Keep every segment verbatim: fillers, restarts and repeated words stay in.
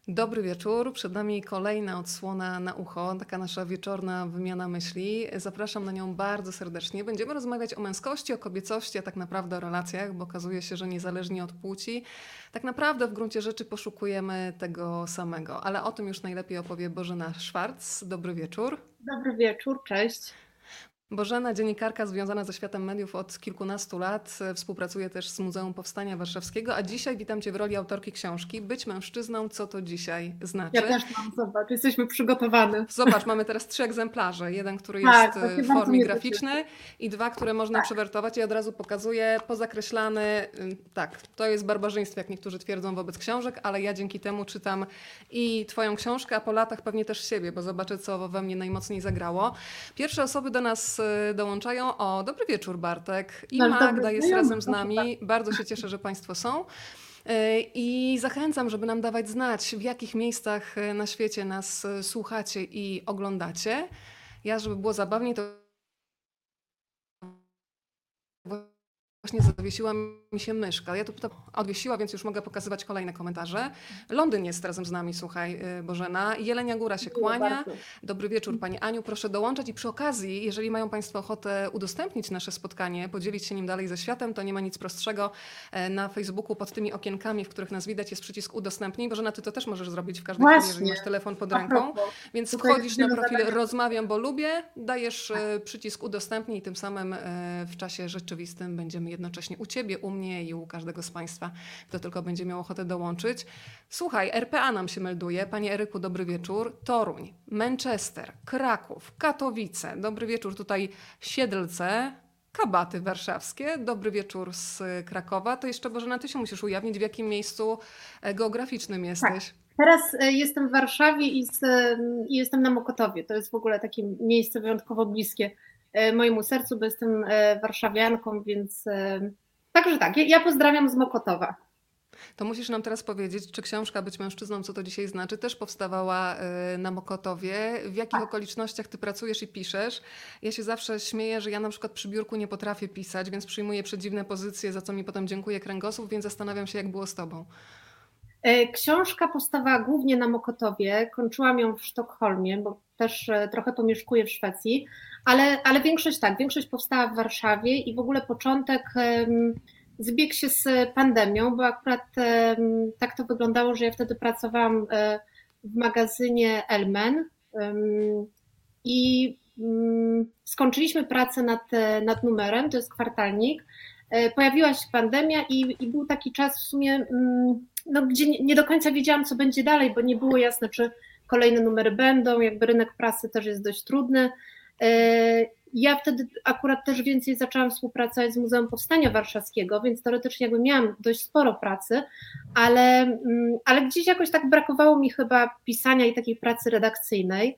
Dobry wieczór, przed nami kolejna odsłona na ucho, taka nasza wieczorna wymiana myśli. Zapraszam na nią bardzo serdecznie. Będziemy rozmawiać o męskości, o kobiecości, a tak naprawdę o relacjach, bo okazuje się, że niezależnie od płci, tak naprawdę w gruncie rzeczy poszukujemy tego samego. Ale o tym już najlepiej opowie Bożena Szwarc. Dobry wieczór. Dobry wieczór, cześć. Bożena, dziennikarka związana ze światem mediów od kilkunastu lat, współpracuje też z Muzeum Powstania Warszawskiego, a dzisiaj witam Cię w roli autorki książki Być mężczyzną, co to dzisiaj Ja znaczy? też mam, zobacz, jesteśmy przygotowane. Zobacz, mamy teraz trzy egzemplarze. Jeden, który jest Tak, to się w bardzo formie mnie cieszy. graficznej i dwa, które można Tak, przewertować. I od razu pokazuję, pozakreślany. Tak, to jest barbarzyństwo, jak niektórzy twierdzą wobec książek, ale ja dzięki temu czytam i Twoją książkę, a po latach pewnie też siebie, bo zobaczę, co we mnie najmocniej zagrało. Pierwsze osoby do nas y, dołączają. O, dobry wieczór Bartek. I nasz dobry Magda jest znajomy, razem z proszę bardzo. nami. Bardzo się cieszę, że Państwo są. I zachęcam, żeby nam dawać znać, w jakich miejscach na świecie nas słuchacie i oglądacie. Ja, żeby było zabawniej, to właśnie zawiesiła mi się myszka. Ja tu pytam, odwiesiła, więc już mogę pokazywać kolejne komentarze. Londyn jest razem z nami, słuchaj, Bożena. Jelenia Góra się Dziękuję kłania. bardzo. Dobry wieczór, Pani Aniu. Proszę dołączać i przy okazji, jeżeli mają Państwo ochotę udostępnić nasze spotkanie, podzielić się nim dalej ze światem, to nie ma nic prostszego. Na Facebooku pod tymi okienkami, w których nas widać, jest przycisk udostępnij. Bożena, Ty to też możesz zrobić w każdej chwili, jeżeli Właśnie, masz telefon pod a ręką. propos, Więc tutaj jest wchodzisz na wiele profil zadań. Rozmawiam, bo lubię, dajesz przycisk udostępnij i tym samym w czasie rzeczywistym będziemy jednocześnie u Ciebie, u mnie i u każdego z Państwa, kto tylko będzie miał ochotę dołączyć. Słuchaj, R P A nam się melduje. Panie Eryku, dobry wieczór. Toruń, Manchester, Kraków, Katowice. Dobry wieczór tutaj Siedlce, Kabaty warszawskie. Dobry wieczór z Krakowa. To jeszcze Bożena, Ty się musisz ujawnić, w jakim miejscu geograficznym Tak, jesteś. teraz e, jestem w Warszawie i, z, e, i jestem na Mokotowie. To jest w ogóle takie miejsce wyjątkowo bliskie e, mojemu sercu, bo jestem e, warszawianką, więc e, także tak, ja, ja pozdrawiam z Mokotowa. To musisz nam teraz powiedzieć, czy książka Być mężczyzną, co to dzisiaj znaczy, też powstawała na Mokotowie. W jakich Tak. okolicznościach ty pracujesz i piszesz? Ja się zawsze śmieję, że ja na przykład przy biurku nie potrafię pisać, więc przyjmuję przedziwne pozycje, za co mi potem dziękuję kręgosłup, więc zastanawiam się, jak było z tobą. E, Książka powstawała głównie na Mokotowie, kończyłam ją w Sztokholmie, bo też e, trochę pomieszkuję w Szwecji, ale, ale większość tak, większość powstała w Warszawie i w ogóle początek em, zbiegł się z pandemią, bo akurat em, tak to wyglądało, że ja wtedy pracowałam e, w magazynie Elmen em, i mm, skończyliśmy pracę nad, e, nad numerem, to jest kwartalnik. E, Pojawiła się pandemia i, i był taki czas w sumie, mm, no, gdzie nie, nie do końca wiedziałam, co będzie dalej, bo nie było jasne, czy kolejne numery będą, jakby rynek prasy też jest dość trudny. E, Ja wtedy akurat też więcej zaczęłam współpracować z Muzeum Powstania Warszawskiego, więc teoretycznie jakby miałam dość sporo pracy, ale, mm, ale gdzieś jakoś tak brakowało mi chyba pisania i takiej pracy redakcyjnej.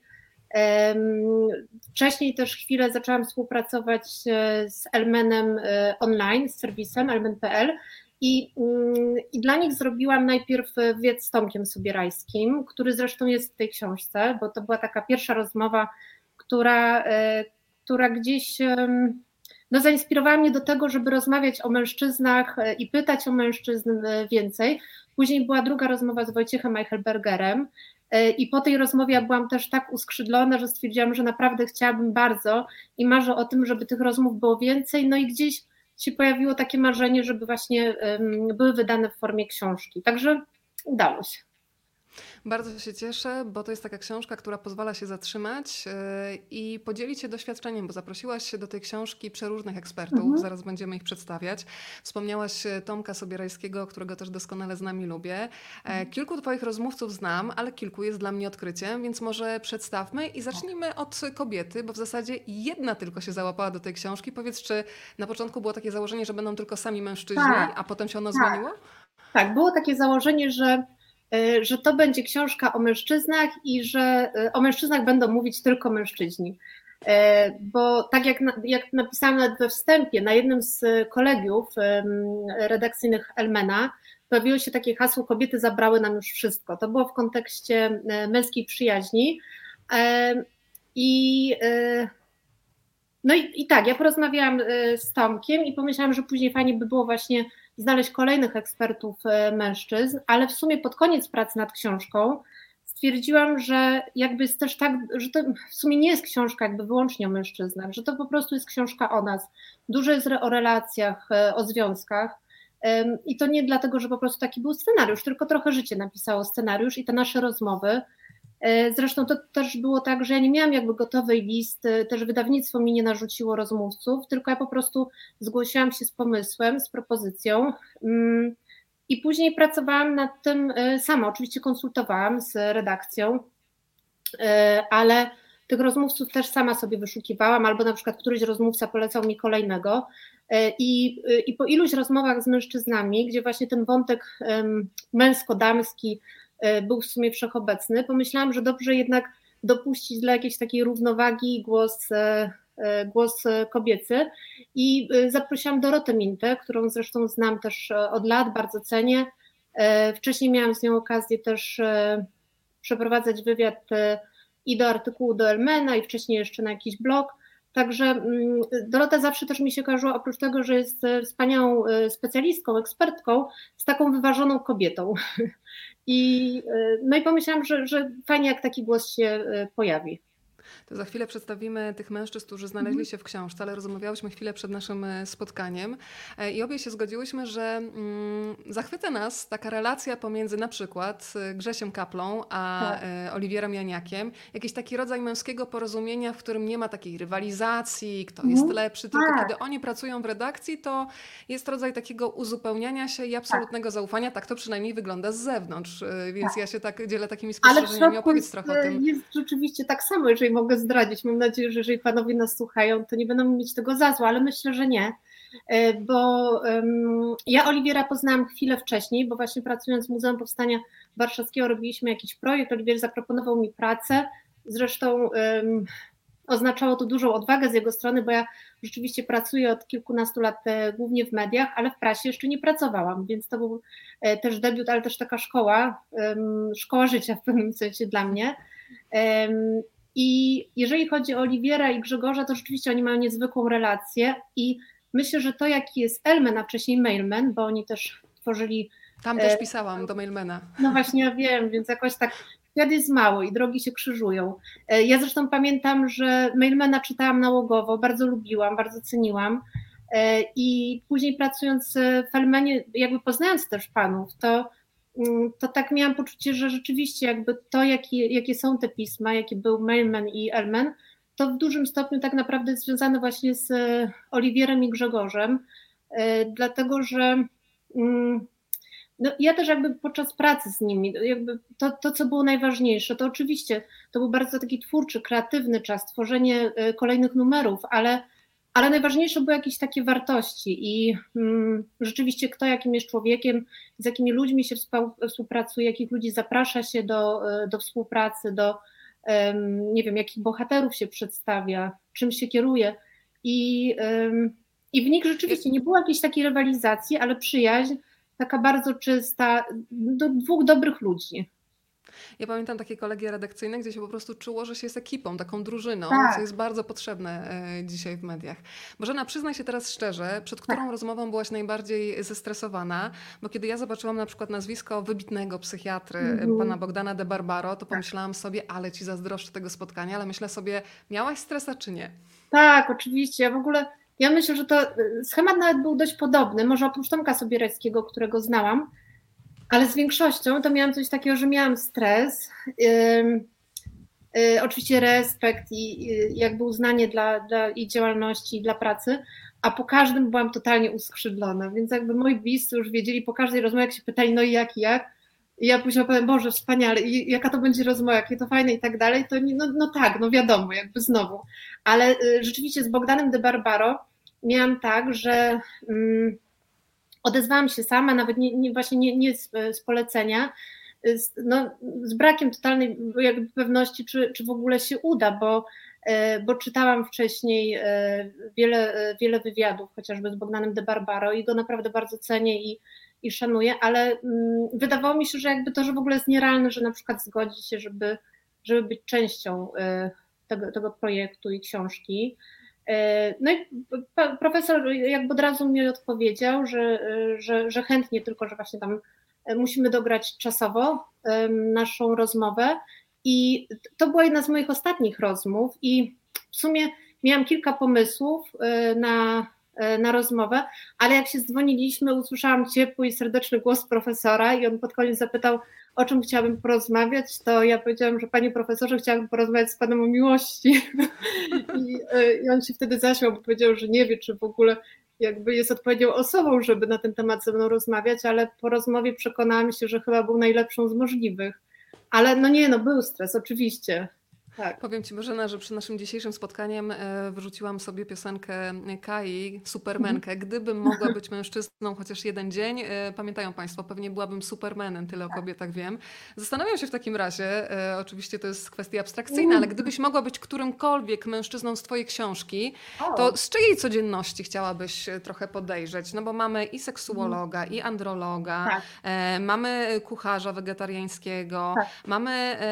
Wcześniej też chwilę zaczęłam współpracować z Elmenem online, z serwisem elmen kropka p l i, i dla nich zrobiłam najpierw wywiad z Tomkiem Sobierajskim, który zresztą jest w tej książce, bo to była taka pierwsza rozmowa, która, która gdzieś no, zainspirowała mnie do tego, żeby rozmawiać o mężczyznach i pytać o mężczyzn więcej. Później była druga rozmowa z Wojciechem Eichelbergerem, i po tej rozmowie ja byłam też tak uskrzydlona, że stwierdziłam, że naprawdę chciałabym bardzo i marzę o tym, żeby tych rozmów było więcej. No i gdzieś się pojawiło takie marzenie, żeby właśnie były wydane w formie książki. Także udało się. Bardzo się cieszę, bo to jest taka książka, która pozwala się zatrzymać i podzielić się doświadczeniem, bo zaprosiłaś się do tej książki przeróżnych ekspertów, Mhm. zaraz będziemy ich przedstawiać. Wspomniałaś Tomka Sobierajskiego, którego też doskonale z nami lubię. Kilku twoich rozmówców znam, ale kilku jest dla mnie odkryciem, więc może przedstawmy i zacznijmy od kobiety, bo w zasadzie jedna tylko się załapała do tej książki. Powiedz, czy na początku było takie założenie, że będą tylko sami mężczyźni, Tak, a potem się ono tak, zmieniło? tak. Było takie założenie, że że to będzie książka o mężczyznach i że o mężczyznach będą mówić tylko mężczyźni. Bo tak jak, jak napisałam nawet we wstępie, na jednym z kolegiów redakcyjnych Elmena pojawiło się takie hasło: kobiety zabrały nam już wszystko. To było w kontekście męskiej przyjaźni. I, no i, i tak, ja porozmawiałam z Tomkiem i pomyślałam, że później fajnie by było właśnie znaleźć kolejnych ekspertów mężczyzn, ale w sumie pod koniec pracy nad książką stwierdziłam, że jakby jest też tak, że to w sumie nie jest książka jakby wyłącznie o mężczyznach, że to po prostu jest książka o nas. Dużo jest o relacjach, o związkach i to nie dlatego, że po prostu taki był scenariusz, tylko trochę życie napisało scenariusz i te nasze rozmowy. Zresztą to też było tak, że ja nie miałam jakby gotowej listy, też wydawnictwo mi nie narzuciło rozmówców, tylko ja po prostu zgłosiłam się z pomysłem, z propozycją i później pracowałam nad tym sama. Oczywiście konsultowałam z redakcją, ale tych rozmówców też sama sobie wyszukiwałam, albo na przykład któryś rozmówca polecał mi kolejnego i, i po iluś rozmowach z mężczyznami, gdzie właśnie ten wątek męsko-damski był w sumie wszechobecny, pomyślałam, że dobrze jednak dopuścić dla jakiejś takiej równowagi głos, głos kobiecy i zaprosiłam Dorotę Mintę, którą zresztą znam też od lat, bardzo cenię. Wcześniej miałam z nią okazję też przeprowadzać wywiad i do artykułu do Elmena i wcześniej jeszcze na jakiś blog. Także Dorota zawsze też mi się kojarzyła, oprócz tego, że jest wspaniałą specjalistką, ekspertką, z taką wyważoną kobietą. I, no i pomyślałam, że, że fajnie, jak taki głos się pojawi. To za chwilę przedstawimy tych mężczyzn, którzy znaleźli się w książce, ale rozmawiałyśmy chwilę przed naszym spotkaniem i obie się zgodziłyśmy, że mm, zachwyca nas taka relacja pomiędzy na przykład Grzesiem Kaplą a tak. Oliwierem Janiakiem. Jakiś taki rodzaj męskiego porozumienia, w którym nie ma takiej rywalizacji, kto jest mm. lepszy, tylko tak. kiedy oni pracują w redakcji, to jest rodzaj takiego uzupełniania się i absolutnego tak. zaufania. Tak to przynajmniej wygląda z zewnątrz, więc tak. ja się tak dzielę takimi spostrzeżeniami. Opowiedz trochę o tym. Jest rzeczywiście tak samo, jeżeli mogę zdradzić. Mam nadzieję, że jeżeli panowie nas słuchają, to nie będą mieć tego za złe, ale myślę, że nie, bo um, ja Oliwiera poznałam chwilę wcześniej, bo właśnie pracując w Muzeum Powstania Warszawskiego robiliśmy jakiś projekt, Oliwier zaproponował mi pracę, zresztą um, oznaczało to dużą odwagę z jego strony, bo ja rzeczywiście pracuję od kilkunastu lat głównie w mediach, ale w prasie jeszcze nie pracowałam, więc to był też debiut, ale też taka szkoła, um, szkoła życia w pewnym sensie dla mnie. Um, I jeżeli chodzi o Oliwiera i Grzegorza, to rzeczywiście oni mają niezwykłą relację i myślę, że to jaki jest Elmen, a wcześniej Mailman, bo oni też tworzyli... Tam też pisałam do Mailmana. No właśnie, ja wiem, więc jakoś tak świat jest mały i drogi się krzyżują. Ja zresztą pamiętam, że Mailmana czytałam nałogowo, bardzo lubiłam, bardzo ceniłam i później pracując w Elmenie, jakby poznając też panów, to to tak miałam poczucie, że rzeczywiście jakby to, jakie, jakie są te pisma, jaki był Mailman i Elmen, to w dużym stopniu tak naprawdę jest związane właśnie z Oliwierem i Grzegorzem, dlatego że no, ja też jakby podczas pracy z nimi, jakby to, to, co było najważniejsze, to oczywiście to był bardzo taki twórczy, kreatywny czas, tworzenie kolejnych numerów, ale Ale najważniejsze były jakieś takie wartości i mm, rzeczywiście kto jakim jest człowiekiem, z jakimi ludźmi się współpracuje, jakich ludzi zaprasza się do, do współpracy, do um, nie wiem, jakich bohaterów się przedstawia, czym się kieruje. I, um, i w nich rzeczywiście nie było jakiejś takiej rywalizacji, ale przyjaźń taka bardzo czysta do dwóch dobrych ludzi. Ja pamiętam takie kolegia redakcyjne, gdzie się po prostu czuło, że się jest ekipą, taką drużyną, tak. co jest bardzo potrzebne dzisiaj w mediach. Bożena, przyznaj się teraz szczerze, przed którą tak. rozmową byłaś najbardziej zestresowana, bo kiedy ja zobaczyłam na przykład nazwisko wybitnego psychiatry, mm-hmm. pana Bogdana de Barbaro, to pomyślałam sobie, ale ci zazdroszczę tego spotkania, ale myślę sobie, miałaś stresa czy nie? Tak, oczywiście. Ja w ogóle, ja myślę, że to schemat nawet był dość podobny, może oprócz Tomka Sobierajskiego, którego znałam, ale z większością to miałam coś takiego, że miałam stres, yy, yy, oczywiście respekt i yy, jakby uznanie dla, dla jej działalności i dla pracy, a po każdym byłam totalnie uskrzydlona, więc jakby moi bliscy już wiedzieli po każdej rozmowie, jak się pytali, no i jak, i jak, i ja później powiem, Boże, wspaniale, i jaka to będzie rozmowa, jakie to fajne i tak dalej, to nie, no, no tak, no wiadomo, jakby znowu, ale yy, rzeczywiście z Bogdanem de Barbaro miałam tak, że... Yy, odezwałam się sama, nawet nie, nie, właśnie nie, nie z, z polecenia, z, no, z brakiem totalnej jakby pewności, czy, czy w ogóle się uda, bo, bo czytałam wcześniej wiele, wiele wywiadów, chociażby z Bogdanem de Barbaro i go naprawdę bardzo cenię i, i szanuję, ale mm, wydawało mi się, że jakby to, że w ogóle jest nierealne, że na przykład zgodzi się, żeby, żeby być częścią tego, tego projektu i książki. No i profesor jakby od razu mi odpowiedział, że, że, że chętnie, tylko że właśnie tam musimy dograć czasowo naszą rozmowę i to była jedna z moich ostatnich rozmów i w sumie miałam kilka pomysłów na, na rozmowę, ale jak się dzwoniliśmy, usłyszałam ciepły i serdeczny głos profesora i on pod koniec zapytał, o czym chciałabym porozmawiać, to ja powiedziałam, że panie profesorze, chciałabym porozmawiać z panem o miłości. I, I on się wtedy zaśmiał, bo powiedział, że nie wie, czy w ogóle jakby jest odpowiednią osobą, żeby na ten temat ze mną rozmawiać, ale po rozmowie przekonałam się, że chyba był najlepszą z możliwych. Ale no nie, no był stres, oczywiście. Tak. Powiem Ci, Bożena, że przy naszym dzisiejszym spotkaniem wrzuciłam sobie piosenkę Kai, Supermenkę. Gdybym mogła być mężczyzną chociaż jeden dzień, pamiętają Państwo, pewnie byłabym Supermanem, tyle o kobietach wiem. Zastanawiam się w takim razie, oczywiście to jest kwestia abstrakcyjna, ale gdybyś mogła być którymkolwiek mężczyzną z Twojej książki, to z czyjej codzienności chciałabyś trochę podejrzeć? No bo mamy i seksuologa, i androloga, Tak. mamy kucharza wegetariańskiego, Tak. mamy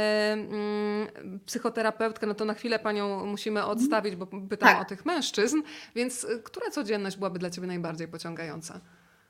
mm, psychoterapeutkę, terapeutkę, no to na chwilę panią musimy odstawić, bo pytam Tak. o tych mężczyzn, więc która codzienność byłaby dla ciebie najbardziej pociągająca?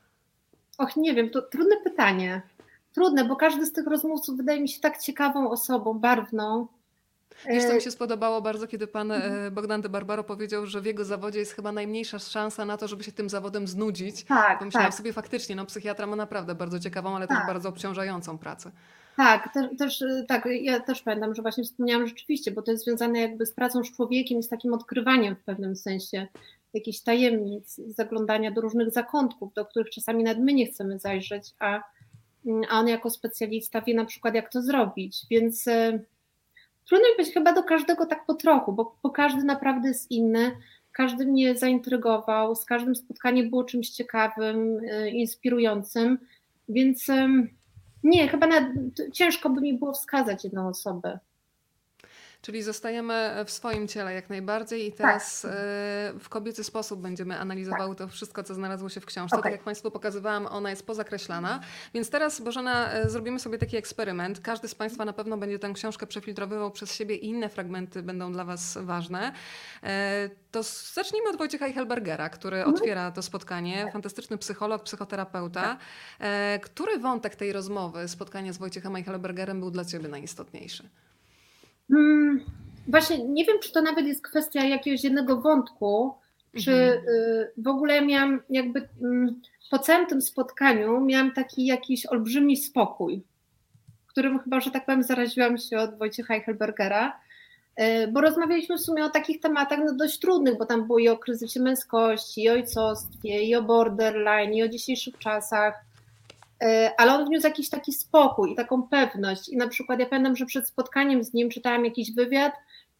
Och, nie wiem, to trudne pytanie. Trudne, bo każdy z tych rozmówców wydaje mi się tak ciekawą osobą, barwną. Wiesz, co mi się spodobało bardzo, kiedy pan Bogdan de Barbaro powiedział, że w jego zawodzie jest chyba najmniejsza szansa na to, żeby się tym zawodem znudzić. Tak, Pomyślałam tak. sobie faktycznie, no psychiatra ma naprawdę bardzo ciekawą, ale Tak. też bardzo obciążającą pracę. Tak, też, też, tak, ja też pamiętam, że właśnie wspomniałam rzeczywiście, bo to jest związane jakby z pracą z człowiekiem, z takim odkrywaniem w pewnym sensie jakichś tajemnic, zaglądania do różnych zakątków, do których czasami nawet my nie chcemy zajrzeć, a, a on jako specjalista wie na przykład, jak to zrobić, więc e, trudno mi być chyba do każdego tak po trochu, bo, bo każdy naprawdę jest inny, każdy mnie zaintrygował, z każdym spotkanie było czymś ciekawym, e, inspirującym, więc e, nie, chyba nawet ciężko by mi było wskazać jedną osobę. Czyli zostajemy w swoim ciele jak najbardziej i teraz tak. w kobiecy sposób będziemy analizowały tak. to wszystko, co znalazło się w książce. Okay. Tak jak Państwu pokazywałam, ona jest pozakreślana. Więc teraz, Bożena, zrobimy sobie taki eksperyment. Każdy z Państwa na pewno będzie tę książkę przefiltrowywał przez siebie i inne fragmenty będą dla Was ważne. To zacznijmy od Wojciecha Eichelbergera, który mm. otwiera to spotkanie. Fantastyczny psycholog, psychoterapeuta. Tak. Który wątek tej rozmowy, spotkania z Wojciechem Eichelbergerem był dla Ciebie najistotniejszy? Hmm, właśnie nie wiem, czy to nawet jest kwestia jakiegoś jednego wątku, czy mhm. y, w ogóle miałam jakby y, po całym tym spotkaniu miałam taki jakiś olbrzymi spokój, którym chyba, że tak powiem, zaraziłam się od Wojciecha Eichelbergera, y, bo rozmawialiśmy w sumie o takich tematach no, dość trudnych, bo tam było i o kryzysie męskości, i o ojcostwie, i o borderline, i o dzisiejszych czasach. Ale on wniósł jakiś taki spokój i taką pewność i na przykład ja pamiętam, że przed spotkaniem z nim czytałam jakiś wywiad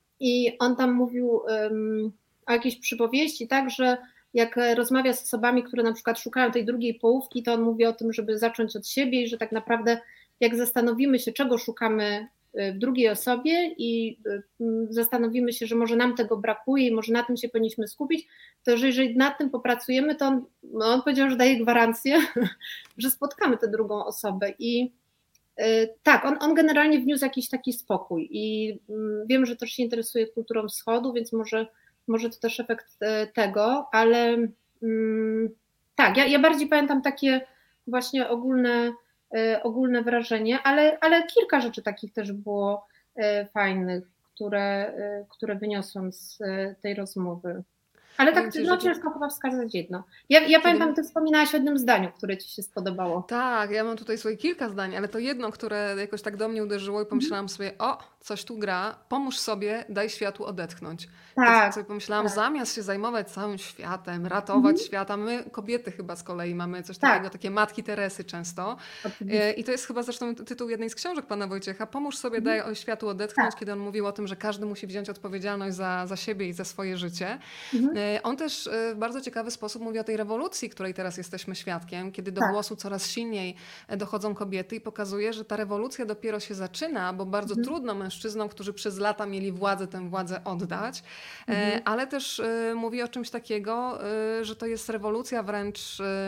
i on tam mówił um, o jakiejś przypowieści, tak, że jak rozmawia z osobami, które na przykład szukają tej drugiej połówki, to on mówi o tym, żeby zacząć od siebie i że tak naprawdę jak zastanowimy się, czego szukamy w drugiej osobie i zastanowimy się, że może nam tego brakuje i może na tym się powinniśmy skupić, to że jeżeli nad tym popracujemy, to on, no on powiedział, że daje gwarancję, że spotkamy tę drugą osobę i yy, tak, on, on generalnie wniósł jakiś taki spokój i yy, wiem, że też się interesuje kulturą wschodu, więc może, może to też efekt yy, tego, ale yy, tak, ja, ja bardziej pamiętam takie właśnie ogólne ogólne wrażenie, ale, ale kilka rzeczy takich też było fajnych, które, które wyniosłam z tej rozmowy. Ale tak ci, no, ciężko chyba wskazać jedno. Ja, ja pamiętam, ty wspominałaś o jednym zdaniu, które ci się spodobało. Tak, ja mam tutaj swoje kilka zdań, ale to jedno, które jakoś tak do mnie uderzyło i pomyślałam mm. sobie, o, coś tu gra, pomóż sobie, daj światu odetchnąć. Tak, to sobie pomyślałam, tak. zamiast się zajmować całym światem, ratować mm. świata, my kobiety chyba z kolei mamy coś takiego, tak. takie matki Teresy często. Oczywiście. I to jest chyba zresztą tytuł jednej z książek pana Wojciecha, pomóż sobie, mm. daj światu odetchnąć, tak. kiedy on mówił o tym, że każdy musi wziąć odpowiedzialność za, za siebie i za swoje życie. Mm. On też w bardzo ciekawy sposób mówi o tej rewolucji, której teraz jesteśmy świadkiem, kiedy do tak. głosu coraz silniej dochodzą kobiety i pokazuje, że ta rewolucja dopiero się zaczyna, bo bardzo mhm. trudno mężczyznom, którzy przez lata mieli władzę, tę władzę oddać, mhm. ale też mówi o czymś takiego, że to jest rewolucja wręcz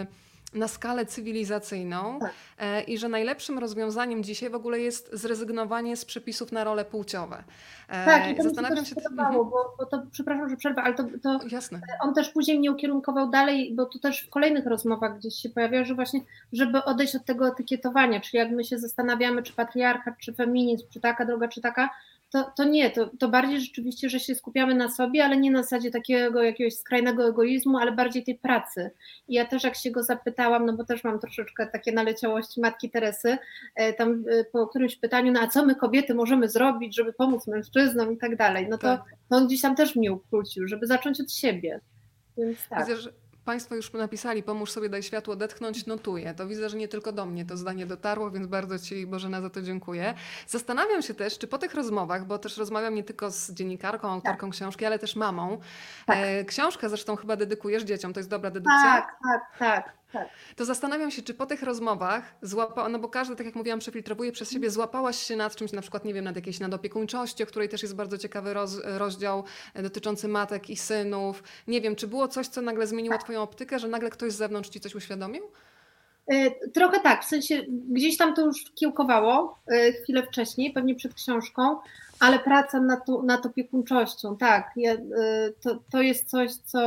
na skalę cywilizacyjną Tak. e, i że najlepszym rozwiązaniem dzisiaj w ogóle jest zrezygnowanie z przepisów na role płciowe. Tak, i E, to mi się Zastanawiam też się... podobało, Mhm, bo, bo to, przepraszam, że przerwę, ale to, to jasne. on też później mnie ukierunkował dalej, bo tu też w kolejnych rozmowach gdzieś się pojawia, że właśnie, żeby odejść od tego etykietowania, czyli jak my się zastanawiamy, czy patriarchat, czy feminizm, czy taka droga, czy taka, to, to nie, to, to bardziej rzeczywiście, że się skupiamy na sobie, ale nie na zasadzie takiego jakiegoś skrajnego egoizmu, ale bardziej tej pracy. I ja też jak się go zapytałam, no bo też mam troszeczkę takie naleciałości Matki Teresy, tam po którymś pytaniu, no a co my kobiety możemy zrobić, żeby pomóc mężczyznom i tak dalej, no to Tak. no on gdzieś tam też mnie ukrócił, żeby zacząć od siebie. Więc tak. Widzę, że Państwo już napisali, pomóż sobie, daj światło odetchnąć, notuję. To widzę, że nie tylko do mnie to zdanie dotarło, więc bardzo Ci, Bożena, za to dziękuję. Zastanawiam się też, czy po tych rozmowach, bo też rozmawiam nie tylko z dziennikarką, autorką tak. książki, ale też mamą. Tak. E, książkę zresztą chyba dedykujesz dzieciom, to jest dobra dedukcja? Tak, tak, tak. tak. To zastanawiam się, czy po tych rozmowach złapała, no bo każdy, tak jak mówiłam, przefiltrowuje przez siebie, złapałaś się nad czymś, na przykład, nie wiem, nad jakiejś nadopiekuńczości, o której też jest bardzo ciekawy roz, rozdział dotyczący matek i synów. Nie wiem, czy było coś, co nagle zmieniło tak. Twoją optykę, że nagle ktoś z zewnątrz Ci coś uświadomił? Trochę tak, w sensie gdzieś tam to już kiełkowało chwilę wcześniej, pewnie przed książką, ale praca nad, to, nad opiekuńczością, tak, ja, to, to jest coś, co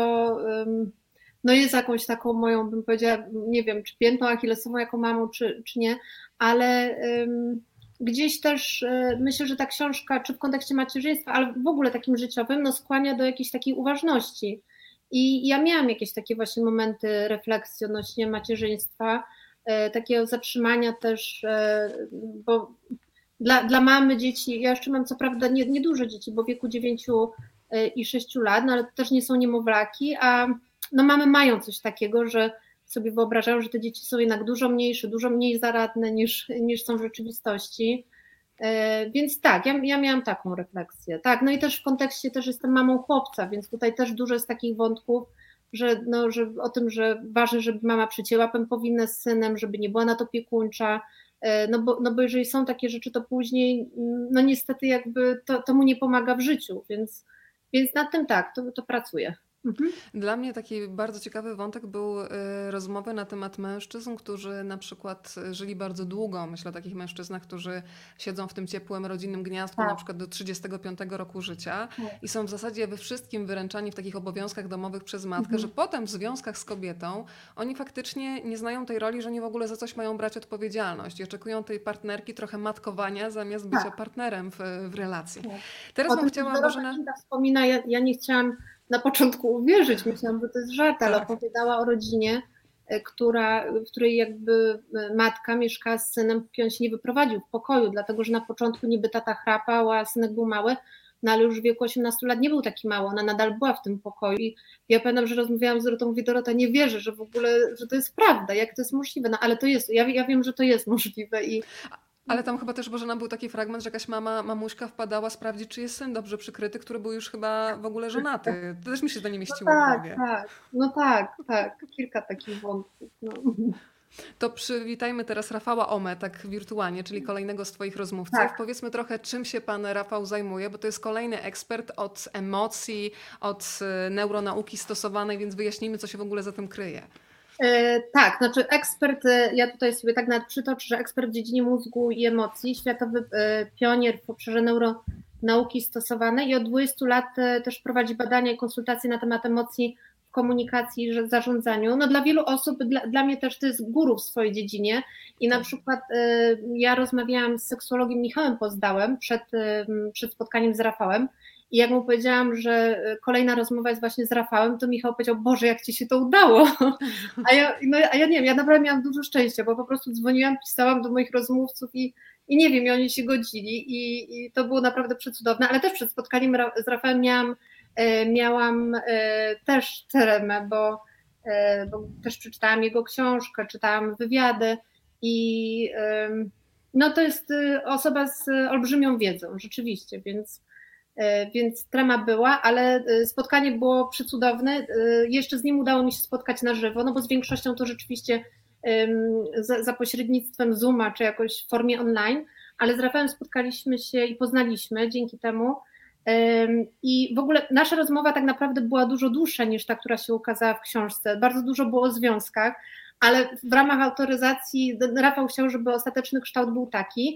no jest jakąś taką moją, bym powiedziała, nie wiem, czy piętą achillesową jako mamą, czy, czy nie, ale um, gdzieś też y, myślę, że ta książka, czy w kontekście macierzyństwa, ale w ogóle takim życiowym, no skłania do jakiejś takiej uważności. I ja miałam jakieś takie właśnie momenty refleksji odnośnie macierzyństwa, y, takiego zatrzymania też, y, bo dla, dla mamy dzieci, ja jeszcze mam co prawda nie, nie dużo dzieci, bo w wieku dziewięciu i sześciu lat, no ale to też nie są niemowlaki, a no mamy mają coś takiego, że sobie wyobrażają, że te dzieci są jednak dużo mniejsze, dużo mniej zaradne niż, niż są w rzeczywistości. Więc tak, ja, ja miałam taką refleksję. Tak, no i też w kontekście też jestem mamą chłopca, więc tutaj też dużo jest takich wątków, że, no, że o tym, że ważne, żeby mama przycięła pępowinę z synem, żeby nie była nadopiekuńcza, no bo, no bo jeżeli są takie rzeczy, to później no niestety jakby to, to mu nie pomaga w życiu, więc, więc nad tym tak, to, to pracuję. Mhm. Dla mnie taki bardzo ciekawy wątek był rozmowy na temat mężczyzn, którzy na przykład żyli bardzo długo. Myślę o takich mężczyznach, którzy siedzą w tym ciepłym rodzinnym gniazdku tak. na przykład do trzydziestego piątego roku życia tak. i są w zasadzie we wszystkim wyręczani w takich obowiązkach domowych przez matkę, mhm. że potem w związkach z kobietą oni faktycznie nie znają tej roli, że nie w ogóle za coś mają brać odpowiedzialność i oczekują tej partnerki trochę matkowania zamiast bycia tak. partnerem w, w relacji. Tak. Teraz bym chciała... Bożena... wspomina, ja, ja nie chciałam na początku uwierzyć, myślałam, że to jest żart, ale tak. opowiadała o rodzinie, która, w której jakby matka mieszkała z synem, póki on się nie wyprowadził w pokoju, dlatego że na początku niby tata chrapał, a synek był mały, no ale już w wieku osiemnastu lat nie był taki mały, ona nadal była w tym pokoju i ja pamiętam, że rozmawiałam z Dorotą, mówię, Dorota, nie wierzę, że w ogóle, że to jest prawda, jak to jest możliwe, no ale to jest, ja, ja wiem, że to jest możliwe i ale tam chyba też, Bożena, był taki fragment, że jakaś mama, mamuśka wpadała sprawdzić, czy jest syn dobrze przykryty, który był już chyba w ogóle żonaty. To też mi się to nie mieściło no tak, w głowie. Tak, no tak, tak, kilka takich wątków. No. To przywitajmy teraz Rafała Omę, tak wirtualnie, czyli kolejnego z Twoich rozmówców. Tak. Powiedzmy trochę, czym się Pan Rafał zajmuje, bo to jest kolejny ekspert od emocji, od neuronauki stosowanej, więc wyjaśnijmy, co się w ogóle za tym kryje. Tak, znaczy ekspert, ja tutaj sobie tak nawet przytoczę, że ekspert w dziedzinie mózgu i emocji, światowy pionier w obszarze neuronauki stosowanej i od dwudziestu lat też prowadzi badania i konsultacje na temat emocji w komunikacji i zarządzaniu. No dla wielu osób, dla, dla mnie też to jest guru w swojej dziedzinie i na przykład ja rozmawiałam z seksuologiem Michałem Pozdałem przed, przed spotkaniem z Rafałem. I jak mu powiedziałam, że kolejna rozmowa jest właśnie z Rafałem, to Michał powiedział, Boże, jak Ci się to udało. A ja, no, a ja nie wiem, ja naprawdę miałam dużo szczęścia, bo po prostu dzwoniłam, pisałam do moich rozmówców i, i nie wiem, i oni się godzili i, i to było naprawdę przecudowne, ale też przed spotkaniem z Rafałem miałam, miałam też tremę, bo, bo też przeczytałam jego książkę, czytałam wywiady i no to jest osoba z olbrzymią wiedzą, rzeczywiście, więc Więc trema była, ale spotkanie było przecudowne. Jeszcze z nim udało mi się spotkać na żywo, no bo z większością to rzeczywiście za, za pośrednictwem Zooma czy jakoś w formie online, ale z Rafałem spotkaliśmy się i poznaliśmy dzięki temu. I w ogóle nasza rozmowa tak naprawdę była dużo dłuższa niż ta, która się ukazała w książce. Bardzo dużo było o związkach, ale w ramach autoryzacji Rafał chciał, żeby ostateczny kształt był taki.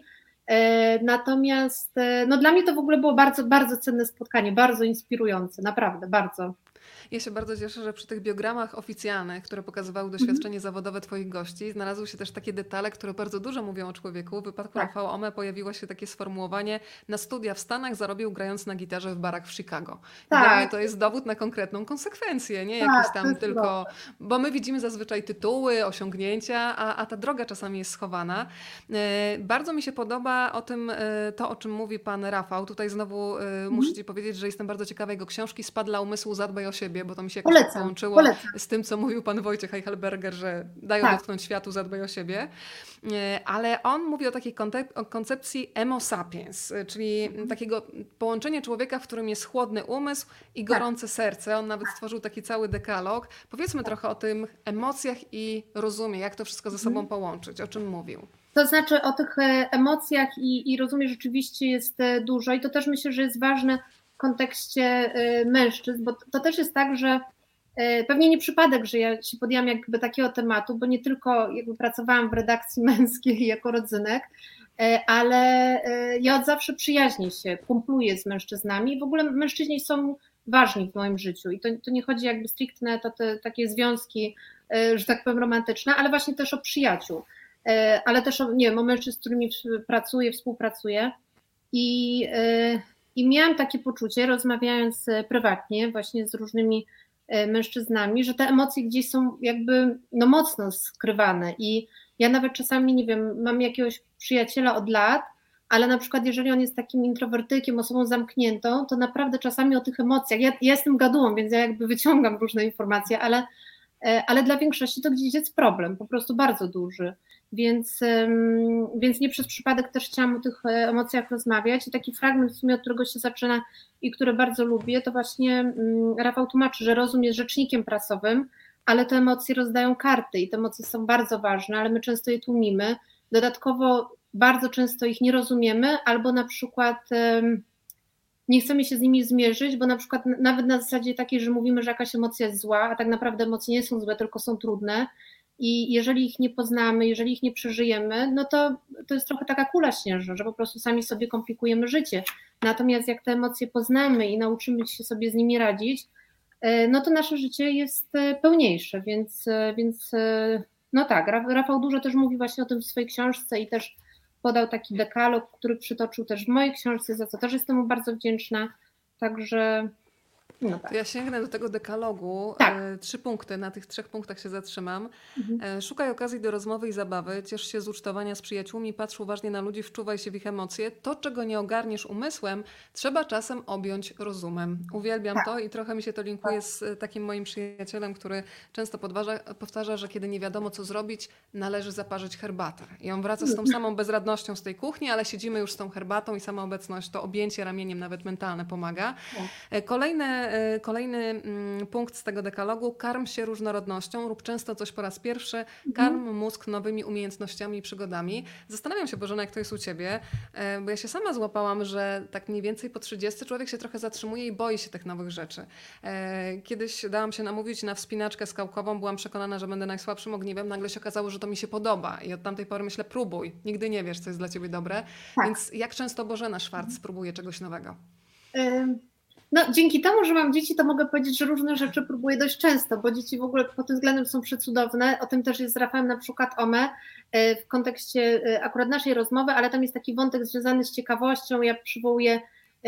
Natomiast no dla mnie to w ogóle było bardzo, bardzo cenne spotkanie, bardzo inspirujące, naprawdę, bardzo. Ja się bardzo cieszę, że przy tych biogramach oficjalnych, które pokazywały doświadczenie mm. zawodowe Twoich gości, znalazły się też takie detale, które bardzo dużo mówią o człowieku. W wypadku tak. Rafała Ome pojawiło się takie sformułowanie: na studia w Stanach zarobił grając na gitarze w barach w Chicago. Tak. Dla mnie to jest dowód na konkretną konsekwencję, nie tak, jakieś tam tylko... Bo my widzimy zazwyczaj tytuły, osiągnięcia, a, a ta droga czasami jest schowana. E, bardzo mi się podoba o tym, e, to, o czym mówi pan Rafał. Tutaj znowu e, mm. muszę Ci powiedzieć, że jestem bardzo ciekawa jego książki Spadla umysłu, zadbaj o siebie, bo to mi się jakoś polecam, połączyło polecam. z tym, co mówił pan Wojciech Eichelberger, że dają tak. dotknąć światu, zadbaj o siebie. Ale on mówi o takiej koncepcji emo sapiens, czyli mhm. takiego połączenia człowieka, w którym jest chłodny umysł i gorące tak. serce. On nawet stworzył taki cały dekalog. Powiedzmy tak. trochę o tym emocjach i rozumie, jak to wszystko ze sobą mhm. połączyć, o czym mówił. To znaczy o tych emocjach i, i rozumie rzeczywiście jest dużo i to też myślę, że jest ważne w kontekście mężczyzn, bo to też jest tak, że pewnie nie przypadek, że ja się podjęłam jakby takiego tematu, bo nie tylko jakby pracowałam w redakcji męskiej jako rodzynek, ale ja od zawsze przyjaźnię się, kumpluję z mężczyznami i w ogóle mężczyźni są ważni w moim życiu i to, to nie chodzi jakby stricte o te takie związki, że tak powiem romantyczne, ale właśnie też o przyjaciół, ale też o, nie wiem, o mężczyzn, z którymi pracuję, współpracuję i I miałam takie poczucie, rozmawiając prywatnie właśnie z różnymi mężczyznami, że te emocje gdzieś są jakby no mocno skrywane i ja nawet czasami, nie wiem, mam jakiegoś przyjaciela od lat, ale na przykład jeżeli on jest takim introwertykiem, osobą zamkniętą, to naprawdę czasami o tych emocjach, ja, ja jestem gadułą, więc ja jakby wyciągam różne informacje, ale, ale dla większości to gdzieś jest problem, po prostu bardzo duży. Więc, więc nie przez przypadek też chciałam o tych emocjach rozmawiać i taki fragment w sumie, od którego się zaczyna i który bardzo lubię, to właśnie Rafał tłumaczy, że rozum jest rzecznikiem prasowym, ale te emocje rozdają karty i te emocje są bardzo ważne, ale my często je tłumimy, dodatkowo bardzo często ich nie rozumiemy albo na przykład nie chcemy się z nimi zmierzyć, bo na przykład nawet na zasadzie takiej, że mówimy, że jakaś emocja jest zła, a tak naprawdę emocje nie są złe, tylko są trudne. I jeżeli ich nie poznamy, jeżeli ich nie przeżyjemy, no to to jest trochę taka kula śnieżna, że po prostu sami sobie komplikujemy życie. Natomiast jak te emocje poznamy i nauczymy się sobie z nimi radzić, no to nasze życie jest pełniejsze, więc, więc no tak, Rafał dużo też mówi właśnie o tym w swojej książce i też podał taki dekalog, który przytoczył też w mojej książce, za co też jestem mu bardzo wdzięczna, także... No tak. To ja sięgnę do tego dekalogu. Tak. E, trzy punkty, na tych trzech punktach się zatrzymam. Mhm. E, szukaj okazji do rozmowy i zabawy, ciesz się z ucztowania z przyjaciółmi, patrz uważnie na ludzi, wczuwaj się w ich emocje. To, czego nie ogarniesz umysłem, trzeba czasem objąć rozumem. Uwielbiam tak. to i trochę mi się to linkuje z takim moim przyjacielem, który często podważa, powtarza, że kiedy nie wiadomo, co zrobić, należy zaparzyć herbatę. I on wraca z tą samą bezradnością z tej kuchni, ale siedzimy już z tą herbatą i sama obecność, to objęcie ramieniem nawet mentalne pomaga. E, kolejne Kolejny punkt z tego dekalogu: karm się różnorodnością, rób często coś po raz pierwszy, karm mhm. mózg nowymi umiejętnościami i przygodami. Zastanawiam się, Bożena, jak to jest u Ciebie, bo ja się sama złapałam, że tak mniej więcej po trzydziestce człowiek się trochę zatrzymuje i boi się tych nowych rzeczy. Kiedyś dałam się namówić na wspinaczkę skałkową, byłam przekonana, że będę najsłabszym ogniwem, nagle się okazało, że to mi się podoba i od tamtej pory myślę, próbuj, nigdy nie wiesz, co jest dla Ciebie dobre. Tak. Więc jak często Bożena Szwarc próbuje czegoś nowego? Y- No, dzięki temu, że mam dzieci, to mogę powiedzieć, że różne rzeczy próbuję dość często, bo dzieci w ogóle pod tym względem są przecudowne. O tym też jest z Rafałem na przykład Ome w kontekście akurat naszej rozmowy, ale tam jest taki wątek związany z ciekawością. Ja przywołuję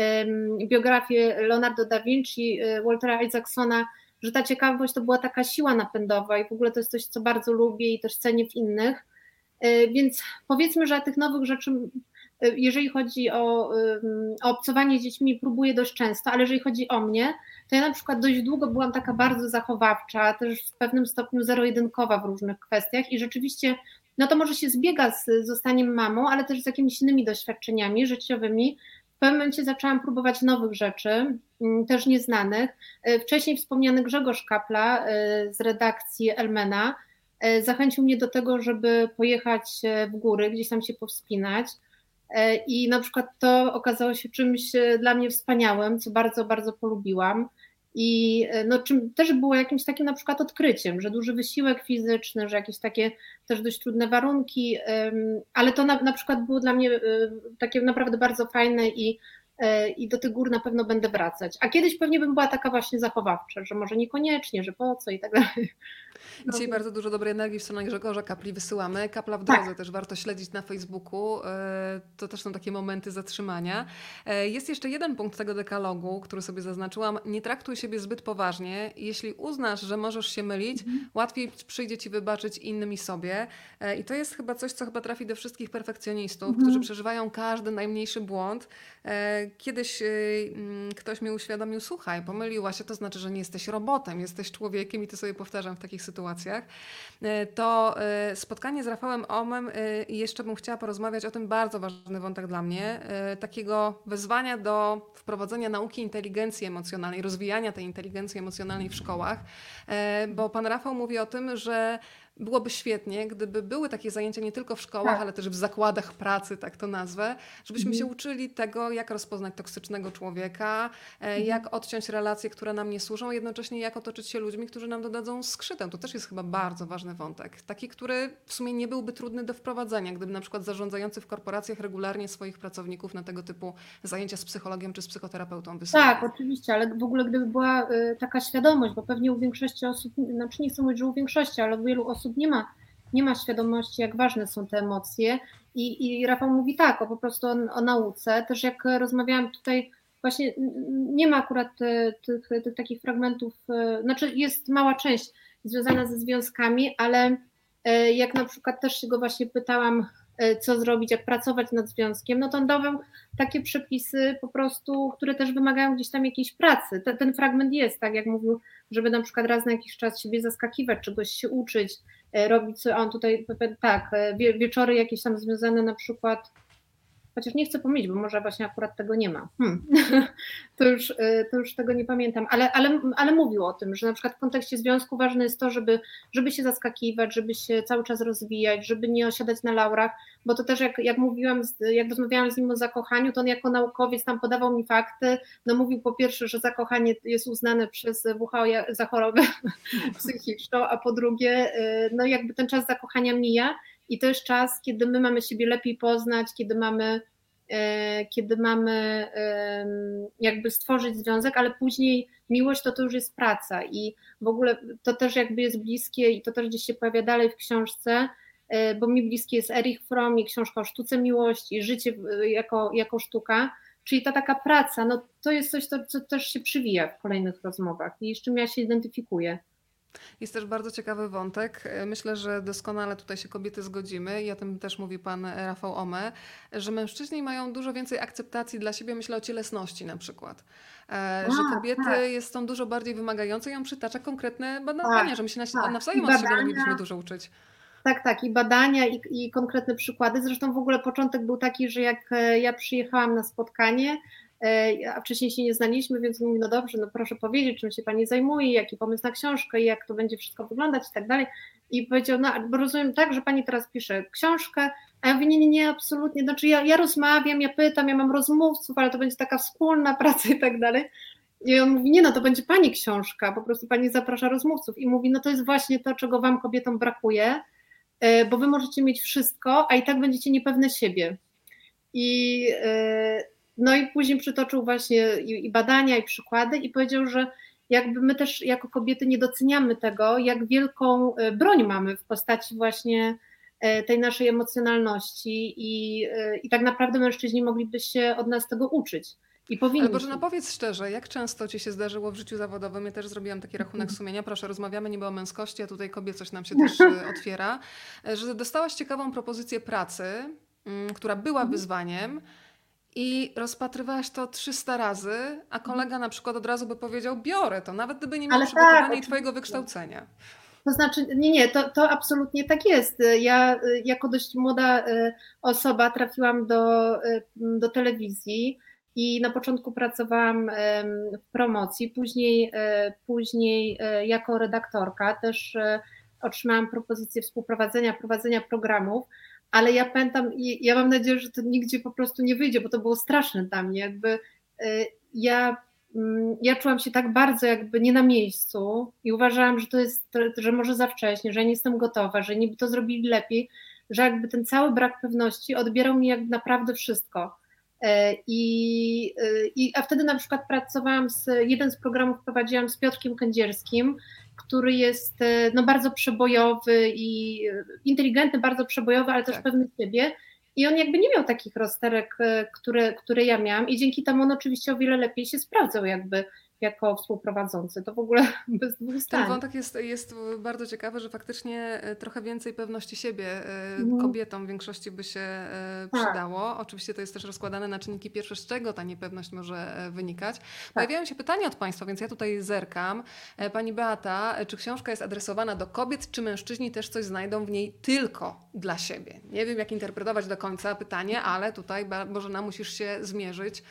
biografię Leonardo da Vinci, Waltera Isaacsona, że ta ciekawość to była taka siła napędowa i w ogóle to jest coś, co bardzo lubię i też cenię w innych. Więc powiedzmy, że tych nowych rzeczy, jeżeli chodzi o, o obcowanie z dziećmi, próbuję dość często, ale jeżeli chodzi o mnie, to ja na przykład dość długo byłam taka bardzo zachowawcza, też w pewnym stopniu zero-jedynkowa w różnych kwestiach i rzeczywiście no to może się zbiega z zostaniem mamą, ale też z jakimiś innymi doświadczeniami życiowymi. W pewnym momencie zaczęłam próbować nowych rzeczy, też nieznanych. Wcześniej wspomniany Grzegorz Kapla z redakcji Elmena zachęcił mnie do tego, żeby pojechać w góry, gdzieś tam się powspinać. I na przykład to okazało się czymś dla mnie wspaniałym, co bardzo, bardzo polubiłam. I no, czym też było jakimś takim na przykład odkryciem, że duży wysiłek fizyczny, że jakieś takie też dość trudne warunki, ale to na, na przykład było dla mnie takie naprawdę bardzo fajne i, i do tych gór na pewno będę wracać. A kiedyś pewnie bym była taka właśnie zachowawcza, że może niekoniecznie, że po co i tak dalej. No, Dzisiaj więc... bardzo dużo dobrej energii w stronę Grzegorza Kapli wysyłamy. Kapla w drodze tak. też warto śledzić na Facebooku. To też są takie momenty zatrzymania. Jest jeszcze jeden punkt tego dekalogu, który sobie zaznaczyłam. Nie traktuj siebie zbyt poważnie. Jeśli uznasz, że możesz się mylić, mhm. łatwiej przyjdzie ci wybaczyć innym i sobie. I to jest chyba coś, co chyba trafi do wszystkich perfekcjonistów, mhm. którzy przeżywają każdy najmniejszy błąd. Kiedyś ktoś mi uświadomił, słuchaj, pomyliła się, to znaczy, że nie jesteś robotem, jesteś człowiekiem i to sobie powtarzam w takich sytuacjach. To spotkanie z Rafałem Omem i jeszcze bym chciała porozmawiać o tym, bardzo ważny wątek dla mnie, takiego wezwania do wprowadzenia nauki inteligencji emocjonalnej, rozwijania tej inteligencji emocjonalnej w szkołach, bo pan Rafał mówi o tym, że byłoby świetnie, gdyby były takie zajęcia nie tylko w szkołach, tak. ale też w zakładach pracy, tak to nazwę, żebyśmy mhm. się uczyli tego, jak rozpoznać toksycznego człowieka, mhm. jak odciąć relacje, które nam nie służą, a jednocześnie jak otoczyć się ludźmi, którzy nam dodadzą skrzydeł. To też jest chyba bardzo ważny wątek. Taki, który w sumie nie byłby trudny do wprowadzenia, gdyby na przykład zarządzający w korporacjach regularnie swoich pracowników na tego typu zajęcia z psychologiem czy z psychoterapeutą wysyłał. Tak, oczywiście, ale w ogóle gdyby była y, taka świadomość, bo pewnie u większości osób, znaczy nie chcę mówić, że u większości, ale u wielu osób nie ma, nie ma świadomości, jak ważne są te emocje i, i Rafał mówi tak, o po prostu o, o nauce, też jak rozmawiałam tutaj, właśnie nie ma akurat tych, tych, tych takich fragmentów, znaczy jest mała część związana ze związkami, ale jak na przykład też się go właśnie pytałam, co zrobić, jak pracować nad związkiem, no to on dawał takie przepisy po prostu, które też wymagają gdzieś tam jakiejś pracy. Ten, ten fragment jest, tak jak mówił, żeby na przykład raz na jakiś czas siebie zaskakiwać, czegoś się uczyć, robić, co on tutaj, tak, wie, wieczory jakieś tam związane na przykład, chociaż nie chcę pomylić, bo może właśnie akurat tego nie ma. Hmm. To, już, to już tego nie pamiętam, ale, ale, ale mówił o tym, że na przykład w kontekście związku ważne jest to, żeby, żeby się zaskakiwać, żeby się cały czas rozwijać, żeby nie osiadać na laurach, bo to też jak, jak mówiłam, jak rozmawiałam z nim o zakochaniu, to on jako naukowiec tam podawał mi fakty, no mówił po pierwsze, że zakochanie jest uznane przez W H O za chorobę psychiczną, a po drugie, no jakby ten czas zakochania mija, i to jest czas, kiedy my mamy siebie lepiej poznać, kiedy mamy, kiedy mamy jakby stworzyć związek, ale później miłość to to już jest praca i w ogóle to też jakby jest bliskie i to też gdzieś się pojawia dalej w książce, bo mi bliskie jest Erich Fromm i książka o sztuce miłości i życie jako, jako sztuka, czyli ta taka praca, no to jest coś, to, co też się przywija w kolejnych rozmowach i z czym ja się identyfikuję. Jest też bardzo ciekawy wątek. Myślę, że doskonale tutaj się kobiety zgodzimy i o tym też mówi pan Rafał Ome, że mężczyźni mają dużo więcej akceptacji dla siebie, myślę o cielesności na przykład. A, że kobiety tak. jest są dużo bardziej wymagające i on przytacza konkretne badania, tak, że my się tak. nawzajem od siebie moglibyśmy dużo uczyć. Tak, tak, i badania, i, i konkretne przykłady. Zresztą w ogóle początek był taki, że jak ja przyjechałam na spotkanie, a wcześniej się nie znaliśmy, więc mówi, no dobrze, no proszę powiedzieć, czym się pani zajmuje, jaki pomysł na książkę, jak to będzie wszystko wyglądać i tak dalej. I powiedział, no bo rozumiem tak, że pani teraz pisze książkę, a ja mówię, nie, nie, nie, absolutnie, znaczy ja, ja rozmawiam, ja pytam, ja mam rozmówców, ale to będzie taka wspólna praca i tak dalej. I on mówi, nie no, to będzie pani książka, po prostu pani zaprasza rozmówców i mówi, no to jest właśnie to, czego wam kobietom brakuje, bo wy możecie mieć wszystko, a i tak będziecie niepewne siebie. I no i później przytoczył właśnie i badania, i przykłady i powiedział, że jakby my też jako kobiety nie doceniamy tego, jak wielką broń mamy w postaci właśnie tej naszej emocjonalności i, i tak naprawdę mężczyźni mogliby się od nas tego uczyć. I powinni. Ale Bożena, powiedz szczerze, jak często ci się zdarzyło w życiu zawodowym, ja też zrobiłam taki rachunek sumienia, proszę, rozmawiamy niby o męskości, a tutaj kobiecość nam się też otwiera, że dostałaś ciekawą propozycję pracy, która była wyzwaniem, i rozpatrywałaś to trzysta razy, a kolega na przykład od razu by powiedział, biorę to, nawet gdyby nie miał przygotowania tak, i twojego wykształcenia. To znaczy, nie, nie, to, to absolutnie tak jest. Ja jako dość młoda osoba trafiłam do, do telewizji i na początku pracowałam w promocji, później, później jako redaktorka też otrzymałam propozycję współprowadzenia, prowadzenia programów, ale ja pamiętam, ja mam nadzieję, że to nigdzie po prostu nie wyjdzie, bo to było straszne dla mnie, jakby ja ja czułam się tak bardzo jakby nie na miejscu i uważałam, że to jest, że może za wcześnie, że nie jestem gotowa, że niby to zrobili lepiej, że jakby ten cały brak pewności odbierał mi jakby naprawdę wszystko. I, i, a wtedy na przykład pracowałam z, jeden z programów prowadziłam z Piotrkiem Kędzierskim, który jest no, bardzo przebojowy i inteligentny, bardzo przebojowy, ale też tak. pewny siebie. I on jakby nie miał takich rozterek, które, które ja miałam i dzięki temu on oczywiście o wiele lepiej się sprawdzał jakby jako współprowadzący. To w ogóle bez dwóch zdań. Ten wątek jest, jest bardzo ciekawy, że faktycznie trochę więcej pewności siebie mm. kobietom w większości by się przydało. Tak. Oczywiście to jest też rozkładane na czynniki pierwsze, z czego ta niepewność może wynikać. Tak. Pojawiają się pytania od Państwa, więc ja tutaj zerkam. Pani Beata, czy książka jest adresowana do kobiet, czy mężczyźni też coś znajdą w niej tylko dla siebie? Nie wiem, jak interpretować do końca pytanie, ale tutaj Bożena musisz się zmierzyć.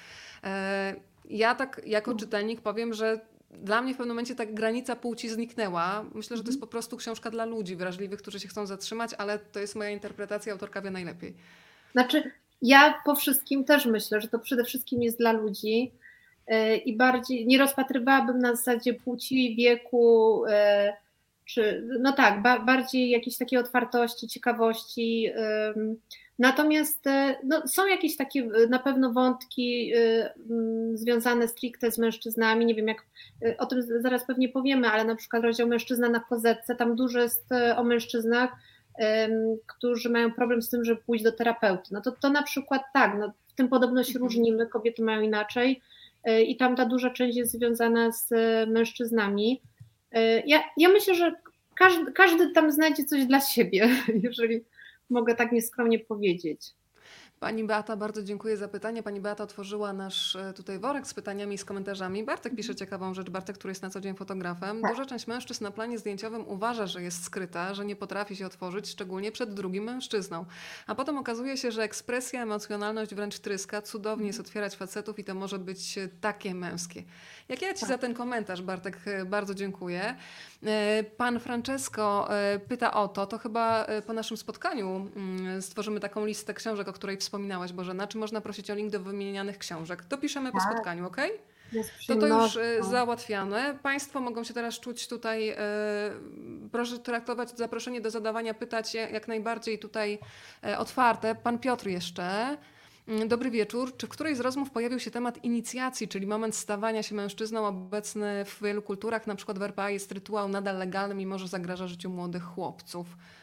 Ja tak jako czytelnik powiem, że dla mnie w pewnym momencie ta granica płci zniknęła. Myślę, że to jest po prostu książka dla ludzi wrażliwych, którzy się chcą zatrzymać, ale to jest moja interpretacja, autorka wie najlepiej. Znaczy, ja po wszystkim też myślę, że to przede wszystkim jest dla ludzi i bardziej nie rozpatrywałabym na zasadzie płci, wieku, czy no tak, ba, bardziej jakiejś takiej otwartości, ciekawości. Natomiast no, są jakieś takie na pewno wątki y, y, związane stricte z mężczyznami, nie wiem jak, y, o tym zaraz pewnie powiemy, ale na przykład rozdział mężczyzna na kozetce, tam dużo jest o mężczyznach, y, którzy mają problem z tym, żeby pójść do terapeuty. No to, to na przykład tak, no, w tym podobno się różnimy, kobiety mają inaczej y, i tam ta duża część jest związana z mężczyznami. Y, ja, ja myślę, że każdy, każdy tam znajdzie coś dla siebie, jeżeli mogę tak nieskromnie powiedzieć. Pani Beata, bardzo dziękuję za pytanie. Pani Beata otworzyła nasz tutaj worek z pytaniami i z komentarzami. Bartek pisze ciekawą rzecz. Bartek, który jest na co dzień fotografem. Tak. Duża część mężczyzn na planie zdjęciowym uważa, że jest skryta, że nie potrafi się otworzyć, szczególnie przed drugim mężczyzną. A potem okazuje się, że ekspresja, emocjonalność wręcz tryska. Cudownie jest otwierać facetów i to może być takie męskie. Jak ja Ci tak. za ten komentarz, Bartek, bardzo dziękuję. Pan Francesco pyta o to, to chyba po naszym spotkaniu stworzymy taką listę książek, o której wspominałaś, Bożena. Czy można prosić o link do wymienianych książek? Dopiszemy tak. po spotkaniu, ok? To to już załatwiane. Państwo mogą się teraz czuć tutaj, proszę traktować zaproszenie do zadawania pytań jak najbardziej tutaj otwarte. Pan Piotr jeszcze. Dobry wieczór. Czy w którejś z rozmów pojawił się temat inicjacji, czyli moment stawania się mężczyzną obecny w wielu kulturach, na przykład w R P A jest rytuał nadal legalny, mimo że zagraża życiu młodych chłopców?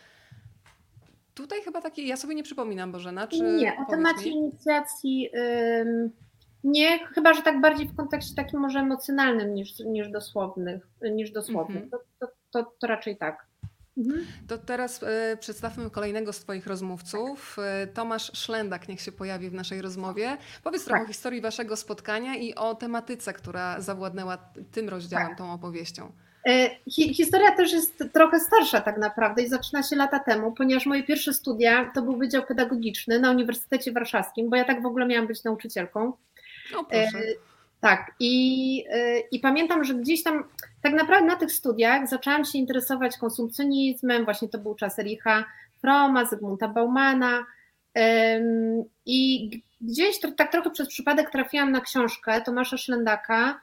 Tutaj chyba taki, ja sobie nie przypominam, Bożena, czy nie, o temacie inicjacji ym, nie, chyba że tak bardziej w kontekście takim może emocjonalnym niż, niż dosłownych, niż dosłownych. Mm-hmm. To, to, to, to raczej tak. Mhm. To teraz y, przedstawmy kolejnego z Twoich rozmówców. Y, Tomasz Szlendak niech się pojawi w naszej rozmowie. Powiedz tak. trochę o historii Waszego spotkania i o tematyce, która zawładnęła tym rozdziałem, tak. tą opowieścią. Hi- historia też jest trochę starsza tak naprawdę i zaczyna się lata temu, ponieważ moje pierwsze studia to był Wydział Pedagogiczny na Uniwersytecie Warszawskim, bo ja tak w ogóle miałam być nauczycielką. O, proszę. E, tak i, e, i pamiętam, że gdzieś tam tak naprawdę na tych studiach zaczęłam się interesować konsumpcjonizmem, właśnie to był czas Ericha Froma, Zygmunta Baumana e, i gdzieś to, tak trochę przez przypadek trafiłam na książkę Tomasza Szlendaka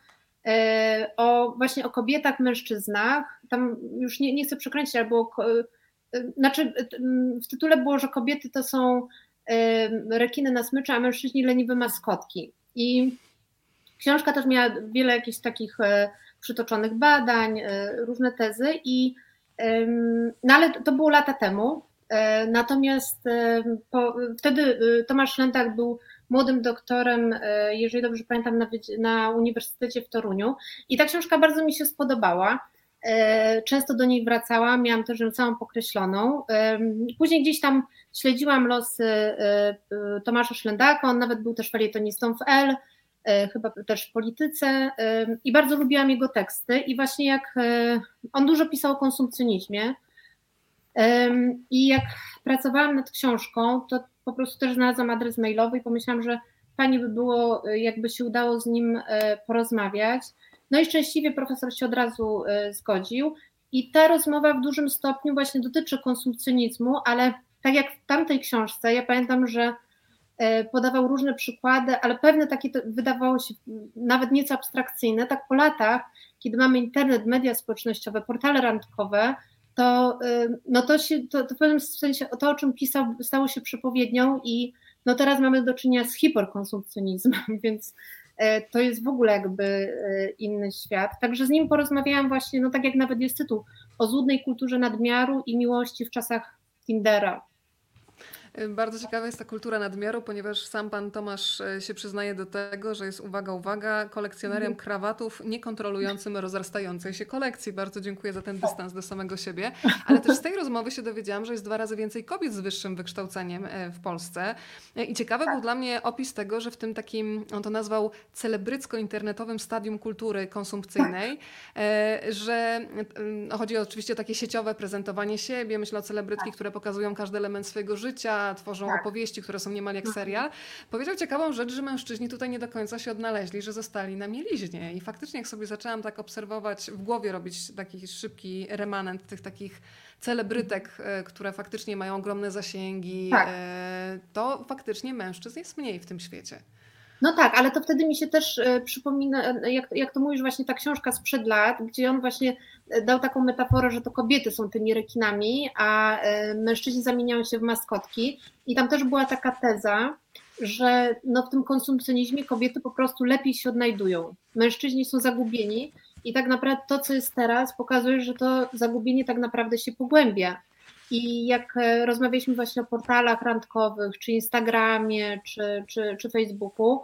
o właśnie o kobietach, mężczyznach. Tam już nie, nie chcę przekręcić, ale było, znaczy w tytule było, że kobiety to są rekiny na smyczy, a mężczyźni leniwe maskotki. I książka też miała wiele jakichś takich przytoczonych badań, różne tezy i no ale to było lata temu. Natomiast po, wtedy Tomasz Szlendak był młodym doktorem, jeżeli dobrze pamiętam, na, na Uniwersytecie w Toruniu i ta książka bardzo mi się spodobała. Często do niej wracałam, miałam też ją całą pokreśloną. Później gdzieś tam śledziłam losy Tomasza Szlendaka, on nawet był też felietonistą w L, chyba też w Polityce i bardzo lubiłam jego teksty i właśnie jak on dużo pisał o konsumpcjonizmie i jak pracowałam nad książką, to po prostu też znalazłam adres mailowy i pomyślałam, że fajnie by było, jakby się udało z nim porozmawiać. No i szczęśliwie profesor się od razu zgodził i ta rozmowa w dużym stopniu właśnie dotyczy konsumpcjonizmu, ale tak jak w tamtej książce, ja pamiętam, że podawał różne przykłady, ale pewne takie to wydawało się nawet nieco abstrakcyjne. Tak po latach, kiedy mamy internet, media społecznościowe, portale randkowe, to, no to, się, to, to w pewnym sensie to, o czym pisał, stało się przepowiednią i no teraz mamy do czynienia z hiperkonsumpcjonizmem, więc to jest w ogóle jakby inny świat. Także z nim porozmawiałam właśnie, no tak jak nawet jest tytuł, o złudnej kulturze nadmiaru i miłości w czasach Tindera. Bardzo ciekawa jest ta kultura nadmiaru, ponieważ sam pan Tomasz się przyznaje do tego, że jest, uwaga, uwaga, kolekcjonerem krawatów niekontrolującym rozrastającej się kolekcji. Bardzo dziękuję za ten dystans do samego siebie. Ale też z tej rozmowy się dowiedziałam, że jest dwa razy więcej kobiet z wyższym wykształceniem w Polsce. I ciekawy był dla mnie opis tego, że w tym takim, on to nazwał celebrycko-internetowym stadium kultury konsumpcyjnej, że chodzi oczywiście o takie sieciowe prezentowanie siebie. Myślę o celebrytki, które pokazują każdy element swojego życia, tworzą tak. opowieści, które są niemal jak serial. Powiedział ciekawą rzecz, że mężczyźni tutaj nie do końca się odnaleźli, że zostali na mieliźnie. I faktycznie jak sobie zaczęłam tak obserwować, w głowie robić taki szybki remanent tych takich celebrytek, które faktycznie mają ogromne zasięgi, tak. to faktycznie mężczyzn jest mniej w tym świecie. No tak, ale to wtedy mi się też przypomina, jak, jak to mówisz, właśnie ta książka sprzed lat, gdzie on właśnie dał taką metaforę, że to kobiety są tymi rekinami, a mężczyźni zamieniają się w maskotki. I tam też była taka teza, że no w tym konsumpcjonizmie kobiety po prostu lepiej się odnajdują. Mężczyźni są zagubieni i tak naprawdę to, co jest teraz, pokazuje, że to zagubienie tak naprawdę się pogłębia. I jak rozmawialiśmy właśnie o portalach randkowych, czy Instagramie, czy, czy, czy Facebooku,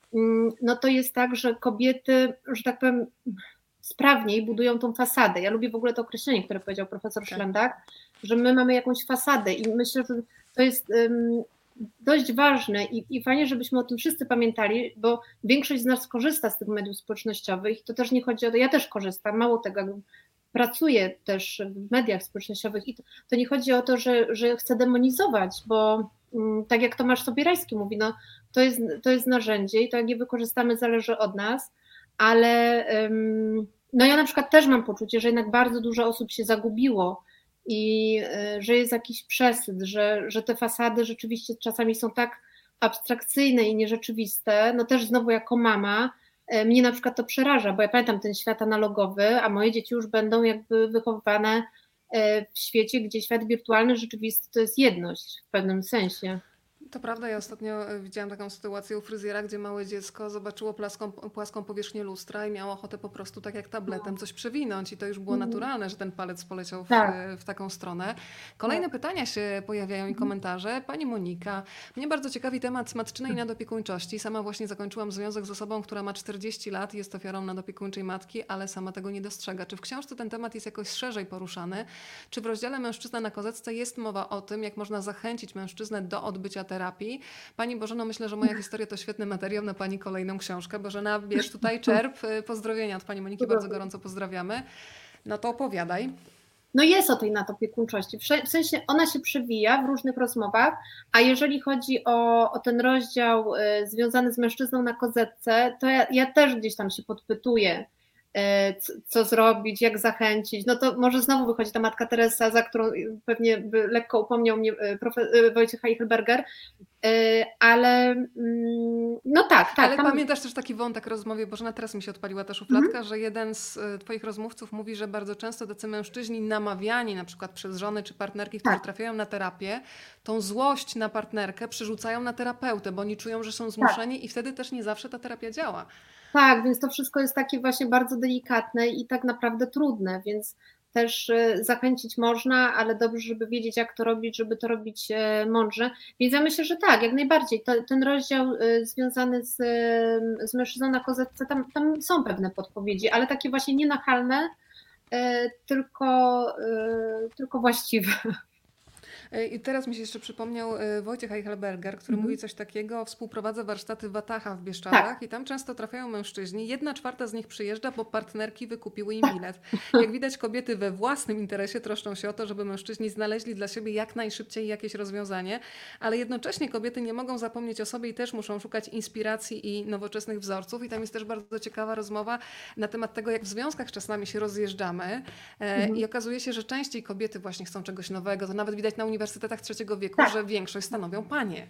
no to jest tak, że kobiety, że tak powiem, sprawniej budują tą fasadę. Ja lubię w ogóle to określenie, które powiedział profesor okay. Szlendak, że my mamy jakąś fasadę i myślę, że to jest um, dość ważne i, i fajnie, żebyśmy o tym wszyscy pamiętali, bo większość z nas korzysta z tych mediów społecznościowych i to też nie chodzi o to, ja też korzystam, mało tego, pracuję też w mediach społecznościowych i to, to nie chodzi o to, że, że chcę demonizować, bo um, tak jak Tomasz Sobierajski mówi, no, to, jest, to jest narzędzie i to jak je wykorzystamy zależy od nas, ale um, no ja na przykład też mam poczucie, że jednak bardzo dużo osób się zagubiło i y, że jest jakiś przesyt, że, że te fasady rzeczywiście czasami są tak abstrakcyjne i nierzeczywiste, no też znowu jako mama, mnie na przykład to przeraża, bo ja pamiętam ten świat analogowy, a moje dzieci już będą jakby wychowywane w świecie, gdzie świat wirtualny, rzeczywisty to jest jedność w pewnym sensie. To prawda, ja ostatnio widziałam taką sytuację u fryzjera, gdzie małe dziecko zobaczyło płaską, płaską powierzchnię lustra i miało ochotę po prostu tak jak tabletem coś przewinąć i to już było mm. naturalne, że ten palec poleciał w, tak. w taką stronę. Kolejne tak. pytania się pojawiają i komentarze. Pani Monika, mnie bardzo ciekawi temat matczynej nadopiekuńczości. Sama właśnie zakończyłam związek z osobą, która ma czterdzieści lat i jest ofiarą nadopiekuńczej matki, ale sama tego nie dostrzega. Czy w książce ten temat jest jakoś szerzej poruszany? Czy w rozdziale Mężczyzna na kozetce jest mowa o tym, jak można zachęcić mężczyznę do odbycia terapii? Pani Bożeno, myślę, że moja historia to świetny materiał na Pani kolejną książkę. Bożena, bierz tutaj czerp. Pozdrowienia od Pani Moniki, bardzo gorąco pozdrawiamy. No to opowiadaj. No jest o tej nadopiekuńczości. W sensie ona się przewija w różnych rozmowach, a jeżeli chodzi o, o ten rozdział y, związany z mężczyzną na kozetce, to ja, ja też gdzieś tam się podpytuję, Co, co zrobić, jak zachęcić. No to może znowu wychodzi ta matka Teresa, za którą pewnie by lekko upomniał mnie profe- Wojciech Eichelberger, ale no tak, tak. Ale tam... pamiętasz też taki wątek rozmowy, Bożena, teraz mi się odpaliła ta szufladka, mm-hmm. że jeden z Twoich rozmówców mówi, że bardzo często tacy mężczyźni namawiani na przykład przez żony czy partnerki, które tak. trafiają na terapię, tą złość na partnerkę przerzucają na terapeutę, bo oni czują, że są zmuszeni tak. i wtedy też nie zawsze ta terapia działa. Tak, więc to wszystko jest takie właśnie bardzo delikatne i tak naprawdę trudne, więc też zachęcić można, ale dobrze, żeby wiedzieć, jak to robić, żeby to robić mądrze. Więc ja myślę, że tak, jak najbardziej. To, ten rozdział związany z, z mężczyzną na kozetce, tam, tam są pewne podpowiedzi, ale takie właśnie nienachalne, tylko, tylko właściwe. I teraz mi się jeszcze przypomniał Wojciech Eichelberger, który mm. mówi coś takiego, współprowadza warsztaty Wataha w Bieszczadach tak. i tam często trafiają mężczyźni. Jedna czwarta z nich przyjeżdża, bo partnerki wykupiły im bilet. Jak widać, kobiety we własnym interesie troszczą się o to, żeby mężczyźni znaleźli dla siebie jak najszybciej jakieś rozwiązanie, ale jednocześnie kobiety nie mogą zapomnieć o sobie i też muszą szukać inspiracji i nowoczesnych wzorców. I tam jest też bardzo ciekawa rozmowa na temat tego, jak w związkach czasami się rozjeżdżamy mm. i okazuje się, że częściej kobiety właśnie chcą czegoś nowego. To nawet widać na uniwersytetach trzeciego wieku, tak. że większość stanowią panie.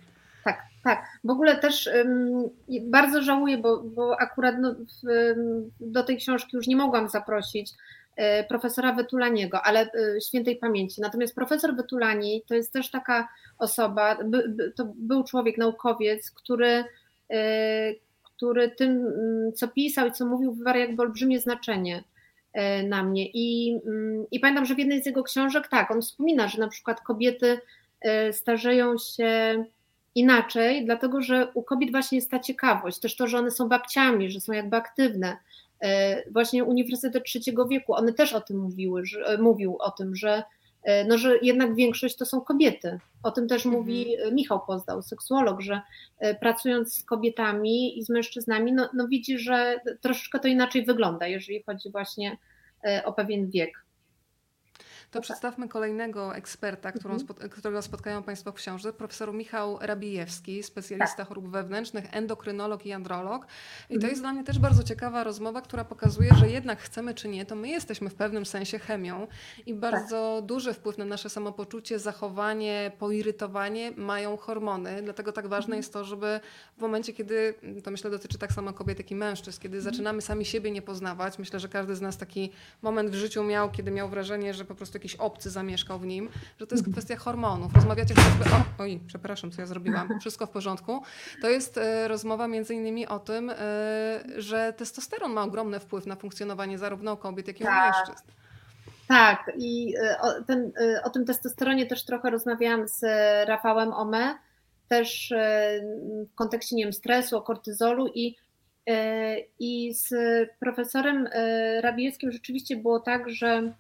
Tak, tak. W ogóle też um, bardzo żałuję, bo, bo akurat no, w, do tej książki już nie mogłam zaprosić e, profesora Wetulaniego, ale e, świętej pamięci. Natomiast profesor Wetulani to jest też taka osoba, by, by, to był człowiek, naukowiec, który, e, który tym, co pisał i co mówił, wywarł jakby olbrzymie znaczenie e, na mnie. I, I pamiętam, że w jednej z jego książek, tak, on wspomina, że na przykład kobiety e, starzeją się inaczej, dlatego że u kobiet właśnie jest ta ciekawość, też to, że one są babciami, że są jakby aktywne. Właśnie Uniwersytet Trzeciego Wieku, one też o tym mówiły, że, mówił o tym, że, no, że jednak większość to są kobiety. O tym też mhm. mówi Michał Pozdał, seksuolog, że pracując z kobietami i z mężczyznami, no, no widzi, że troszeczkę to inaczej wygląda, jeżeli chodzi właśnie o pewien wiek. To przedstawmy kolejnego eksperta, którą, mm-hmm. którego spotkają Państwo w książce, profesor Michał Rabijewski, specjalista tak. chorób wewnętrznych, endokrynolog i androlog. I mm-hmm. to jest dla mnie też bardzo ciekawa rozmowa, która pokazuje, że jednak chcemy czy nie, to my jesteśmy w pewnym sensie chemią i bardzo tak. duży wpływ na nasze samopoczucie, zachowanie, poirytowanie mają hormony. Dlatego tak ważne mm-hmm. jest to, żeby w momencie, kiedy, to myślę dotyczy tak samo kobiet, jak i mężczyzn, kiedy mm-hmm. zaczynamy sami siebie nie poznawać, myślę, że każdy z nas taki moment w życiu miał, kiedy miał wrażenie, że po prostu jakiś obcy zamieszkał w nim, że to jest kwestia hormonów. Rozmawiacie chociażby o... Oj, przepraszam, co ja zrobiłam. Wszystko w porządku. To jest e, rozmowa między innymi o tym, e, że testosteron ma ogromny wpływ na funkcjonowanie zarówno kobiet, jak i tak. mężczyzn. Tak. I o, ten, o tym testosteronie też trochę rozmawiałam z Rafałem Ome, też w kontekście, nie wiem, stresu, o kortyzolu i i z profesorem Rabijewskim rzeczywiście było tak, że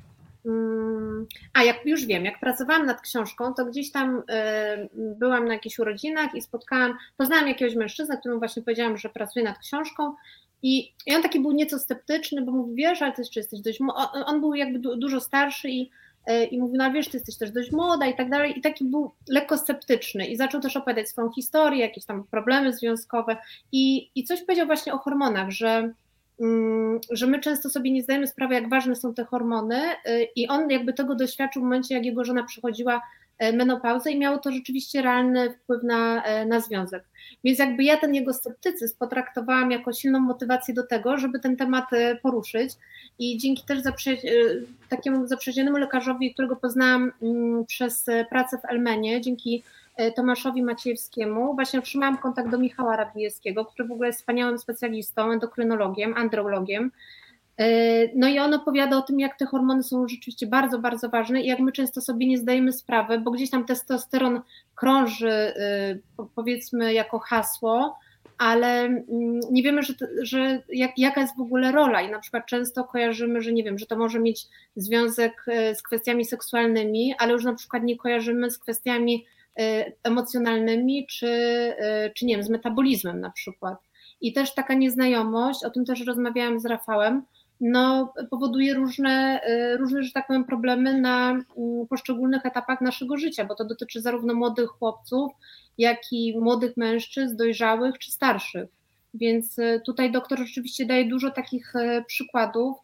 A, jak już wiem, jak pracowałam nad książką, to gdzieś tam y, byłam na jakichś urodzinach i spotkałam, poznałam jakiegoś mężczyznę, któremu właśnie powiedziałam, że pracuję nad książką i, i on taki był nieco sceptyczny, bo mówi, wiesz, ale ty jeszcze jesteś dość, on, on był jakby du, dużo starszy i, y, i mówi, no wiesz, ty jesteś też dość młoda i tak dalej i taki był lekko sceptyczny i zaczął też opowiadać swoją historię, jakieś tam problemy związkowe i, i coś powiedział właśnie o hormonach, że że my często sobie nie zdajemy sprawy, jak ważne są te hormony i on jakby tego doświadczył w momencie, jak jego żona przechodziła menopauzę i miało to rzeczywiście realny wpływ na, na związek. Więc jakby ja ten jego sceptycyzm potraktowałam jako silną motywację do tego, żeby ten temat poruszyć i dzięki też zaprzyja- takiemu zaprzyjaźnionemu lekarzowi, którego poznałam przez pracę w Elmenie, dzięki Tomaszowi Maciejewskiemu, właśnie otrzymałam kontakt do Michała Rabijewskiego, który w ogóle jest wspaniałym specjalistą, endokrynologiem, andrologiem. No i on opowiada o tym, jak te hormony są rzeczywiście bardzo, bardzo ważne i jak my często sobie nie zdajemy sprawy, bo gdzieś tam testosteron krąży, powiedzmy, jako hasło, ale nie wiemy, że, że jak, jaka jest w ogóle rola i na przykład często kojarzymy, że nie wiem, że to może mieć związek z kwestiami seksualnymi, ale już na przykład nie kojarzymy z kwestiami emocjonalnymi, czy, czy nie wiem, z metabolizmem na przykład. I też taka nieznajomość, o tym też rozmawiałam z Rafałem, no, powoduje różne, różne, że tak powiem, problemy na poszczególnych etapach naszego życia, bo to dotyczy zarówno młodych chłopców, jak i młodych mężczyzn, dojrzałych czy starszych. Więc tutaj doktor rzeczywiście daje dużo takich przykładów,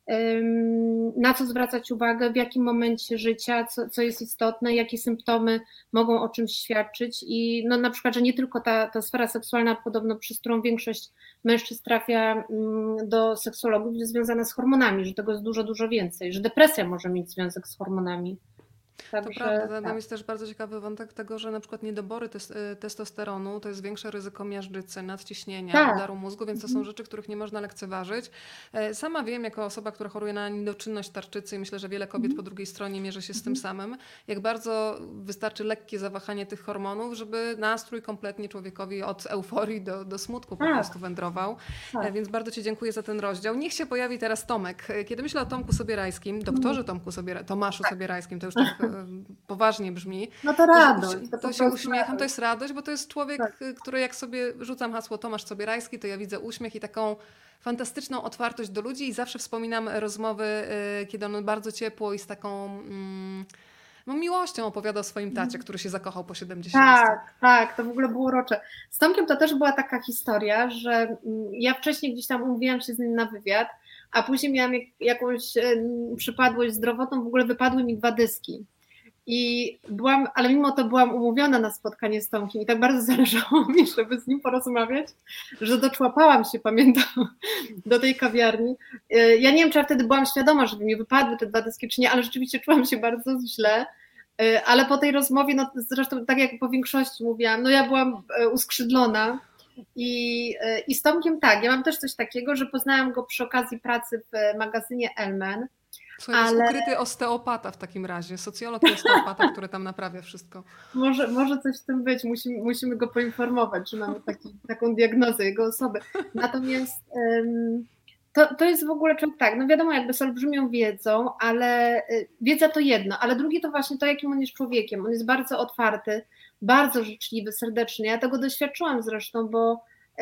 na co zwracać uwagę, w jakim momencie życia, co, co jest istotne, jakie symptomy mogą o czymś świadczyć i no na przykład, że nie tylko ta, ta sfera seksualna, podobno przez którą większość mężczyzn trafia do seksologów, jest związana z hormonami, że tego jest dużo, dużo więcej, że depresja może mieć związek z hormonami. Także, to prawda, tam tak. jest też bardzo ciekawy wątek tego, że na przykład niedobory tes- testosteronu to jest większe ryzyko miażdżycy, nadciśnienia, tak. udaru mózgu, więc to są rzeczy, których nie można lekceważyć. Sama wiem, jako osoba, która choruje na niedoczynność tarczycy i myślę, że wiele kobiet po drugiej stronie mierzy się z tym samym, jak bardzo wystarczy lekkie zawahanie tych hormonów, żeby nastrój kompletnie człowiekowi od euforii do, do smutku po tak. prostu wędrował. Tak. Więc bardzo Ci dziękuję za ten rozdział. Niech się pojawi teraz Tomek. Kiedy myślę o Tomku Sobierajskim, doktorze Tomku Sobiera- Tomaszu tak. Sobierajskim, to już tak poważnie brzmi. No to radość. To, to, to się uśmiecham, radość. To jest radość, bo to jest człowiek, tak. który jak sobie rzucam hasło Tomasz Sobierajski, to ja widzę uśmiech i taką fantastyczną otwartość do ludzi i zawsze wspominam rozmowy, kiedy on bardzo ciepło i z taką mm, no, miłością opowiada o swoim tacie, który się zakochał po siedemdziesięciu. Tak, tak, to w ogóle było urocze. Z Tomkiem to też była taka historia, że ja wcześniej gdzieś tam umówiłam się z nim na wywiad, a później miałam jakąś przypadłość zdrowotną, w ogóle wypadły mi dwa dyski. I byłam, ale mimo to byłam umówiona na spotkanie z Tomkiem i tak bardzo zależało mi, żeby z nim porozmawiać, że doczłapałam się, pamiętam, do tej kawiarni. Ja nie wiem, czy ja wtedy byłam świadoma, żeby mi wypadły te dwa dyski, czy nie, ale rzeczywiście czułam się bardzo źle. Ale po tej rozmowie, no zresztą tak jak po większości mówiłam, no ja byłam uskrzydlona i, i z Tomkiem tak, ja mam też coś takiego, że poznałam go przy okazji pracy w magazynie Elmen. Słuchaj, ale... to jest ukryty osteopata w takim razie, socjolog i osteopata, który tam naprawia wszystko. Może, może coś w tym być, musimy, musimy go poinformować, że mamy taki, taką diagnozę jego osoby. Natomiast um, to, to jest w ogóle człowiek tak, no wiadomo, jakby z olbrzymią wiedzą, ale wiedza to jedno, ale drugie to właśnie to, jakim on jest człowiekiem. On jest bardzo otwarty, bardzo życzliwy, serdeczny. Ja tego doświadczyłam zresztą, bo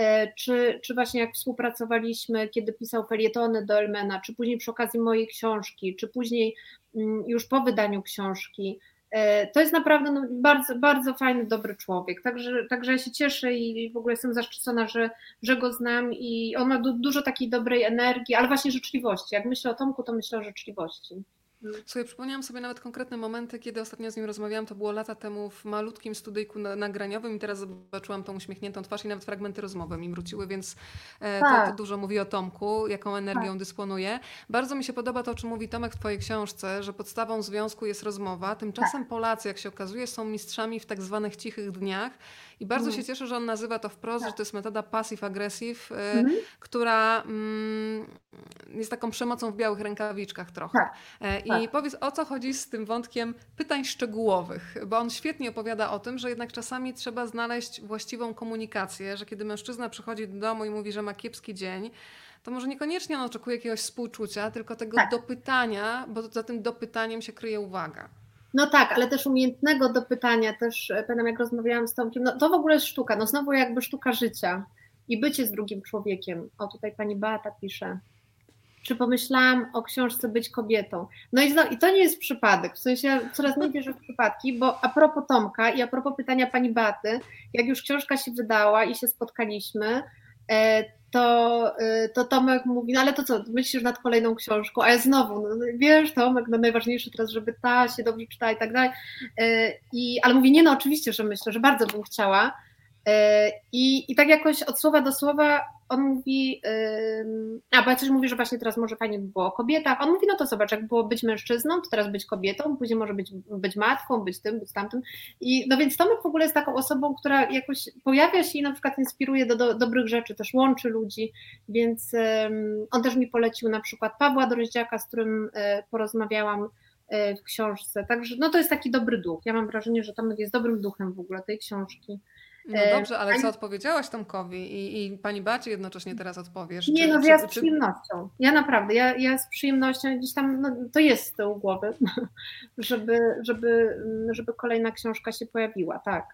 Czy, czy właśnie jak współpracowaliśmy, kiedy pisał felietony do Elmena, czy później przy okazji mojej książki, czy później już po wydaniu książki, to jest naprawdę no, bardzo, bardzo fajny, dobry człowiek, także, także ja się cieszę i w ogóle jestem zaszczycona, że, że go znam i on ma du, dużo takiej dobrej energii, ale właśnie życzliwości. Jak myślę o Tomku, to myślę o życzliwości. Słuchaj, przypomniałam sobie nawet konkretne momenty, kiedy ostatnio z nim rozmawiałam, to było lata temu w malutkim studyjku nagraniowym i teraz zobaczyłam tą uśmiechniętą twarz i nawet fragmenty rozmowy mi wróciły, więc to, to dużo mówi o Tomku, jaką energią tak. dysponuje. Bardzo mi się podoba to, o czym mówi Tomek w twojej książce, że podstawą związku jest rozmowa. Tymczasem tak. Polacy, jak się okazuje, są mistrzami w tak zwanych cichych dniach i bardzo mm. się cieszę, że on nazywa to wprost, tak. że to jest metoda passive-aggressive, mm. która mm, jest taką przemocą w białych rękawiczkach trochę. Tak. I tak. powiedz, o co chodzi z tym wątkiem pytań szczegółowych, bo on świetnie opowiada o tym, że jednak czasami trzeba znaleźć właściwą komunikację, że kiedy mężczyzna przychodzi do domu i mówi, że ma kiepski dzień, to może niekoniecznie on oczekuje jakiegoś współczucia, tylko tego tak. dopytania, bo za tym dopytaniem się kryje uwaga. No tak, ale też umiejętnego dopytania, też pamiętam jak rozmawiałam z Tomkiem, no to w ogóle jest sztuka, no znowu jakby sztuka życia i bycie z drugim człowiekiem. O, tutaj pani Beata pisze. Czy pomyślałam o książce Być kobietą? No i, znowu, i to nie jest przypadek, w sensie ja coraz mniej wierzę w przypadki, bo a propos Tomka i a propos pytania pani Beaty, jak już książka się wydała i się spotkaliśmy, to, to Tomek mówi, no ale to co, myślisz nad kolejną książką, a ja znowu, no wiesz Tomek, no najważniejsze teraz, żeby ta się dobrze czytała i tak dalej, I, ale mówi, nie no oczywiście, że myślę, że bardzo bym chciała i, i tak jakoś od słowa do słowa on mówi, a bo ja coś mówi, że właśnie teraz może fajnie by było o kobietach, on mówi, no to zobacz, jak było być mężczyzną, to teraz być kobietą, później może być, być matką, być tym, być tamtym i no więc Tomek w ogóle jest taką osobą, która jakoś pojawia się i na przykład inspiruje do, do dobrych rzeczy, też łączy ludzi, więc um, on też mi polecił na przykład Pawła Droździaka, z którym e, porozmawiałam e, w książce, także no to jest taki dobry duch, ja mam wrażenie, że Tomek jest dobrym duchem w ogóle tej książki. No dobrze, ale co odpowiedziałaś Tomkowi i, i pani Bacie jednocześnie teraz odpowiesz? Nie, czy, no czy, ja z czy... przyjemnością. Ja naprawdę, ja, ja z przyjemnością gdzieś tam, no, to jest z tyłu głowy, żeby, żeby, żeby kolejna książka się pojawiła, tak.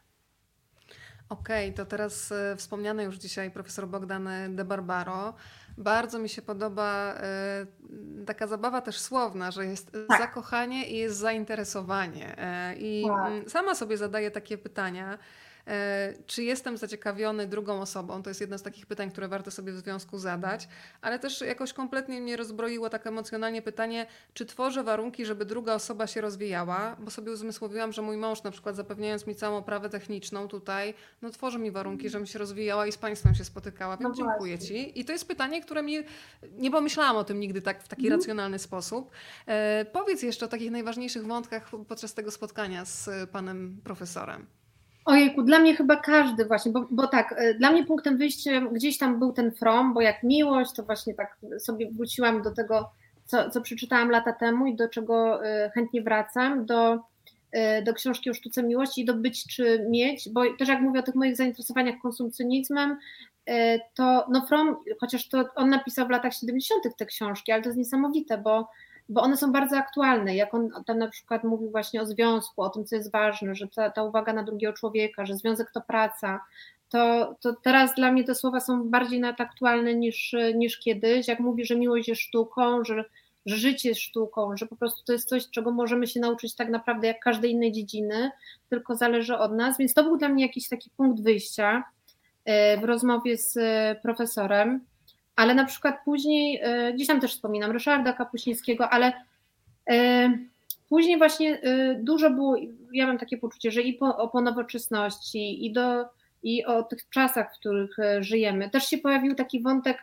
Okej, okay, to teraz e, wspomniany już dzisiaj profesor Bogdan de Barbaro. Bardzo mi się podoba e, taka zabawa też słowna, że jest tak. zakochanie i jest zainteresowanie. E, I tak. sama sobie zadaję takie pytania. Czy jestem zaciekawiony drugą osobą? To jest jedno z takich pytań, które warto sobie w związku zadać, ale też jakoś kompletnie mnie rozbroiło tak emocjonalnie pytanie, czy tworzę warunki, żeby druga osoba się rozwijała, bo sobie uzmysłowiłam, że mój mąż na przykład zapewniając mi całą oprawę techniczną tutaj, no tworzy mi warunki, żebym się rozwijała i z państwem się spotykała, więc no dziękuję ci. I to jest pytanie, które mi, nie pomyślałam o tym nigdy tak w taki mm. racjonalny sposób. E, powiedz jeszcze o takich najważniejszych wątkach podczas tego spotkania z panem profesorem. Ojejku, dla mnie chyba każdy właśnie, bo, bo tak, dla mnie punktem wyjścia gdzieś tam był ten From, bo jak miłość, to właśnie tak sobie wróciłam do tego, co, co przeczytałam lata temu i do czego chętnie wracam, do, do książki o sztuce miłości i do Być czy Mieć, bo też jak mówię o tych moich zainteresowaniach konsumpcjonizmem, to no From, chociaż to on napisał w latach siedemdziesiątych te książki, ale to jest niesamowite, bo bo one są bardzo aktualne, jak on tam na przykład mówił właśnie o związku, o tym, co jest ważne, że ta, ta uwaga na drugiego człowieka, że związek to praca, to, to teraz dla mnie te słowa są bardziej nadaktualne niż, niż kiedyś, jak mówi, że miłość jest sztuką, że, że życie jest sztuką, że po prostu to jest coś, czego możemy się nauczyć tak naprawdę jak każdej innej dziedziny, tylko zależy od nas, więc to był dla mnie jakiś taki punkt wyjścia w rozmowie z profesorem. Ale na przykład później, gdzieś tam też wspominam Ryszarda Kapuścińskiego, ale później właśnie dużo było, ja mam takie poczucie, że i po, po nowoczesności, i, do, i o tych czasach, w których żyjemy, też się pojawił taki wątek,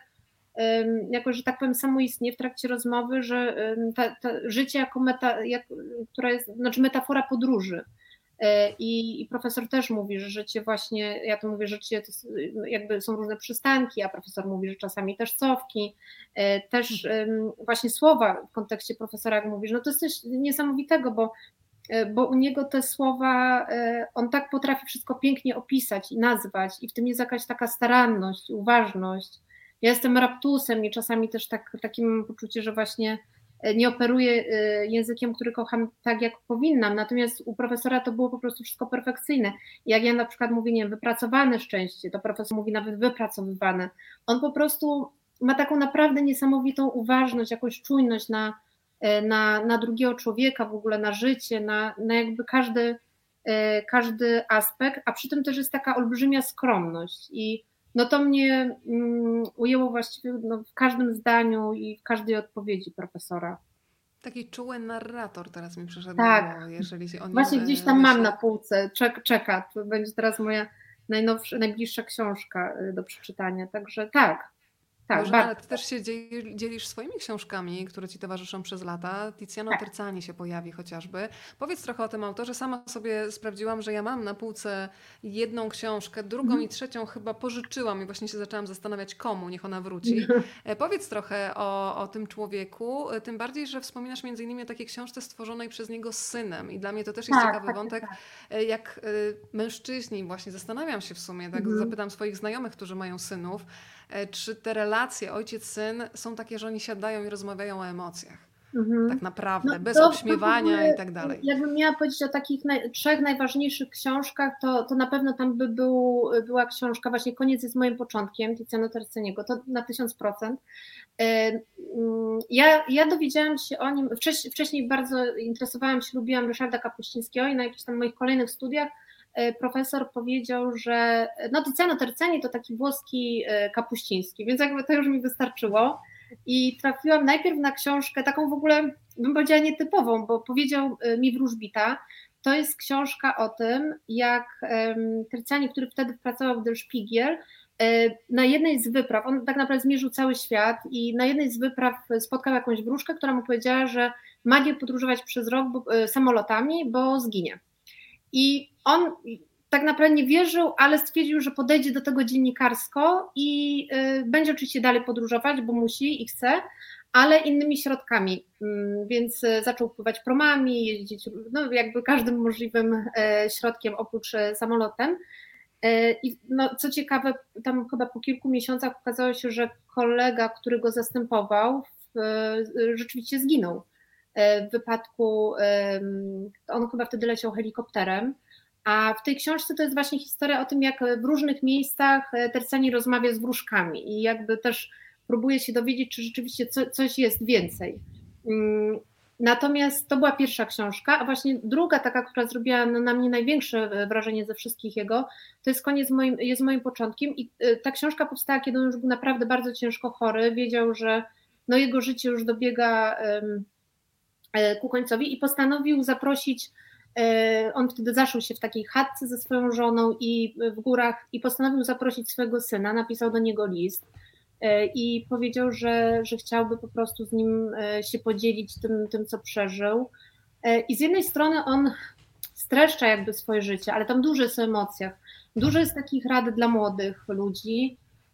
jako że tak powiem, samoistnie w trakcie rozmowy, że ta, ta życie jako meta, jak, która jest, znaczy metafora podróży. I, I profesor też mówi, że życie właśnie, ja to mówię, że życie to jakby są różne przystanki, a profesor mówi, że czasami też cofki, też właśnie słowa w kontekście profesora, jak mówisz, no to jest coś niesamowitego, bo, bo u niego te słowa, on tak potrafi wszystko pięknie opisać i nazwać i w tym jest jakaś taka staranność, uważność. Ja jestem raptusem i czasami też tak, takie mam poczucie, że właśnie nie operuję językiem, który kocham tak, jak powinnam, natomiast u profesora to było po prostu wszystko perfekcyjne. Jak ja na przykład mówię, nie wiem, wypracowane szczęście, to profesor mówi nawet wypracowywane. On po prostu ma taką naprawdę niesamowitą uważność, jakąś czujność na, na, na drugiego człowieka, w ogóle na życie, na, na jakby każdy, każdy aspekt, a przy tym też jest taka olbrzymia skromność i no to mnie um, ujęło właściwie no, w każdym zdaniu i w każdej odpowiedzi profesora. Taki czuły narrator teraz mi przyszedł tak. na głowę, jeżeli się o nim Właśnie gdzieś tam myślę. mam na półce, czek, czeka, to będzie teraz moja najnowsza, najbliższa książka do przeczytania, także tak. Tak, Boże, bardzo. ale ty też się dzielisz swoimi książkami, które ci towarzyszą przez lata. Tiziano tak. Terzani się pojawi chociażby. Powiedz trochę o tym autorze. Sama sobie sprawdziłam, że ja mam na półce jedną książkę, drugą mm. i trzecią chyba pożyczyłam i właśnie się zaczęłam zastanawiać, komu, niech ona wróci. Powiedz trochę o, o tym człowieku, tym bardziej, że wspominasz między innymi o takiej książce stworzonej przez niego z synem i dla mnie to też jest tak, ciekawy tak, wątek, tak. jak mężczyźni, właśnie zastanawiam się w sumie, tak mm. zapytam swoich znajomych, którzy mają synów, czy te relacje ojciec-syn są takie, że oni siadają i rozmawiają o emocjach. Mhm. Tak naprawdę, no, bez to, obśmiewania to, to, i tak dalej. Jakbym miała powiedzieć o takich naj, trzech najważniejszych książkach, to, to na pewno tam by był, była książka właśnie Koniec jest moim początkiem, Tiziano Terzaniego, to na tysiąc procent. Ja, ja dowiedziałam się o nim, wcześniej, wcześniej bardzo interesowałam się, lubiłam Ryszarda Kapuścińskiego i na jakichś tam moich kolejnych studiach profesor powiedział, że no Tiziano Terzani to taki włoski Kapuściński, więc jakby to już mi wystarczyło i trafiłam najpierw na książkę taką w ogóle, bym powiedziała nietypową, bo powiedział mi wróżbita, to jest książka o tym, jak Terzani, który wtedy pracował w Der Spiegel, na jednej z wypraw, on tak naprawdę zmierzył cały świat i na jednej z wypraw spotkał jakąś wróżkę, która mu powiedziała, że ma nie podróżować przez rok samolotami, bo zginie. I on tak naprawdę nie wierzył, ale stwierdził, że podejdzie do tego dziennikarsko i y, będzie oczywiście dalej podróżować, bo musi i chce, ale innymi środkami, y, więc zaczął pływać promami, jeździć no, jakby każdym możliwym y, środkiem oprócz y, samolotem. Y, I no, co ciekawe, tam chyba po kilku miesiącach okazało się, że kolega, który go zastępował, w, y, rzeczywiście zginął. W wypadku, on chyba wtedy leciał helikopterem, a w tej książce to jest właśnie historia o tym, jak w różnych miejscach Terzani rozmawia z wróżkami i jakby też próbuje się dowiedzieć, czy rzeczywiście co, coś jest więcej. Natomiast to była pierwsza książka, a właśnie druga taka, która zrobiła na mnie największe wrażenie ze wszystkich jego, to jest Koniec moim, jest moim początkiem i ta książka powstała, kiedy on już był naprawdę bardzo ciężko chory, wiedział, że no jego życie już dobiega ku końcowi i postanowił zaprosić, on wtedy zaszył się w takiej chatce ze swoją żoną i w górach i postanowił zaprosić swojego syna, napisał do niego list i powiedział, że, że chciałby po prostu z nim się podzielić tym, tym, co przeżył. I z jednej strony on streszcza jakby swoje życie, ale tam dużo jest o emocjach, dużo jest takich rad dla młodych ludzi,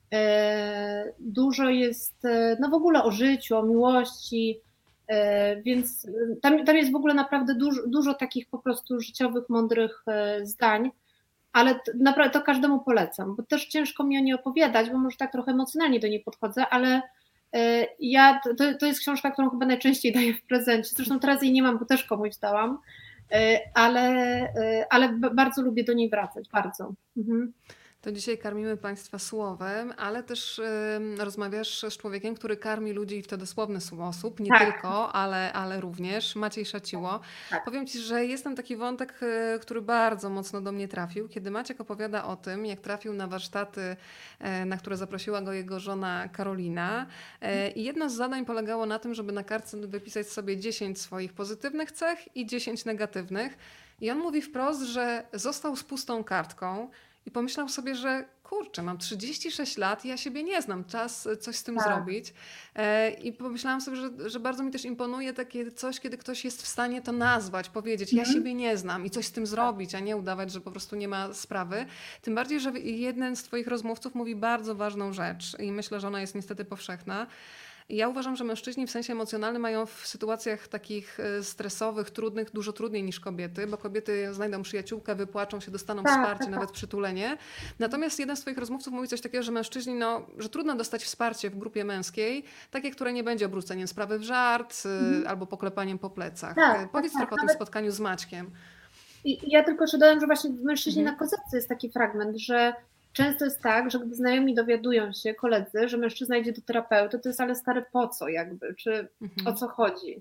dużo jest no w ogóle o życiu, o miłości, więc tam, tam jest w ogóle naprawdę dużo, dużo takich po prostu życiowych, mądrych zdań, ale to, naprawdę to każdemu polecam, bo też ciężko mi o nie opowiadać, bo może tak trochę emocjonalnie do niej podchodzę, ale ja, to, to jest książka, którą chyba najczęściej daję w prezencie, zresztą teraz jej nie mam, bo też komuś dałam, ale, ale bardzo lubię do niej wracać, bardzo. Mhm. To dzisiaj karmimy Państwa słowem, ale też em, rozmawiasz z człowiekiem, który karmi ludzi w ten dosłowny sposób, nie Tak, tylko, ale, ale również. Maciej Szaciło. tak. Powiem Ci, że jest tam taki wątek, e, który bardzo mocno do mnie trafił, kiedy Maciek opowiada o tym, jak trafił na warsztaty, e, na które zaprosiła go jego żona Karolina. E, I jedno z zadań polegało na tym, żeby na kartce wypisać sobie dziesięć swoich pozytywnych cech i dziesięć negatywnych. I on mówi wprost, że został z pustą kartką. I pomyślał sobie, że kurczę, mam trzydzieści sześć lat i ja siebie nie znam, czas e, coś z tym Tak. zrobić. E, I pomyślałam sobie, że, że bardzo mi też imponuje takie coś, kiedy ktoś jest w stanie to nazwać, powiedzieć, ja Mhm. siebie nie znam i coś z tym zrobić, a nie udawać, że po prostu nie ma sprawy. Tym bardziej, że jeden z twoich rozmówców mówi bardzo ważną rzecz i myślę, że ona jest niestety powszechna. Ja uważam, że mężczyźni w sensie emocjonalnym mają w sytuacjach takich e, stresowych, trudnych dużo trudniej niż kobiety, bo kobiety znajdą przyjaciółkę, wypłaczą się, dostaną Tak, wsparcie, tak, tak. nawet przytulenie. Natomiast jeden z twoich rozmówców mówi coś takiego, że mężczyźni, no, że trudno dostać wsparcie w grupie męskiej, takie, które nie będzie obróceniem sprawy w żart Mhm. e, albo poklepaniem po plecach. Tak, E, tak, Powiedz tak. trochę o tym Nawet spotkaniu z Maćkiem. i ja tylko jeszcze dodam, że właśnie w Mężczyźnie na Mhm. kozetce jest taki fragment, że często jest tak, że gdy znajomi dowiadują się, koledzy, że mężczyzna idzie do terapeuty, to jest ale stary po co jakby, czy o Mhm. co chodzi.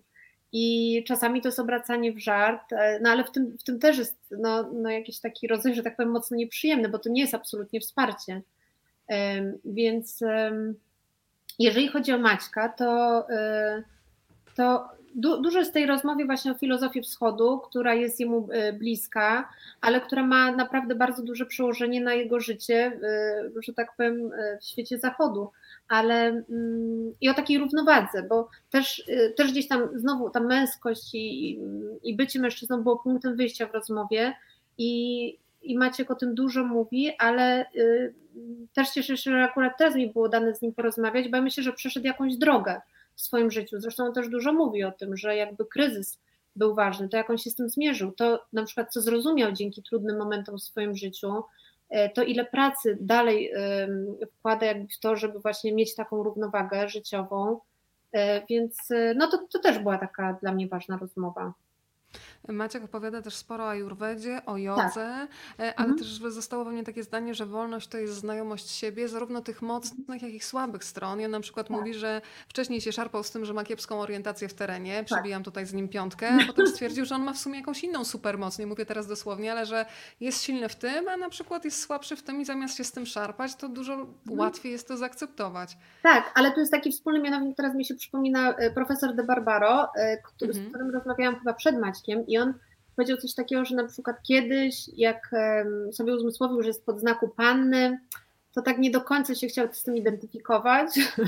I czasami to jest obracanie w żart, e, no ale w tym, w tym też jest no, no jakiś taki rodzaj, że tak powiem, mocno nieprzyjemny, bo to nie jest absolutnie wsparcie. Em, Więc em, jeżeli chodzi o Maćka, to e, to du- dużo jest w tej rozmowie właśnie o filozofii wschodu, która jest jemu e, bliska, ale która ma naprawdę bardzo duże przełożenie na jego życie, e, że tak powiem, e, w świecie zachodu. Ale mm, i o takiej równowadze, bo też, e, też gdzieś tam znowu ta męskość i, i i bycie mężczyzną było punktem wyjścia w rozmowie i, i Maciek o tym dużo mówi, ale y, też cieszę się, że akurat teraz mi było dane z nim porozmawiać, bo ja myślę, że przeszedł jakąś drogę w swoim życiu. Zresztą on też dużo mówi o tym, że jakby kryzys był ważny, to jak on się z tym zmierzył, to na przykład co zrozumiał dzięki trudnym momentom w swoim życiu, e, to ile pracy dalej em, wkłada jakby w to, żeby właśnie mieć taką równowagę życiową, E, więc e, no to, to też była taka dla mnie ważna rozmowa. Maciek opowiada też sporo o ajurwedzie, o Tak. jodze, e, ale Mhm. też zostało we mnie takie zdanie, że wolność to jest znajomość siebie, zarówno tych mocnych, jak i słabych stron. I on na przykład Tak, mówi, że wcześniej się szarpał z tym, że ma kiepską orientację w terenie, tak. przybijam tutaj z nim piątkę, a potem stwierdził, że on ma w sumie jakąś inną supermoc, nie mówię teraz dosłownie, ale że jest silny w tym, a na przykład jest słabszy w tym i zamiast się z tym szarpać, to dużo Mhm. łatwiej jest to zaakceptować. Tak, ale tu jest taki wspólny mianownik, teraz mi się przypomina e, profesor De Barbaro, e, któ- z Mhm. którym rozmawiałam chyba przed Maćkiem i on powiedział coś takiego, że na przykład kiedyś, jak em, sobie uzmysłowił, że jest pod znaku panny, to tak nie do końca się chciał z tym identyfikować,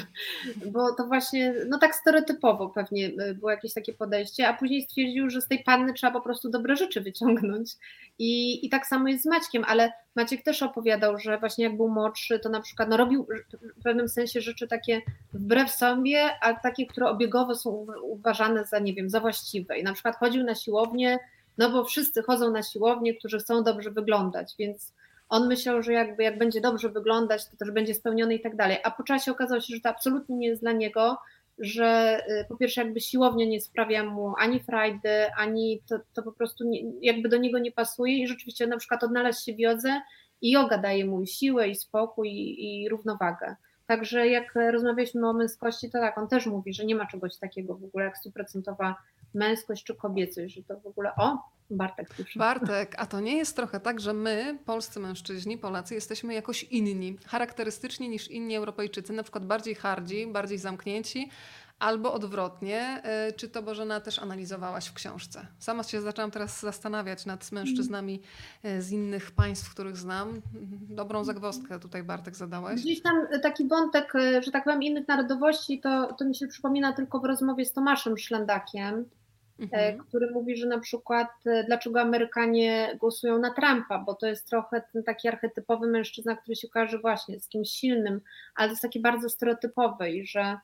bo to właśnie, no tak stereotypowo pewnie e, było jakieś takie podejście, a później stwierdził, że z tej panny trzeba po prostu dobre rzeczy wyciągnąć. I, i tak samo jest z Maćkiem, ale Maciek też opowiadał, że właśnie jak był młodszy, to na przykład no, robił w pewnym sensie rzeczy takie wbrew sobie, a takie, które obiegowo są uważane za, nie wiem, za właściwe. I na przykład chodził na siłownię, no bo wszyscy chodzą na siłownię, którzy chcą dobrze wyglądać, więc on myślał, że jakby jak będzie dobrze wyglądać, to też będzie spełniony i tak dalej. A po czasie okazało się, że to absolutnie nie jest dla niego, że po pierwsze jakby siłownia nie sprawia mu ani frajdy, ani to, to po prostu nie, jakby do niego nie pasuje i rzeczywiście na przykład odnalazł się w jodze i joga daje mu siłę i spokój i, i równowagę. Także jak rozmawialiśmy o męskości, to tak, on też mówi, że nie ma czegoś takiego w ogóle jak stuprocentowa męskość czy kobiecość, że to w ogóle, o, Bartek pisze. Bartek, a to nie jest trochę tak, że my, polscy mężczyźni, Polacy, jesteśmy jakoś inni, charakterystyczni niż inni Europejczycy, na przykład bardziej hardzi, bardziej zamknięci, albo odwrotnie. Y, Czy to, Bożena, też analizowałaś w książce? Sama się zaczęłam teraz zastanawiać nad mężczyznami y, z innych państw, których znam. Dobrą zagwozdkę tutaj, Bartek, zadałeś. Gdzieś tam taki wątek, że tak powiem, innych narodowości, to, to mi się przypomina tylko w rozmowie z Tomaszem Szlendakiem, Mhm. który mówi, że na przykład dlaczego Amerykanie głosują na Trumpa, bo to jest trochę ten taki archetypowy mężczyzna, który się kojarzy właśnie z kimś silnym, ale to jest taki bardzo stereotypowy i że,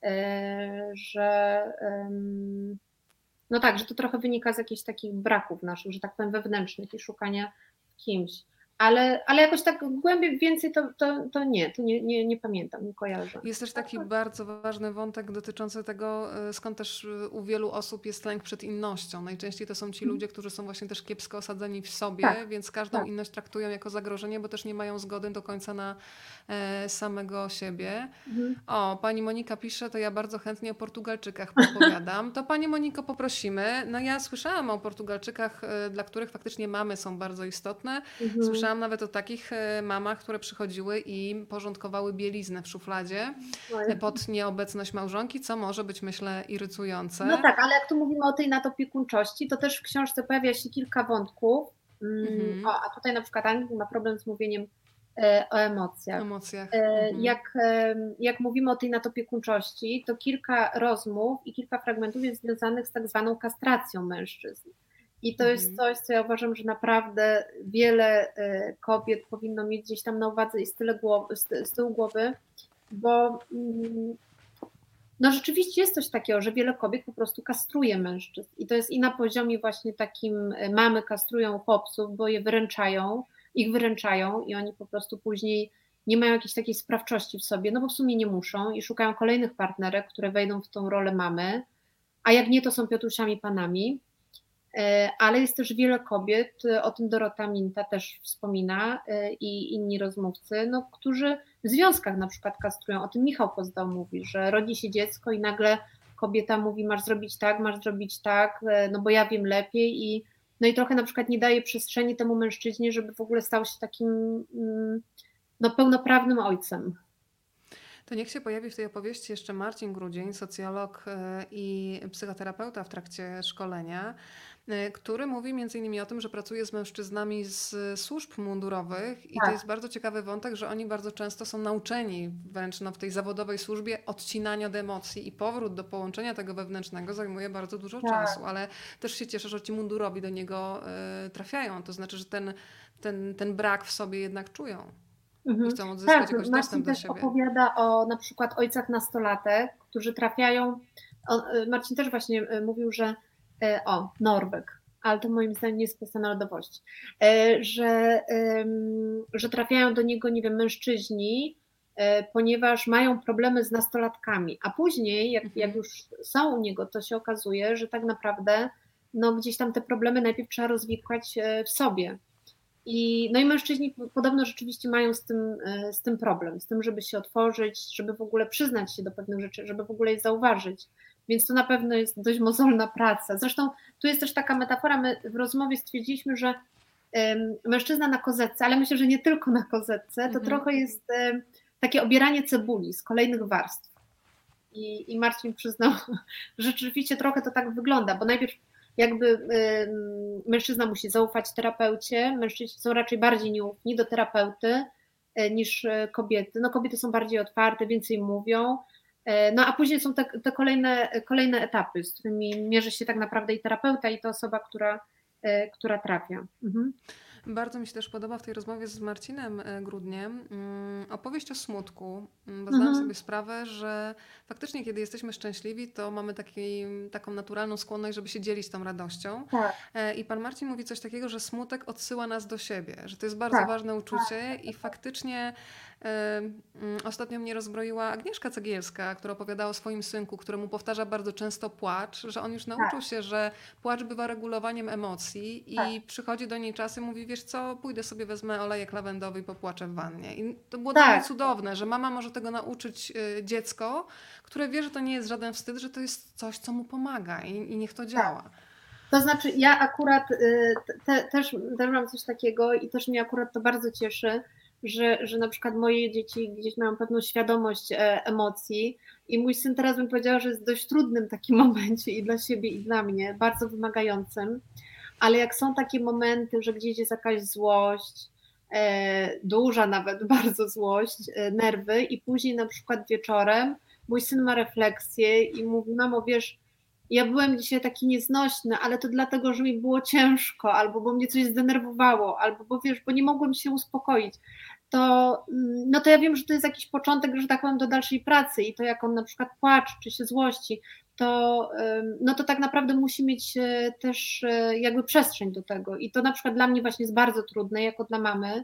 że no tak, że to trochę wynika z jakichś takich braków naszych, że tak powiem, wewnętrznych i szukania w kimś. ale, ale jakoś tak głębiej więcej to, to, to nie, to nie, nie, nie pamiętam, nie kojarzę. Jest też taki bardzo ważny wątek dotyczący tego, skąd też u wielu osób jest lęk przed innością. Najczęściej to są ci ludzie, którzy są właśnie też kiepsko osadzeni w sobie, Tak, więc każdą tak. inność traktują jako zagrożenie, bo też nie mają zgody do końca na e, samego siebie. Mhm. O, pani Monika pisze, to ja bardzo chętnie o Portugalczykach popowiadam. To pani Moniko poprosimy. No ja słyszałam o Portugalczykach, e, dla których faktycznie mamy są bardzo istotne. Mhm. Słyszałam nawet o takich e, mamach, które przychodziły i porządkowały bieliznę w szufladzie pod nieobecność małżonki, co może być, myślę, irytujące. No tak, ale jak tu mówimy o tej nadopiekuńczości, to też w książce pojawia się kilka wątków. Mhm. O, a tutaj na przykład Anglik ma problem z mówieniem e, o emocjach. emocjach. E, mhm. jak, e, jak mówimy o tej nadopiekuńczości, to kilka rozmów i kilka fragmentów jest związanych z tak zwaną kastracją mężczyzn. I to mhm. jest coś, co ja uważam, że naprawdę wiele e, kobiet powinno mieć gdzieś tam na uwadze i z, tyle głowy, z, z tyłu głowy, bo mm, no rzeczywiście jest coś takiego, że wiele kobiet po prostu kastruje mężczyzn i to jest i na poziomie właśnie takim mamy kastrują chłopców, bo je wyręczają, ich wyręczają i oni po prostu później nie mają jakiejś takiej sprawczości w sobie, no bo w sumie nie muszą i szukają kolejnych partnerek, które wejdą w tą rolę mamy, a jak nie, to są Piotrusiami Panami. Ale jest też wiele kobiet, o tym Dorota Minta też wspomina i inni rozmówcy, no, którzy w związkach na przykład kastrują. O tym Michał Pozdał mówi, że rodzi się dziecko i nagle kobieta mówi, masz zrobić tak, masz zrobić tak, no bo ja wiem lepiej i no i trochę na przykład nie daje przestrzeni temu mężczyźnie, żeby w ogóle stał się takim no, pełnoprawnym ojcem. To niech się pojawi w tej opowieści jeszcze Marcin Grudzień, socjolog i psychoterapeuta w trakcie szkolenia, który mówi między innymi o tym, że pracuje z mężczyznami z służb mundurowych i tak. To jest bardzo ciekawy wątek, że oni bardzo często są nauczeni wręcz no, w tej zawodowej służbie odcinania od emocji i powrót do połączenia tego wewnętrznego zajmuje bardzo dużo tak. czasu, ale też się cieszę, że ci mundurowi do niego y, trafiają, to znaczy, że ten, ten, ten brak w sobie jednak czują. Mhm. I chcą odzyskać tak, jakoś Marcin dostęp do też siebie. opowiada o na przykład ojcach nastolatek, którzy trafiają, on, Marcin też właśnie mówił, że o, Norweg, ale to moim zdaniem nie jest kwestia narodowości, że, że trafiają do niego, nie wiem, mężczyźni, ponieważ mają problemy z nastolatkami, a później jak, mhm. jak już są u niego, to się okazuje, że tak naprawdę no, gdzieś tam te problemy najpierw trzeba rozwikłać w sobie. I, no i mężczyźni podobno rzeczywiście mają z tym, z tym problem, z tym, żeby się otworzyć, żeby w ogóle przyznać się do pewnych rzeczy, żeby w ogóle je zauważyć. Więc to na pewno jest dość mozolna praca. Zresztą tu jest też taka metafora, my w rozmowie stwierdziliśmy, że um, mężczyzna na kozetce, ale myślę, że nie tylko na kozetce, to mm-hmm. trochę jest um, takie obieranie cebuli z kolejnych warstw. I, i Marcin przyznał, że rzeczywiście trochę to tak wygląda, bo najpierw jakby y, mężczyzna musi zaufać terapeucie, mężczyźni są raczej bardziej nieufni do terapeuty y, niż kobiety. No kobiety są bardziej otwarte, więcej mówią, y, no a później są te, te kolejne, kolejne etapy, z którymi mierzy się tak naprawdę i terapeuta, i ta osoba, która, y, która trafia. Mhm. Bardzo mi się też podoba w tej rozmowie z Marcinem Grudniem opowieść o smutku, bo zdałam mhm. sobie sprawę, że faktycznie kiedy jesteśmy szczęśliwi, to mamy taki, taką naturalną skłonność, żeby się dzielić tą radością. Tak. I pan Marcin mówi coś takiego, że smutek odsyła nas do siebie, że to jest bardzo tak. ważne uczucie tak. i faktycznie y, ostatnio mnie rozbroiła Agnieszka Cegielska, która opowiadała o swoim synku, któremu powtarza bardzo często płacz, że on już nauczył tak. się, że płacz bywa regulowaniem emocji i tak. przychodzi do niej czas i mówi, wiesz co, pójdę sobie wezmę olejek lawendowy i popłaczę w wannie. I to było tak. dla mnie cudowne, że mama może tego nauczyć y, dziecko, które wie, że to nie jest żaden wstyd, że to jest coś, co mu pomaga i, i niech to działa. Tak. To znaczy ja akurat y, te, też, też mam coś takiego i też mnie akurat to bardzo cieszy, że, że na przykład moje dzieci gdzieś mają pewną świadomość e, emocji i mój syn teraz bym powiedziała, że jest w dość trudnym takim momencie i dla siebie i dla mnie, bardzo wymagającym, ale jak są takie momenty, że gdzieś jest jakaś złość, e, duża nawet bardzo złość, e, nerwy i później na przykład wieczorem mój syn ma refleksję i mówi, mamo wiesz, ja byłem dzisiaj taki nieznośny, ale to dlatego, że mi było ciężko, albo bo mnie coś zdenerwowało, albo bo wiesz, bo nie mogłem się uspokoić, to, no to ja wiem, że to jest jakiś początek, że tak powiem, do dalszej pracy i to jak on na przykład płacze, czy się złości, to, no to tak naprawdę musi mieć też jakby przestrzeń do tego. I to na przykład dla mnie właśnie jest bardzo trudne, jako dla mamy.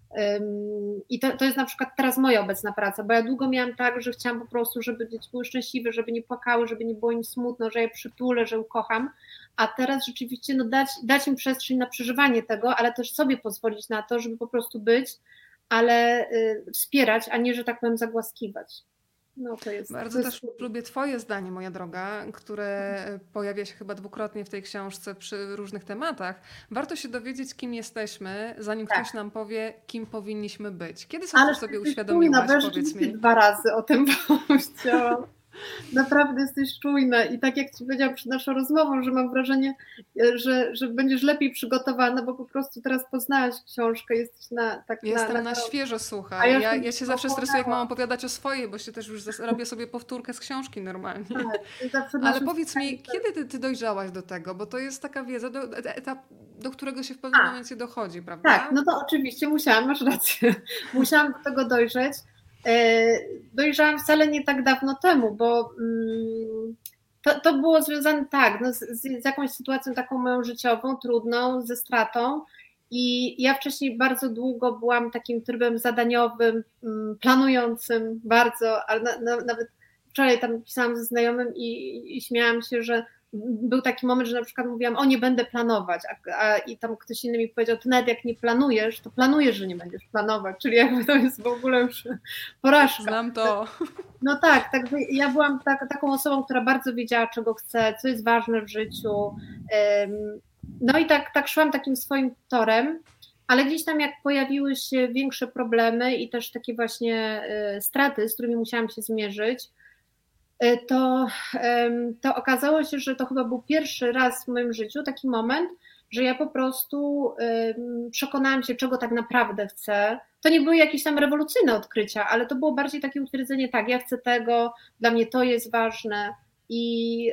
I to, to jest na przykład teraz moja obecna praca, bo ja długo miałam tak, że chciałam po prostu, żeby dzieci były szczęśliwe, żeby nie płakały, żeby nie było im smutno, że je przytulę, że ukocham, a teraz rzeczywiście no dać, dać im przestrzeń na przeżywanie tego, ale też sobie pozwolić na to, żeby po prostu być, ale y, wspierać, a nie, że tak powiem, zagłaskiwać. No to jest, Bardzo to jest... też lubię Twoje zdanie, moja droga, które pojawia się chyba dwukrotnie w tej książce przy różnych tematach. Warto się dowiedzieć, kim jesteśmy, zanim Tak. ktoś nam powie, kim powinniśmy być. Kiedy Ale to sobie jesteś uświadomiłaś, czujna, bo ja powiedz rzeczywiście mi? dwa razy o tym powiedziałam. Naprawdę jesteś czujna i tak jak Ci powiedziałam przed naszą rozmową, że mam wrażenie, że, że będziesz lepiej przygotowana, bo po prostu teraz poznałaś książkę, jesteś na tak Jestem na, na, na świeżo, A słuchaj. ja Ja, już ja się zawsze stresuję, jak mam opowiadać o swojej, bo się też już zas- robię sobie powtórkę z książki normalnie. Tak, i zawsze Ale naszym powiedz mi, spotkaniu- kiedy ty, ty dojrzałaś do tego? Bo to jest taka wiedza, do, etap, do którego się w pewnym A, momencie dochodzi, prawda? Tak, no to oczywiście musiałam, masz rację, musiałam do tego dojrzeć. E, Dojrzałam wcale nie tak dawno temu, bo mm, to, to było związane tak, no z, z jakąś sytuacją taką moją życiową, trudną, ze stratą. I ja wcześniej bardzo długo byłam takim trybem zadaniowym, mm, planującym bardzo, ale na, na, nawet wczoraj tam pisałam ze znajomym i, i śmiałam się, że był taki moment, że na przykład mówiłam, o nie będę planować, a, a, i tam ktoś inny mi powiedział, ty nawet jak nie planujesz, to planujesz, że nie będziesz planować, czyli jakby to jest w ogóle już porażka. Znam to. No tak, tak ja byłam tak, taką osobą, która bardzo wiedziała, czego chce, co jest ważne w życiu. No i tak, tak szłam takim swoim torem, ale gdzieś tam jak pojawiły się większe problemy i też takie właśnie straty, z którymi musiałam się zmierzyć, to, to okazało się, że to chyba był pierwszy raz w moim życiu taki moment, że ja po prostu przekonałam się, czego tak naprawdę chcę. To nie były jakieś tam rewolucyjne odkrycia, ale to było bardziej takie utwierdzenie, tak, ja chcę tego, dla mnie to jest ważne i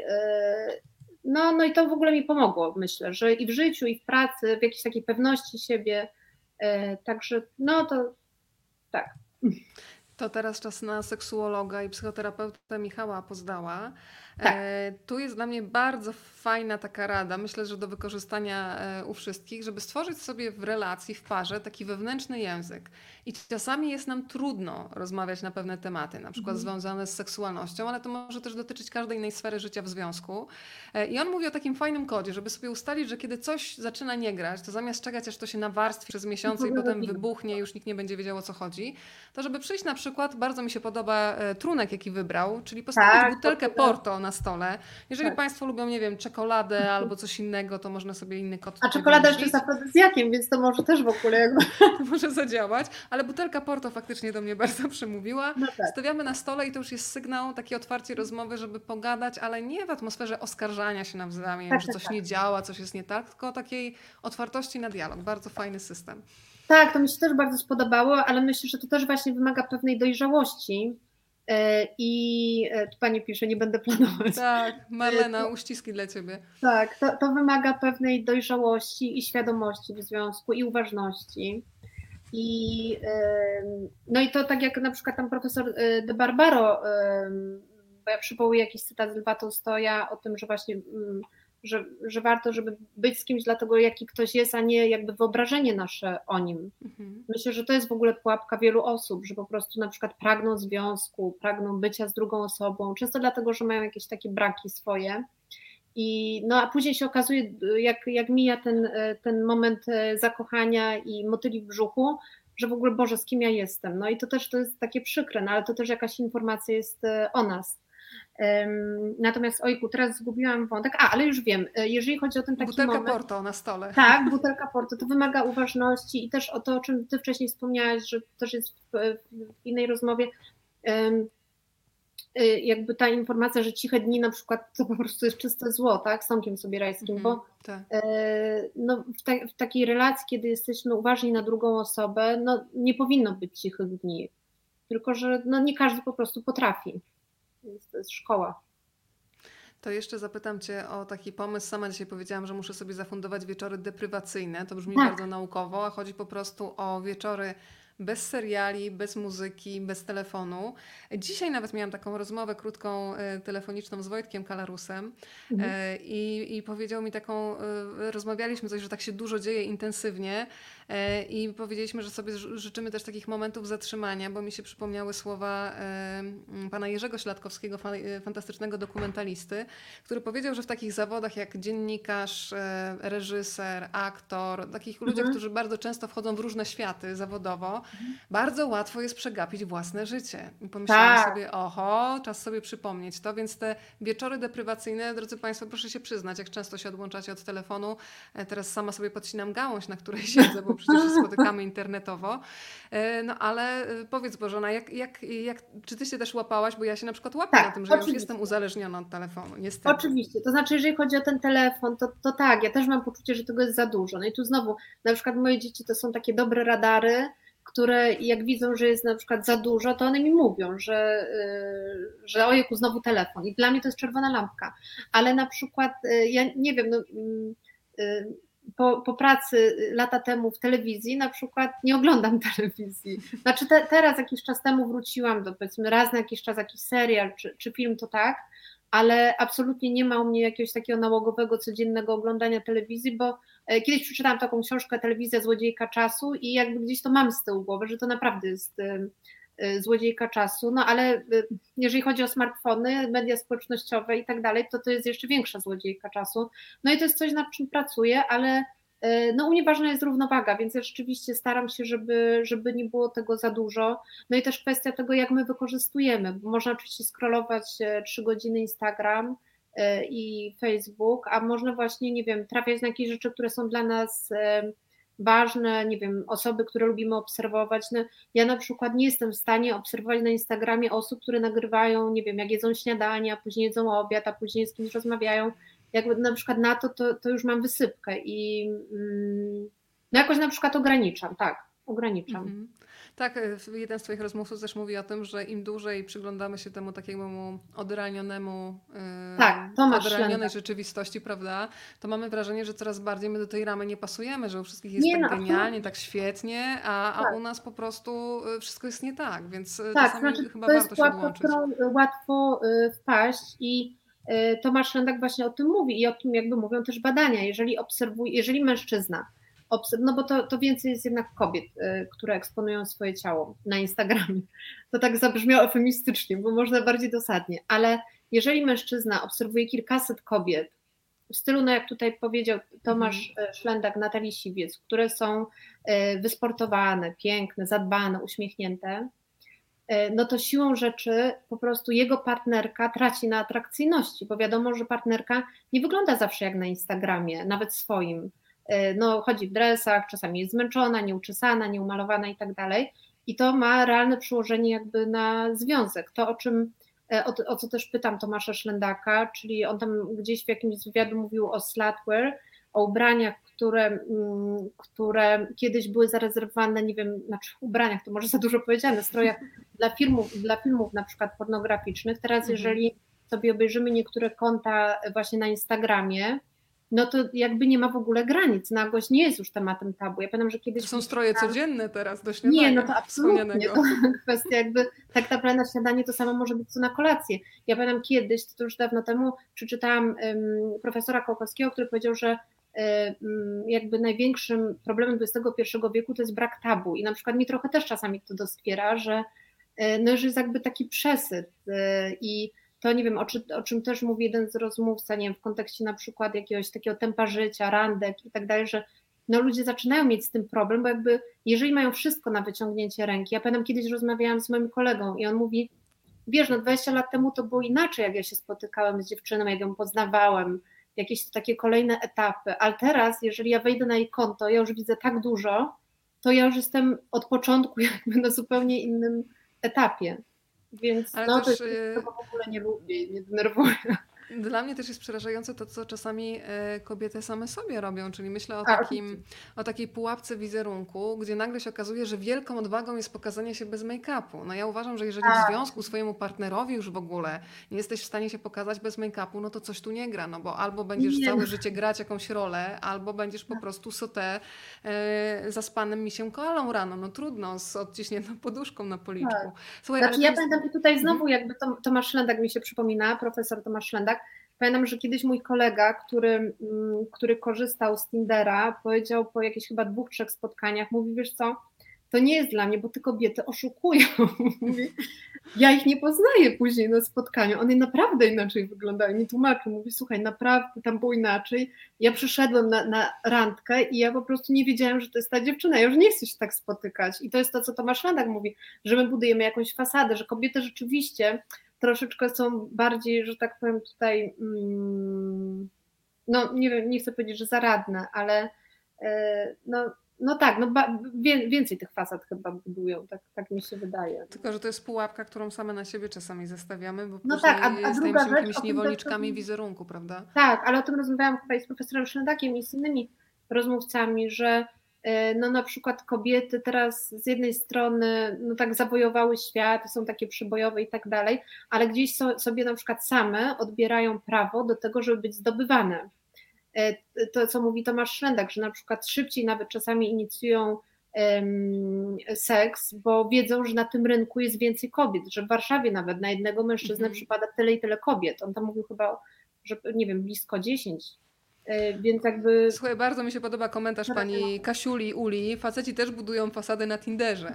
no, no i to w ogóle mi pomogło, myślę, że i w życiu, i w pracy, w jakiejś takiej pewności siebie, także no to tak. To teraz czas na seksuologa i psychoterapeutę Michała Pozdała. Tak. E, tu jest dla mnie bardzo fajna taka rada, myślę, że do wykorzystania e, u wszystkich, żeby stworzyć sobie w relacji, w parze taki wewnętrzny język. I czasami jest nam trudno rozmawiać na pewne tematy, na przykład Mhm. związane z seksualnością, ale to może też dotyczyć każdej innej sfery życia w związku. E, I on mówi o takim fajnym kodzie, żeby sobie ustalić, że kiedy coś zaczyna nie grać, to zamiast czekać, aż to się nawarstwi przez miesiące i potem wybuchnie, już nikt nie będzie wiedział, o co chodzi, to żeby przyjść na przykład, bardzo mi się podoba e, trunek, jaki wybrał, czyli postawić Tak, butelkę to- Porto na stole. Jeżeli Tak. Państwo lubią, nie wiem, czekoladę albo coś innego, to można sobie inny kod A tutaj czekolada jeszcze wymyślić. jest afrodyzjakiem, więc to może też w ogóle jakby... To może zadziałać, ale butelka Porto faktycznie do mnie bardzo przemówiła. No tak. Stawiamy na stole i to już jest sygnał, takie otwarcie rozmowy, żeby pogadać, ale nie w atmosferze oskarżania się nawzajem, Tak, że tak, coś tak. nie działa, coś jest nie tak, tylko takiej otwartości na dialog. Bardzo fajny system. Tak, to mi się też bardzo spodobało, ale myślę, że to też właśnie wymaga pewnej dojrzałości. I tu pani pisze, nie będę planować. Tak, Marlena, uściski dla Ciebie. Tak, to, to wymaga pewnej dojrzałości i świadomości w związku i uważności. I, no i to tak jak na przykład tam profesor De Barbaro, bo ja przywołuję jakiś cytat z Lwa Tolstoja o tym, że właśnie Że, że warto, żeby być z kimś dlatego, jaki ktoś jest, a nie jakby wyobrażenie nasze o nim. Mhm. Myślę, że to jest w ogóle pułapka wielu osób, że po prostu na przykład pragną związku, pragną bycia z drugą osobą, często dlatego, że mają jakieś takie braki swoje. I, no a później się okazuje, jak, jak mija ten, ten moment zakochania i motyli w brzuchu, że w ogóle Boże, z kim ja jestem. No i to też to jest takie przykre, no ale to też jakaś informacja jest o nas. Natomiast ojku, teraz zgubiłam wątek, a ale już wiem, jeżeli chodzi o ten taki butelka moment... Butelka Porto na stole. Tak, butelka Porto, to wymaga uważności i też o to, o czym Ty wcześniej wspomniałaś, że też jest w, w innej rozmowie, jakby ta informacja, że ciche dni na przykład to po prostu jest czyste zło, tak, z Tomkiem Sobierajskim, mm, bo tak. no, w, ta, w takiej relacji, kiedy jesteśmy uważni na drugą osobę, no nie powinno być cichych dni, tylko że no, nie każdy po prostu potrafi. Więc to jest szkoła. To jeszcze zapytam Cię o taki pomysł. Sama dzisiaj powiedziałam, że muszę sobie zafundować wieczory deprywacyjne. To brzmi tak. bardzo naukowo, a chodzi po prostu o wieczory bez seriali, bez muzyki, bez telefonu. Dzisiaj nawet miałam taką rozmowę krótką, e, telefoniczną z Wojtkiem Kalarusem Mhm. e, i, i powiedział mi taką, e, rozmawialiśmy coś, że tak się dużo dzieje intensywnie e, i powiedzieliśmy, że sobie ży- życzymy też takich momentów zatrzymania, bo mi się przypomniały słowa e, m, pana Jerzego Śladkowskiego, fa- e, fantastycznego dokumentalisty, który powiedział, że w takich zawodach jak dziennikarz, e, reżyser, aktor, takich ludziach, Mhm. którzy bardzo często wchodzą w różne światy zawodowo, bardzo łatwo jest przegapić własne życie. I pomyślałam Tak, sobie, oho, czas sobie przypomnieć to, więc te wieczory deprywacyjne, drodzy Państwo, proszę się przyznać, jak często się odłączacie od telefonu. E, Teraz sama sobie podcinam gałąź, na której siedzę, bo przecież się spotykamy internetowo. E, No ale e, powiedz Bożena, jak, jak, jak, czy ty się też łapałaś, bo ja się na przykład łapię na tak, tym, że ja już oczywiście. jestem uzależniona od telefonu, niestety. Oczywiście, to znaczy, jeżeli chodzi o ten telefon, to, to tak, ja też mam poczucie, że tego jest za dużo. No i tu znowu, na przykład moje dzieci to są takie dobre radary, które jak widzą, że jest na przykład za dużo, to one mi mówią, że, yy, że ojejku, znowu telefon. I dla mnie to jest czerwona lampka. Ale na przykład, yy, ja nie wiem, no, yy, po, po pracy lata temu w telewizji na przykład nie oglądam telewizji. Znaczy te, teraz jakiś czas temu wróciłam do, powiedzmy, raz na jakiś czas jakiś serial czy, czy film, to tak, ale absolutnie nie ma u mnie jakiegoś takiego nałogowego, codziennego oglądania telewizji, bo e, kiedyś przeczytałam taką książkę Telewizja Złodziejka Czasu i jakby gdzieś to mam z tyłu głowy, że to naprawdę jest e, e, złodziejka czasu, no ale e, jeżeli chodzi o smartfony, media społecznościowe i tak dalej, to to jest jeszcze większa złodziejka czasu. No i to jest coś, nad czym pracuję, ale e, no u mnie ważna jest równowaga, więc ja rzeczywiście staram się, żeby, żeby nie było tego za dużo. No i też kwestia tego, jak my wykorzystujemy, bo można oczywiście scrollować e, trzy godziny Instagram e, i Facebook, a można właśnie, nie wiem, trafiać na jakieś rzeczy, które są dla nas e, ważne, nie wiem, osoby, które lubimy obserwować. No, ja na przykład nie jestem w stanie obserwować na Instagramie osób, które nagrywają, nie wiem, jak jedzą śniadanie, a później jedzą obiad, a później z kimś rozmawiają. Jakby na przykład na to, to, to już mam wysypkę i mm, no jakoś na przykład ograniczam, tak, ograniczam. Mhm. Tak, e, w- jeden z Twoich rozmówców też mówi o tym, że im dłużej przyglądamy się temu takiemu odrealnionemu, Tak, yy, Tomasz odrealnionej Szlenda. rzeczywistości, prawda, to mamy wrażenie, że coraz bardziej my do tej ramy nie pasujemy, że u wszystkich jest Nie, tak no genialnie, absolutnie. tak świetnie, a, a Tak, u nas po prostu y, wszystko jest nie tak, więc y, tak, czasami znaczy chyba to jest warto się pułapka, w odłączyć. którą łatwo y, wpaść i y, Tomasz Szlendak właśnie o tym mówi i o tym jakby mówią też badania. Jeżeli obserwuje, jeżeli mężczyzna, obser- no bo to, to więcej jest jednak kobiet, y, które eksponują swoje ciało na Instagramie. To tak zabrzmiało eufemistycznie, bo można bardziej dosadnie, ale jeżeli mężczyzna obserwuje kilkaset kobiet, w stylu, no jak tutaj powiedział Mhm. Tomasz e, Szlendak, Natalii Siwiec, które są e, wysportowane, piękne, zadbane, uśmiechnięte, e, no to siłą rzeczy po prostu jego partnerka traci na atrakcyjności, bo wiadomo, że partnerka nie wygląda zawsze jak na Instagramie, nawet swoim. E, No chodzi w dresach, czasami jest zmęczona, nieuczesana, nieumalowana i tak dalej. I to ma realne przełożenie jakby na związek. To, o czym e, o, o co też pytam Tomasza Szlendaka, czyli on tam gdzieś w jakimś z wywiadu mówił o slutwear, o ubraniach, które, mm, które kiedyś były zarezerwowane, nie wiem, znaczy ubraniach, to może za dużo powiedziane, strojach dla filmów, dla filmów na przykład pornograficznych. Teraz Mhm. jeżeli sobie obejrzymy niektóre konta właśnie na Instagramie, no to jakby nie ma w ogóle granic. Nagość nie jest już tematem tabu. Ja pamiętam, że To kiedyś są gdzieś stroje czytałam, codzienne teraz do nie, no śniadania to absolutnie, wspomnianego. to kwestia jakby, tak naprawdę na śniadanie to samo może być co na kolację. Ja pamiętam kiedyś, to już dawno temu, przeczytałam um, profesora Kołkowskiego, który powiedział, że um, jakby największym problemem dwudziestego pierwszego wieku to jest brak tabu i na przykład mi trochę też czasami to doskwiera, że, no, że jest jakby taki przesyt i to nie wiem, o, czy, o czym też mówi jeden z rozmówca, nie wiem, w kontekście na przykład jakiegoś takiego tempa życia, randek i tak dalej, że no ludzie zaczynają mieć z tym problem, bo jakby jeżeli mają wszystko na wyciągnięcie ręki, ja pamiętam kiedyś rozmawiałam z moim kolegą i on mówi, wiesz, no dwadzieścia lat temu to było inaczej, jak ja się spotykałem z dziewczyną, jak ją poznawałem, jakieś takie kolejne etapy, ale teraz, jeżeli ja wejdę na jej konto, ja już widzę tak dużo, to ja już jestem od początku jakby na zupełnie innym etapie, więc Ale no to też jest coś, y, czego w ogóle nie lubię i mnie denerwuje. Dla mnie też jest przerażające to, co czasami e, kobiety same sobie robią, czyli myślę o A, oczywiście. takim, o takiej pułapce wizerunku, gdzie nagle się okazuje, że wielką odwagą jest pokazanie się bez make-upu. No ja uważam, że jeżeli w Tak, związku swojemu partnerowi już w ogóle nie jesteś w stanie się pokazać bez make-upu, no to coś tu nie gra, no bo albo będziesz nie, no, całe życie grać jakąś rolę, albo będziesz po prostu sotę e, zaspanym misiem koalą rano. No trudno, z odciśniętą poduszką na tak. policzku. Słuchaj, ale Znaczy to ja jest... pamiętam i tutaj Mhm. znowu jakby Tom- Tomasz Szlendak mi się przypomina, profesor Tomasz Szlendak. Pamiętam, że kiedyś mój kolega, który, mm, który korzystał z Tindera, powiedział po jakichś chyba dwóch, trzech spotkaniach, mówi, wiesz co, to nie jest dla mnie, bo te kobiety oszukują. Mówi, ja ich nie poznaję później na spotkaniu, one naprawdę inaczej wyglądają. Mi tłumaczył, mówi, słuchaj, naprawdę tam było inaczej. Ja przyszedłem na, na randkę i ja po prostu nie wiedziałem, że to jest ta dziewczyna, ja już nie chcę się tak spotykać. I to jest to, co Tomasz Landak mówi, że my budujemy jakąś fasadę, że kobiety rzeczywiście troszeczkę są bardziej, że tak powiem tutaj, mm, no nie wiem, nie chcę powiedzieć, że zaradne, ale e, no, no tak, no ba, wie, więcej tych fasad chyba budują, tak, tak mi się wydaje. Tylko, że to jest pułapka, którą same na siebie czasami zastawiamy, bo No tak, później a, a stajemy druga się rzecz, jakimiś o tym też niewolniczkami wizerunku, prawda? tak, ale o tym rozmawiałam chyba i z profesorem Szlendakiem i z innymi rozmówcami, że e, no na przykład kobiety teraz z jednej strony no tak zawojowały świat, są takie przybojowe i tak dalej, ale gdzieś so, sobie na przykład same odbierają prawo do tego, żeby być zdobywane. E, To, co mówi Tomasz Szlendak, że na przykład szybciej nawet czasami inicjują em, seks, bo wiedzą, że na tym rynku jest więcej kobiet, że w Warszawie nawet na jednego mężczyznę Mhm. przypada tyle i tyle kobiet. On tam mówił chyba, że nie wiem, blisko dziesięć. E, Więc jakby Słuchaj, bardzo mi się podoba komentarz pani Kasiuli Uli. Faceci też budują fasady na Tinderze.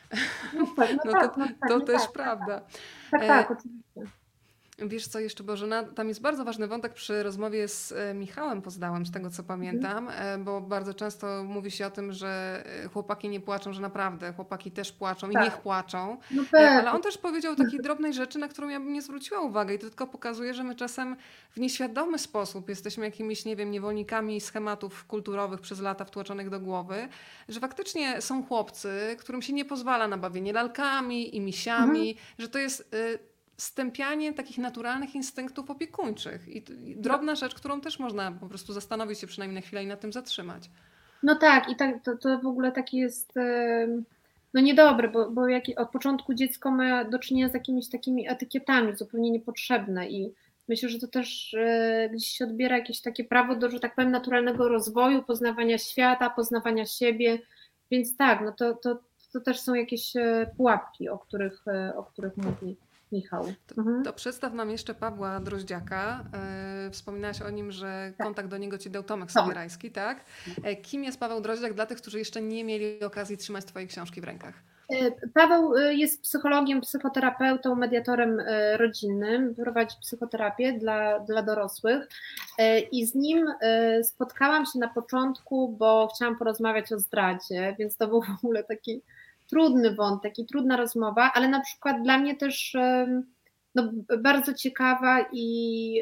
no tak, no No to, tak, no tak, to no też tak, prawda. tak, E, tak, oczywiście. Wiesz co jeszcze, Bożena? Tam jest bardzo ważny wątek przy rozmowie z e, Michałem Pozdałem, z tego co Mhm. pamiętam, e, bo bardzo często mówi się o tym, że e, chłopaki nie płaczą, że naprawdę chłopaki też płaczą i niech Tak, płaczą. no E, Ale pewnie. on też powiedział takiej drobnej rzeczy, na którą ja bym nie zwróciła uwagi i to tylko pokazuje, że my czasem w nieświadomy sposób jesteśmy jakimiś, nie wiem, niewolnikami schematów kulturowych przez lata wtłoczonych do głowy, że faktycznie są chłopcy, którym się nie pozwala na bawienie lalkami i Mhm. misiami, że to jest... e, stępianie takich naturalnych instynktów opiekuńczych. I, I No, drobna rzecz, którą też można po prostu zastanowić się przynajmniej na chwilę i na tym zatrzymać. no tak, i tak, to, to w ogóle takie jest em, no niedobre, bo, bo jak od początku dziecko ma do czynienia z jakimiś takimi etykietami zupełnie niepotrzebne i myślę, że to też e, gdzieś się odbiera jakieś takie prawo do, że tak powiem, naturalnego rozwoju, poznawania świata, poznawania siebie, więc tak, no to, to, to też są jakieś e, pułapki, o których, e, o których mówi Michał. To, Mhm. to przedstaw nam jeszcze Pawła Droździaka. E, wspominałaś o nim, że Tak, kontakt do niego ci dał Tomek Tomek. Sobierajski, tak? E, kim jest Paweł Droździak dla tych, którzy jeszcze nie mieli okazji trzymać twojej książki w rękach? Paweł jest psychologiem, psychoterapeutą, mediatorem rodzinnym, prowadzi psychoterapię dla, dla dorosłych i z nim spotkałam się na początku, bo chciałam porozmawiać o zdradzie, więc to był w ogóle taki trudny wątek i trudna rozmowa, ale na przykład dla mnie też no, bardzo ciekawa i,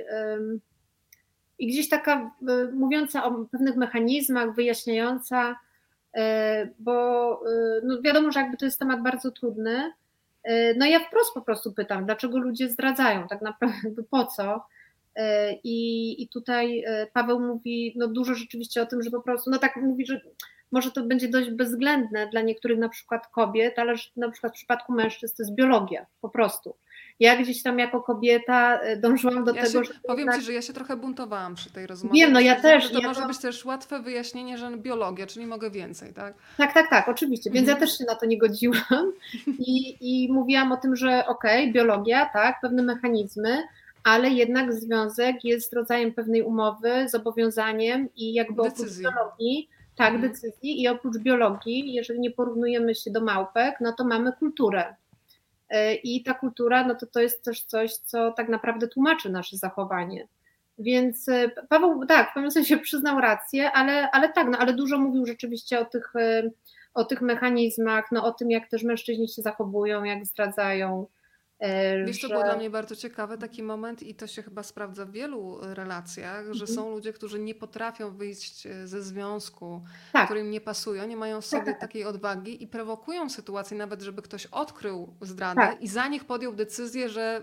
i gdzieś taka mówiąca o pewnych mechanizmach, wyjaśniająca, bo no wiadomo, że jakby to jest temat bardzo trudny. No ja wprost po prostu pytam, dlaczego ludzie zdradzają, tak naprawdę po co? I, i tutaj Paweł mówi no dużo rzeczywiście o tym, że po prostu, no tak mówi, że może to będzie dość bezwzględne dla niektórych na przykład kobiet, ale że na przykład w przypadku mężczyzn to jest biologia, po prostu. Ja gdzieś tam jako kobieta dążyłam do Ja tego, się, że powiem tak, ci, że ja się trochę buntowałam przy tej rozmowie, wiem, bo no ja stwierdziłam, też, że to ja może to być też łatwe wyjaśnienie, że biologia, czyli mogę więcej, tak? tak, tak, tak, oczywiście, więc ja Mhm. też się na to nie godziłam i, i mówiłam o tym, że okej, okay, biologia, tak, pewne mechanizmy, ale jednak związek jest rodzajem pewnej umowy, zobowiązaniem i jakby oprócz Decyzji. biologii, tak, Mhm. decyzji i oprócz biologii, jeżeli nie porównujemy się do małpek, no to mamy kulturę. I ta kultura, no to to jest też coś, co tak naprawdę tłumaczy nasze zachowanie. Więc Paweł, tak, w pewnym sensie przyznał rację, ale, ale tak, no ale dużo mówił rzeczywiście o tych, o tych mechanizmach, no o tym, jak też mężczyźni się zachowują, jak zdradzają. Wiesz, co Że... było dla mnie bardzo ciekawe, taki moment i to się chyba sprawdza w wielu relacjach, że są ludzie, którzy nie potrafią wyjść ze związku, Tak, którym nie pasują, nie mają w sobie takiej odwagi i prowokują sytuację nawet, żeby ktoś odkrył zdradę tak. i za nich podjął decyzję, że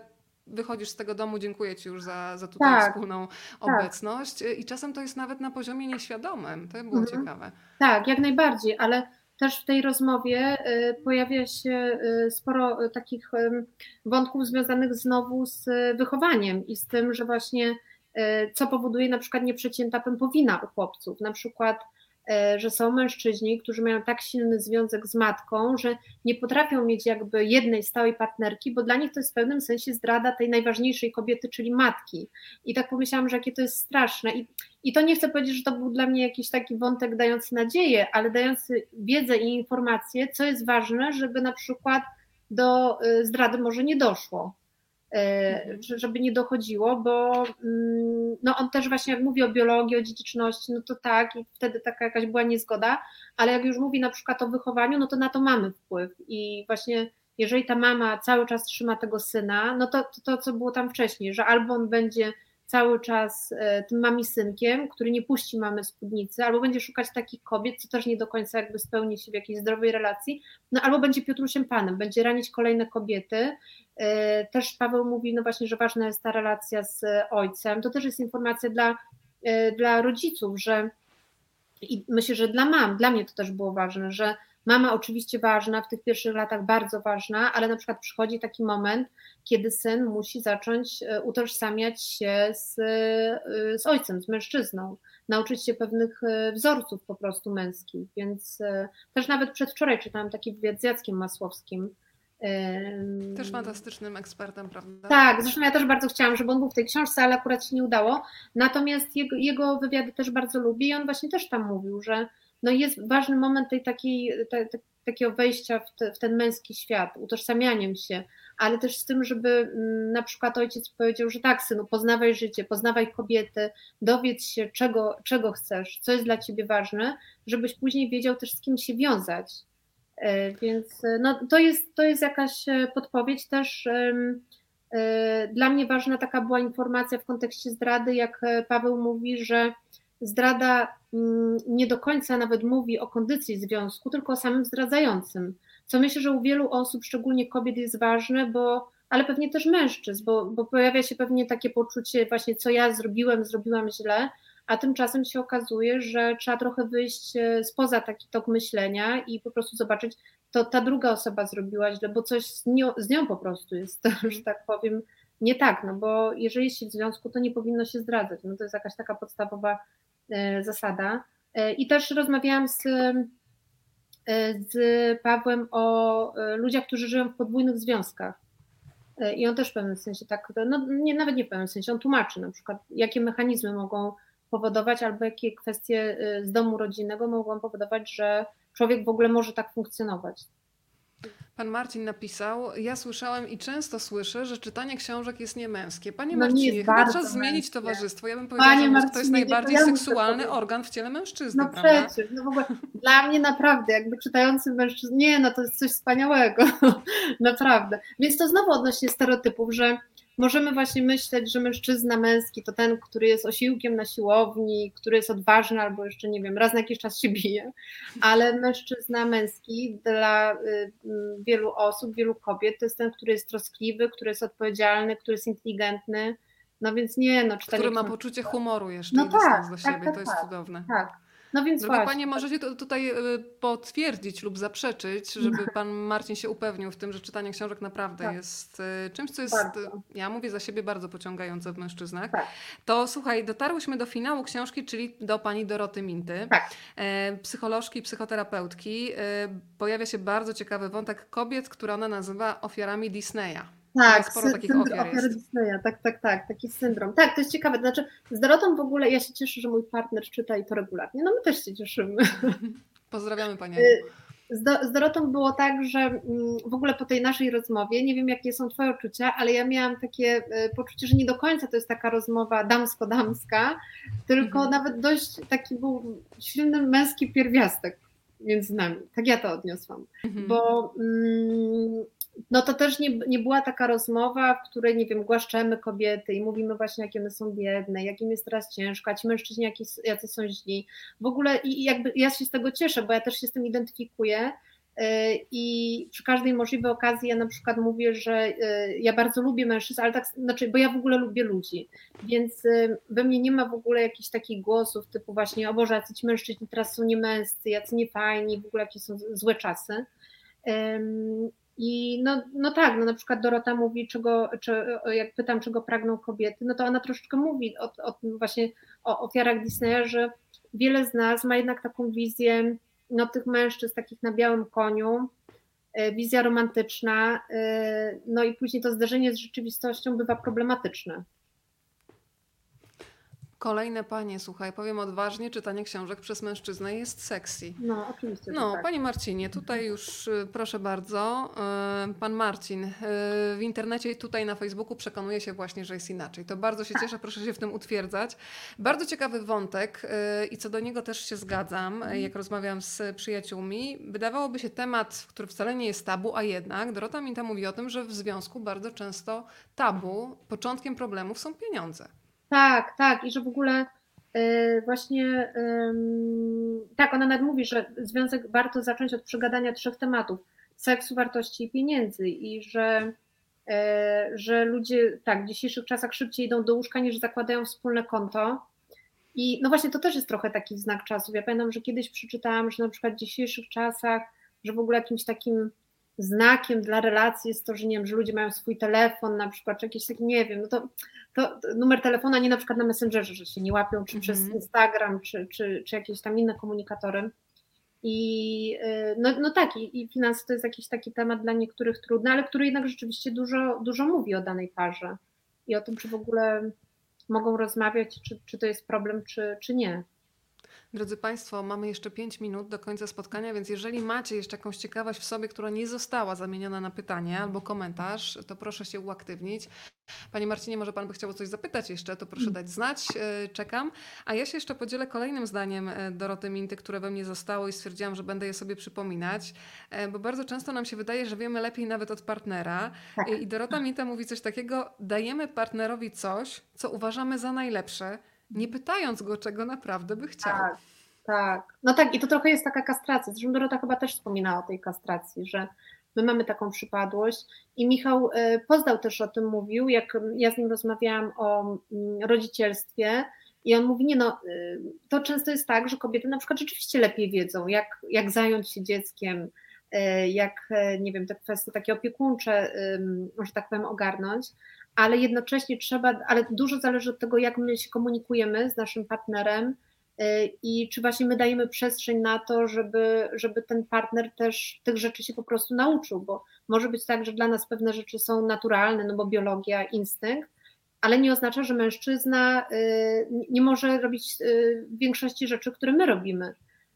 wychodzisz z tego domu, dziękuję Ci już za, za tutaj Tak, wspólną tak. obecność i czasem to jest nawet na poziomie nieświadomym, to było Mhm. ciekawe. Tak, jak najbardziej, ale też w tej rozmowie y, pojawia się y, sporo y, takich y, wątków związanych znowu z y, wychowaniem i z tym, że właśnie y, co powoduje na przykład nieprzecięta pępowina u chłopców, na przykład, y, że są mężczyźni, którzy mają tak silny związek z matką, że nie potrafią mieć jakby jednej stałej partnerki, bo dla nich to jest w pewnym sensie zdrada tej najważniejszej kobiety, czyli matki. I tak pomyślałam, że jakie to jest straszne. I I to nie chcę powiedzieć, że to był dla mnie jakiś taki wątek dający nadzieję, ale dający wiedzę i informacje, co jest ważne, żeby na przykład do y, zdrady może nie doszło, Mhm. y, żeby nie dochodziło, bo mm, no on też właśnie jak mówi o biologii, o dziedziczności, no to tak i wtedy taka jakaś była niezgoda, ale jak już mówi na przykład o wychowaniu, no to na to mamy wpływ i właśnie jeżeli ta mama cały czas trzyma tego syna, no to, to, to co było tam wcześniej, że albo on będzie cały czas tym mamisynkiem, który nie puści mamy spódnicy, albo będzie szukać takich kobiet, co też nie do końca jakby spełni się w jakiejś zdrowej relacji, no albo będzie Piotrusiem Panem, będzie ranić kolejne kobiety. Też Paweł mówi, no właśnie, że ważna jest ta relacja z ojcem. To też jest informacja dla, dla rodziców, że i myślę, że dla mam, dla mnie to też było ważne, że mama oczywiście ważna, w tych pierwszych latach bardzo ważna, ale na przykład przychodzi taki moment, kiedy syn musi zacząć utożsamiać się z, z ojcem, z mężczyzną, nauczyć się pewnych wzorców po prostu męskich, więc też nawet przedwczoraj czytałam taki wywiad z Jackiem Masłowskim. Też fantastycznym ekspertem, prawda? Tak, zresztą ja też bardzo chciałam, żeby on był w tej książce, ale akurat się nie udało. Natomiast jego, jego wywiady też bardzo lubię i on właśnie też tam mówił, że no jest ważny moment tej takiej, te, te, takiego wejścia w, te, w ten męski świat, utożsamianiem się, ale też z tym, żeby na przykład ojciec powiedział, że tak, synu, poznawaj życie, poznawaj kobiety, dowiedz się, czego, czego chcesz, co jest dla ciebie ważne, żebyś później wiedział też, z kim się wiązać. Więc no, to, jest, to jest jakaś podpowiedź też. Dla mnie ważna taka była informacja w kontekście zdrady, jak Paweł mówi, że zdrada nie do końca nawet mówi o kondycji związku, tylko o samym zdradzającym. Co myślę, że u wielu osób, szczególnie kobiet, jest ważne, bo, ale pewnie też mężczyzn, bo, bo pojawia się pewnie takie poczucie właśnie, co ja zrobiłem, zrobiłam źle, a tymczasem się okazuje, że trzeba trochę wyjść spoza taki tok myślenia i po prostu zobaczyć, to ta druga osoba zrobiła źle, bo coś z nią, z nią po prostu jest, że tak powiem, nie tak, no bo jeżeli jest się w związku, to nie powinno się zdradzać, no to jest jakaś taka podstawowa e, zasada. E, I też rozmawiałam z, e, z Pawłem o e, ludziach, którzy żyją w podwójnych związkach. E, I on też w pewnym sensie tak, no nie, nawet nie w pewnym sensie, on tłumaczy na przykład, jakie mechanizmy mogą powodować, albo jakie kwestie z domu rodzinnego mogą powodować, że człowiek w ogóle może tak funkcjonować. Pan Marcin napisał, ja słyszałem i często słyszę, że czytanie książek jest niemęskie. Panie No Marcinie, chyba bardzo trzeba męskie. zmienić towarzystwo. Ja bym powiedziała, Panie że mózg Marcinie, to jest najbardziej to ja seksualny organ w ciele mężczyzny, no prawda? przecież, no w ogóle dla mnie naprawdę, jakby czytający mężczyzn, nie, no to jest coś wspaniałego, naprawdę. Więc to znowu odnośnie stereotypów, że możemy właśnie myśleć, że mężczyzna męski to ten, który jest osiłkiem na siłowni, który jest odważny albo jeszcze, nie wiem, raz na jakiś czas się bije, ale mężczyzna męski dla wielu osób, wielu kobiet to jest ten, który jest troskliwy, który jest odpowiedzialny, który jest inteligentny, no więc nie, no czytanie który ma książek. poczucie humoru jeszcze No i dystans tak, do tak, siebie, tak, to jest tak, cudowne. tak. No więc Drogie właśnie. Panie, możecie to tutaj potwierdzić lub zaprzeczyć, żeby Pan Marcin się upewnił w tym, że czytanie książek naprawdę tak. jest czymś, co jest, bardzo. ja mówię za siebie, bardzo pociągające w mężczyznach. Tak. To słuchaj, dotarłyśmy do finału książki, czyli do Pani Doroty Minty, tak. psycholożki i psychoterapeutki. Pojawia się bardzo ciekawy wątek kobiet, które ona nazywa ofiarami Disneya. Tak, sporo takich ofiar ofiary jest. Disneya, tak, tak, tak, taki syndrom. Tak, to jest ciekawe, to znaczy z Dorotą w ogóle ja się cieszę, że mój partner czyta i to regularnie, no my też się cieszymy. Pozdrawiamy Panią. Z, Do, z Dorotą było tak, że w ogóle po tej naszej rozmowie, nie wiem jakie są Twoje odczucia, ale ja miałam takie poczucie, że nie do końca to jest taka rozmowa damsko-damska, tylko mhm. nawet dość taki był silny męski pierwiastek między nami, tak ja to odniosłam, mhm. bo mm, no to też nie, nie była taka rozmowa, w której, nie wiem, głaszczemy kobiety i mówimy właśnie, jakie one są biedne, jakim jest teraz ciężko, a ci mężczyźni jacy, jacy są źli. W ogóle i jakby ja się z tego cieszę, bo ja też się z tym identyfikuję I przy każdej możliwej okazji ja na przykład mówię, że ja bardzo lubię mężczyzn, ale tak, znaczy, bo ja w ogóle lubię ludzi, więc we mnie nie ma w ogóle jakichś takich głosów typu właśnie, o Boże, jacyś mężczyźni teraz są niemęscy, jacy niefajni, w ogóle jakie są złe czasy. I no, no tak, no na przykład Dorota mówi, czego, czy, jak pytam, czego pragną kobiety, no to ona troszeczkę mówi o, o tym właśnie, o ofiarach Disneya, że wiele z nas ma jednak taką wizję no, tych mężczyzn takich na białym koniu, wizja romantyczna, no i później to zderzenie z rzeczywistością bywa problematyczne. Kolejne panie, słuchaj, powiem odważnie, czytanie książek przez mężczyznę jest sexy. No, oczywiście. No, tak. Panie Marcinie, tutaj już proszę bardzo, pan Marcin w internecie, tutaj na Facebooku przekonuje się właśnie, że jest inaczej. To bardzo się cieszę, proszę się w tym utwierdzać. Bardzo ciekawy wątek i co do niego też się zgadzam, jak rozmawiam z przyjaciółmi. Wydawałoby się temat, który wcale nie jest tabu, a jednak Dorota Minta mówi o tym, że w związku bardzo często tabu, początkiem problemów są pieniądze. Tak, tak i że w ogóle właśnie tak, ona nawet mówi, że związek warto zacząć od przegadania trzech tematów: seksu, wartości i pieniędzy i że, że ludzie tak w dzisiejszych czasach szybciej idą do łóżka niż zakładają wspólne konto i no właśnie to też jest trochę taki znak czasów. Ja pamiętam, że kiedyś przeczytałam, że na przykład w dzisiejszych czasach, że w ogóle jakimś takim znakiem dla relacji jest to, że nie wiem, że ludzie mają swój telefon na przykład, czy jakiś taki, nie wiem, no to, to numer telefona nie na przykład na Messengerze, że się nie łapią, czy mm-hmm. przez Instagram, czy, czy, czy jakieś tam inne komunikatory. I no, no tak, i, i finanse to jest jakiś taki temat dla niektórych trudny, ale który jednak rzeczywiście dużo, dużo mówi o danej parze i o tym, czy w ogóle mogą rozmawiać, czy, czy to jest problem, czy, czy nie. Drodzy Państwo, mamy jeszcze pięć minut do końca spotkania, więc jeżeli macie jeszcze jakąś ciekawość w sobie, która nie została zamieniona na pytanie albo komentarz, to proszę się uaktywnić. Panie Marcinie, może Pan by chciał o coś zapytać jeszcze, to proszę dać znać, czekam. A ja się jeszcze podzielę kolejnym zdaniem Doroty Minty, które we mnie zostało i stwierdziłam, że będę je sobie przypominać, bo bardzo często nam się wydaje, że wiemy lepiej nawet od partnera. Tak. I Dorota Minta mówi coś takiego: dajemy partnerowi coś, co uważamy za najlepsze, nie pytając go, czego naprawdę by chciał. Tak, tak. No tak, i to trochę jest taka kastracja. Zresztą Dorota chyba też wspominała o tej kastracji, że my mamy taką przypadłość i Michał Pozdał też o tym mówił, jak ja z nim rozmawiałam o rodzicielstwie i on mówi, nie no, to często jest tak, że kobiety na przykład rzeczywiście lepiej wiedzą, jak, jak zająć się dzieckiem, jak, nie wiem, te kwestie takie opiekuńcze, że tak powiem, ogarnąć, ale jednocześnie trzeba, ale dużo zależy od tego, jak my się komunikujemy z naszym partnerem i czy właśnie my dajemy przestrzeń na to, żeby, żeby ten partner też tych rzeczy się po prostu nauczył, bo może być tak, że dla nas pewne rzeczy są naturalne, no bo biologia, instynkt, ale nie oznacza, że mężczyzna nie może robić większości rzeczy, które my robimy.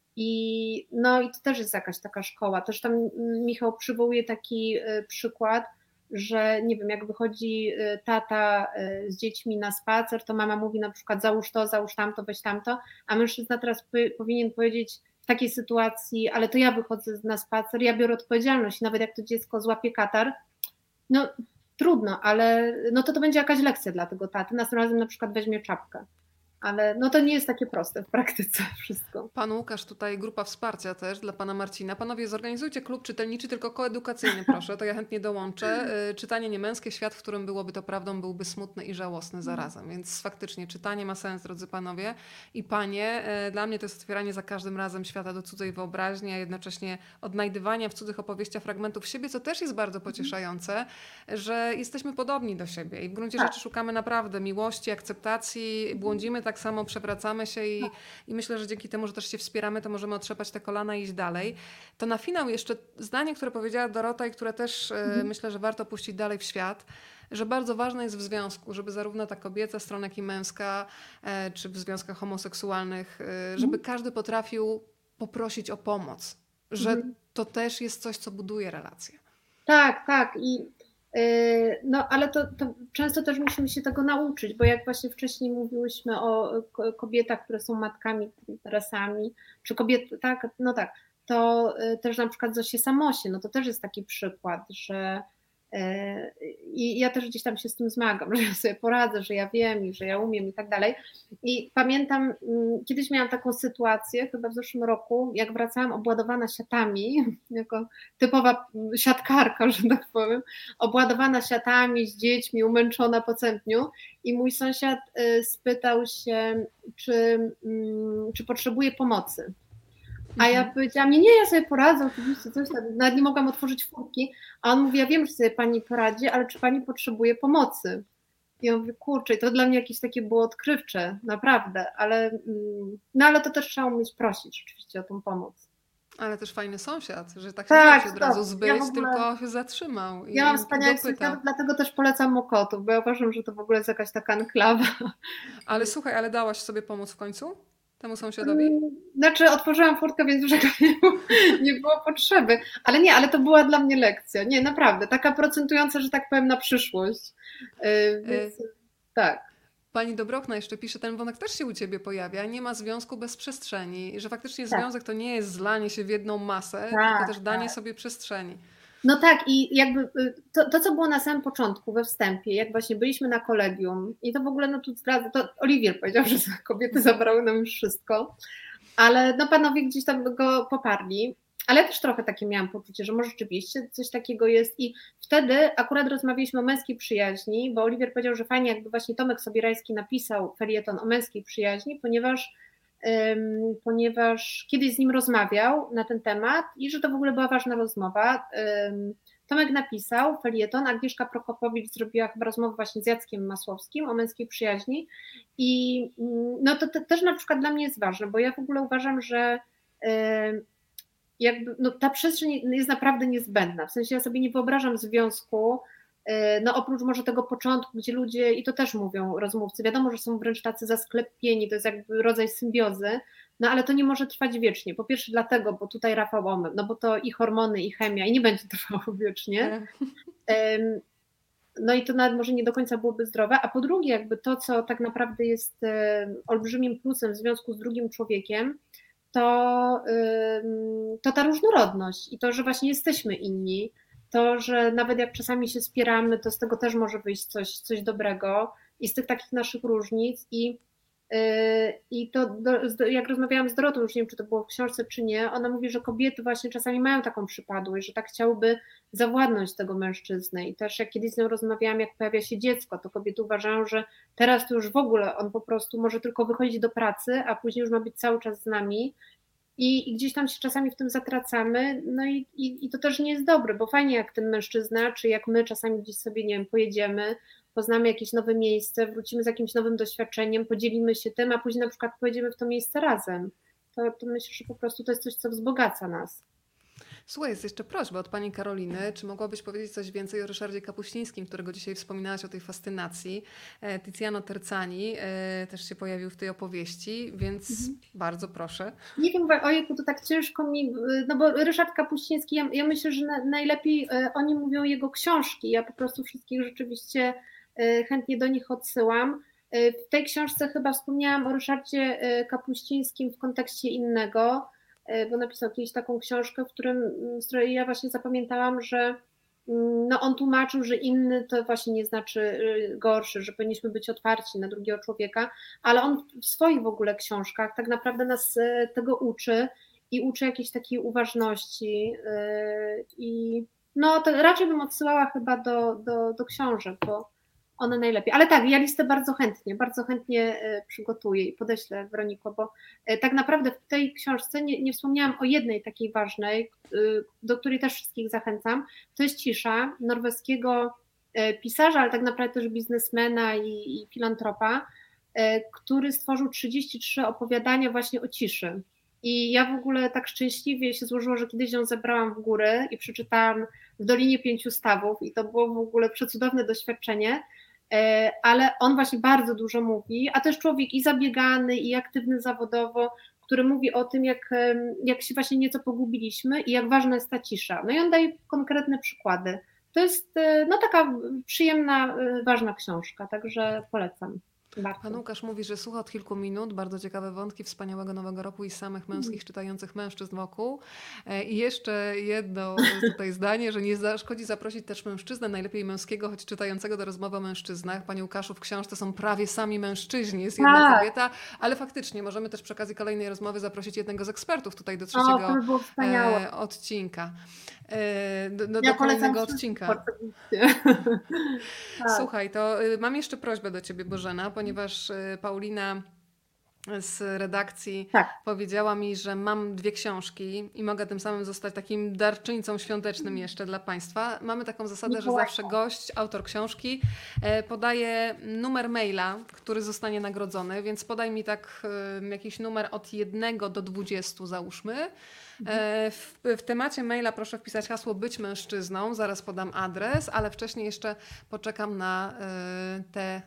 I, no i to też jest jakaś taka szkoła. Też tam Michał przywołuje taki przykład, że nie wiem, jak wychodzi tata z dziećmi na spacer, to mama mówi na przykład załóż to, załóż tamto, weź tamto, a mężczyzna teraz powinien powiedzieć w takiej sytuacji, ale to ja wychodzę na spacer, ja biorę odpowiedzialność, nawet jak to dziecko złapie katar, no trudno, ale no to to będzie jakaś lekcja dla tego taty, następnym razem na przykład weźmie czapkę. Ale no to nie jest takie proste w praktyce wszystko. Pan Łukasz, tutaj grupa wsparcia też dla pana Marcina. Panowie, zorganizujcie klub czytelniczy, tylko koedukacyjny, proszę, to ja chętnie dołączę. Czytanie niemęskie, świat, w którym byłoby to prawdą, byłby smutny i żałosny zarazem. Więc faktycznie czytanie ma sens, drodzy panowie i panie. Dla mnie to jest otwieranie za każdym razem świata do cudzej wyobraźni, a jednocześnie odnajdywania w cudzych opowieściach fragmentów siebie, co też jest bardzo pocieszające, że jesteśmy podobni do siebie i w gruncie rzeczy szukamy naprawdę miłości, akceptacji, błądzimy tak samo, przewracamy się i, i myślę, że dzięki temu, że też się wspieramy, to możemy otrzepać te kolana i iść dalej. To na finał jeszcze zdanie, które powiedziała Dorota i które też mhm. e, myślę, że warto puścić dalej w świat, że bardzo ważne jest w związku, żeby zarówno ta kobieca strona, jak i męska, e, czy w związkach homoseksualnych, e, żeby mhm. każdy potrafił poprosić o pomoc, że mhm. to też jest coś, co buduje relacje. Tak, tak i no ale to, to często też musimy się tego nauczyć, bo jak właśnie wcześniej mówiłyśmy o kobietach, które są matkami, Teresami, czy kobiety, tak, no tak, to też na przykład Zosie Samosie, no to też jest taki przykład, że I ja też gdzieś tam się z tym zmagam, że ja sobie poradzę, że ja wiem i że ja umiem i tak dalej. I pamiętam, kiedyś miałam taką sytuację, chyba w zeszłym roku, jak wracałam obładowana siatami, jako typowa siatkarka, że tak powiem, obładowana siatami z dziećmi, umęczona po cępniu i mój sąsiad spytał się, czy, czy potrzebuje pomocy. A ja powiedziałam, nie, nie, ja sobie poradzę, oczywiście, coś tam, nawet nie mogłam otworzyć furtki, a on mówi, ja wiem, że sobie pani poradzi, ale czy pani potrzebuje pomocy? I ja mówię, kurczę, i to dla mnie jakieś takie było odkrywcze, naprawdę, ale, no ale to też trzeba umieć prosić rzeczywiście o tą pomoc. Ale też fajny sąsiad, że tak, tak nie od razu zbyć, ja ogóle, tylko się zatrzymał. I ja mam wspaniałych sąsiadów, dlatego też polecam Mokotów, bo ja uważam, że to w ogóle jest jakaś taka enklawa. Ale słuchaj, ale dałaś sobie pomóc w końcu? Temu sąsiadowi? Znaczy otworzyłam furtkę, więc już nie było, nie było potrzeby. Ale nie, ale to była dla mnie lekcja. Nie, naprawdę, taka procentująca, że tak powiem, na przyszłość. Yy, więc, yy. Tak. Pani Dobrokna jeszcze pisze, ten wątek też się u Ciebie pojawia, nie ma związku bez przestrzeni, że faktycznie tak. Związek to nie jest zlanie się w jedną masę, tak, tylko też danie tak. sobie przestrzeni. No tak i jakby to, to, co było na samym początku, we wstępie, jak właśnie byliśmy na kolegium i to w ogóle, no tu zdradzę, to Oliwier powiedział, że kobiety zabrały nam już wszystko, ale no panowie gdzieś tam go poparli, ale też trochę takie miałam poczucie, że może rzeczywiście coś takiego jest i wtedy akurat rozmawialiśmy o męskiej przyjaźni, bo Oliwier powiedział, że fajnie jakby właśnie Tomek Sobierajski napisał felieton o męskiej przyjaźni, ponieważ ponieważ kiedyś z nim rozmawiał na ten temat i że to w ogóle była ważna rozmowa. Tomek napisał felieton, Agnieszka Prokopowicz zrobiła chyba rozmowę właśnie z Jackiem Masłowskim o męskiej przyjaźni i no to, to też na przykład dla mnie jest ważne, bo ja w ogóle uważam, że jakby no ta przestrzeń jest naprawdę niezbędna, w sensie ja sobie nie wyobrażam związku, no oprócz może tego początku, gdzie ludzie, i to też mówią rozmówcy, wiadomo, że są wręcz tacy zasklepieni, to jest jakby rodzaj symbiozy, no ale to nie może trwać wiecznie. Po pierwsze dlatego, bo tutaj Rafał Omen, no bo to i hormony, i chemia, i nie będzie trwało wiecznie. No i to nawet może nie do końca byłoby zdrowe, a po drugie jakby to, co tak naprawdę jest olbrzymim plusem w związku z drugim człowiekiem, to, to ta różnorodność i to, że właśnie jesteśmy inni, to, że nawet jak czasami się spieramy, to z tego też może wyjść coś, coś dobrego i z tych takich naszych różnic i, yy, i to do, jak rozmawiałam z Dorotą, już nie wiem, czy to było w książce, czy nie, ona mówi, że kobiety właśnie czasami mają taką przypadłość, że tak chciałyby zawładnąć tego mężczyznę i też jak kiedyś z nią rozmawiałam, jak pojawia się dziecko, to kobiety uważają, że teraz to już w ogóle on po prostu może tylko wychodzić do pracy, a później już ma być cały czas z nami. I, I gdzieś tam się czasami w tym zatracamy, no i, i, i to też nie jest dobre, bo fajnie jak ten mężczyzna, czy jak my czasami gdzieś sobie, nie wiem, pojedziemy, poznamy jakieś nowe miejsce, wrócimy z jakimś nowym doświadczeniem, podzielimy się tym, a później na przykład pojedziemy w to miejsce razem. To, to myślę, że po prostu to jest coś, co wzbogaca nas. Słuchaj, jest jeszcze prośba od pani Karoliny. Czy mogłabyś powiedzieć coś więcej o Ryszardzie Kapuścińskim, którego dzisiaj wspominałaś, o tej fascynacji? Tiziano Terzani też się pojawił w tej opowieści, więc mhm. bardzo proszę. Nie wiem, ojejku, to tak ciężko mi, no bo Ryszard Kapuściński, ja, ja myślę, że na, najlepiej o nim mówią jego książki. Ja po prostu wszystkich rzeczywiście chętnie do nich odsyłam. W tej książce chyba wspomniałam o Ryszardzie Kapuścińskim w kontekście innego, bo napisał kiedyś taką książkę, w którym, z której ja właśnie zapamiętałam, że no on tłumaczył, że inny to właśnie nie znaczy gorszy, że powinniśmy być otwarci na drugiego człowieka, ale on w swoich w ogóle książkach tak naprawdę nas tego uczy i uczy jakiejś takiej uważności i no to raczej bym odsyłała chyba do, do, do książek, bo one najlepiej. Ale tak, ja listę bardzo chętnie, bardzo chętnie przygotuję i podeślę, Weroniko, bo tak naprawdę w tej książce nie, nie wspomniałam o jednej takiej ważnej, do której też wszystkich zachęcam. To jest Cisza, norweskiego pisarza, ale tak naprawdę też biznesmena i, i filantropa, który stworzył trzydzieści trzy opowiadania właśnie o ciszy. I ja w ogóle tak szczęśliwie się złożyło, że kiedyś ją zebrałam w góry i przeczytałam w Dolinie Pięciu Stawów i to było w ogóle przecudowne doświadczenie, ale on właśnie bardzo dużo mówi, a też człowiek i zabiegany, i aktywny zawodowo, który mówi o tym, jak, jak się właśnie nieco pogubiliśmy i jak ważna jest ta cisza. No i on daje konkretne przykłady. To jest no taka przyjemna, ważna książka, także polecam. Bardzo. Pan Łukasz mówi, że słucha od kilku minut, bardzo ciekawe wątki wspaniałego nowego roku i samych męskich czytających mężczyzn wokół. E, I jeszcze jedno tutaj zdanie, że nie zaszkodzi zaprosić też mężczyznę, najlepiej męskiego, choć czytającego do rozmowy o mężczyznach. Panie Łukaszu, w książce są prawie sami mężczyźni, jest jedna Tak. kobieta, ale faktycznie możemy też przy okazji kolejnej rozmowy zaprosić jednego z ekspertów tutaj do O, trzeciego to by było wspaniałe. e, odcinka. E, do do, Ja do polecam kolejnego wszystkim odcinka. oczywiście. Tak. Słuchaj, to y, mam jeszcze prośbę do ciebie, Bożena, ponieważ y, Paulina z redakcji Tak. powiedziała mi, że mam dwie książki i mogę tym samym zostać takim darczyńcą świątecznym jeszcze dla Państwa. Mamy taką zasadę, że Mikołajką. zawsze gość, autor książki e, podaje numer maila, który zostanie nagrodzony, więc podaj mi tak e, jakiś numer od jednego do dwudziestu załóżmy. E, W, w temacie maila proszę wpisać hasło być mężczyzną, zaraz podam adres, ale wcześniej jeszcze poczekam na e, te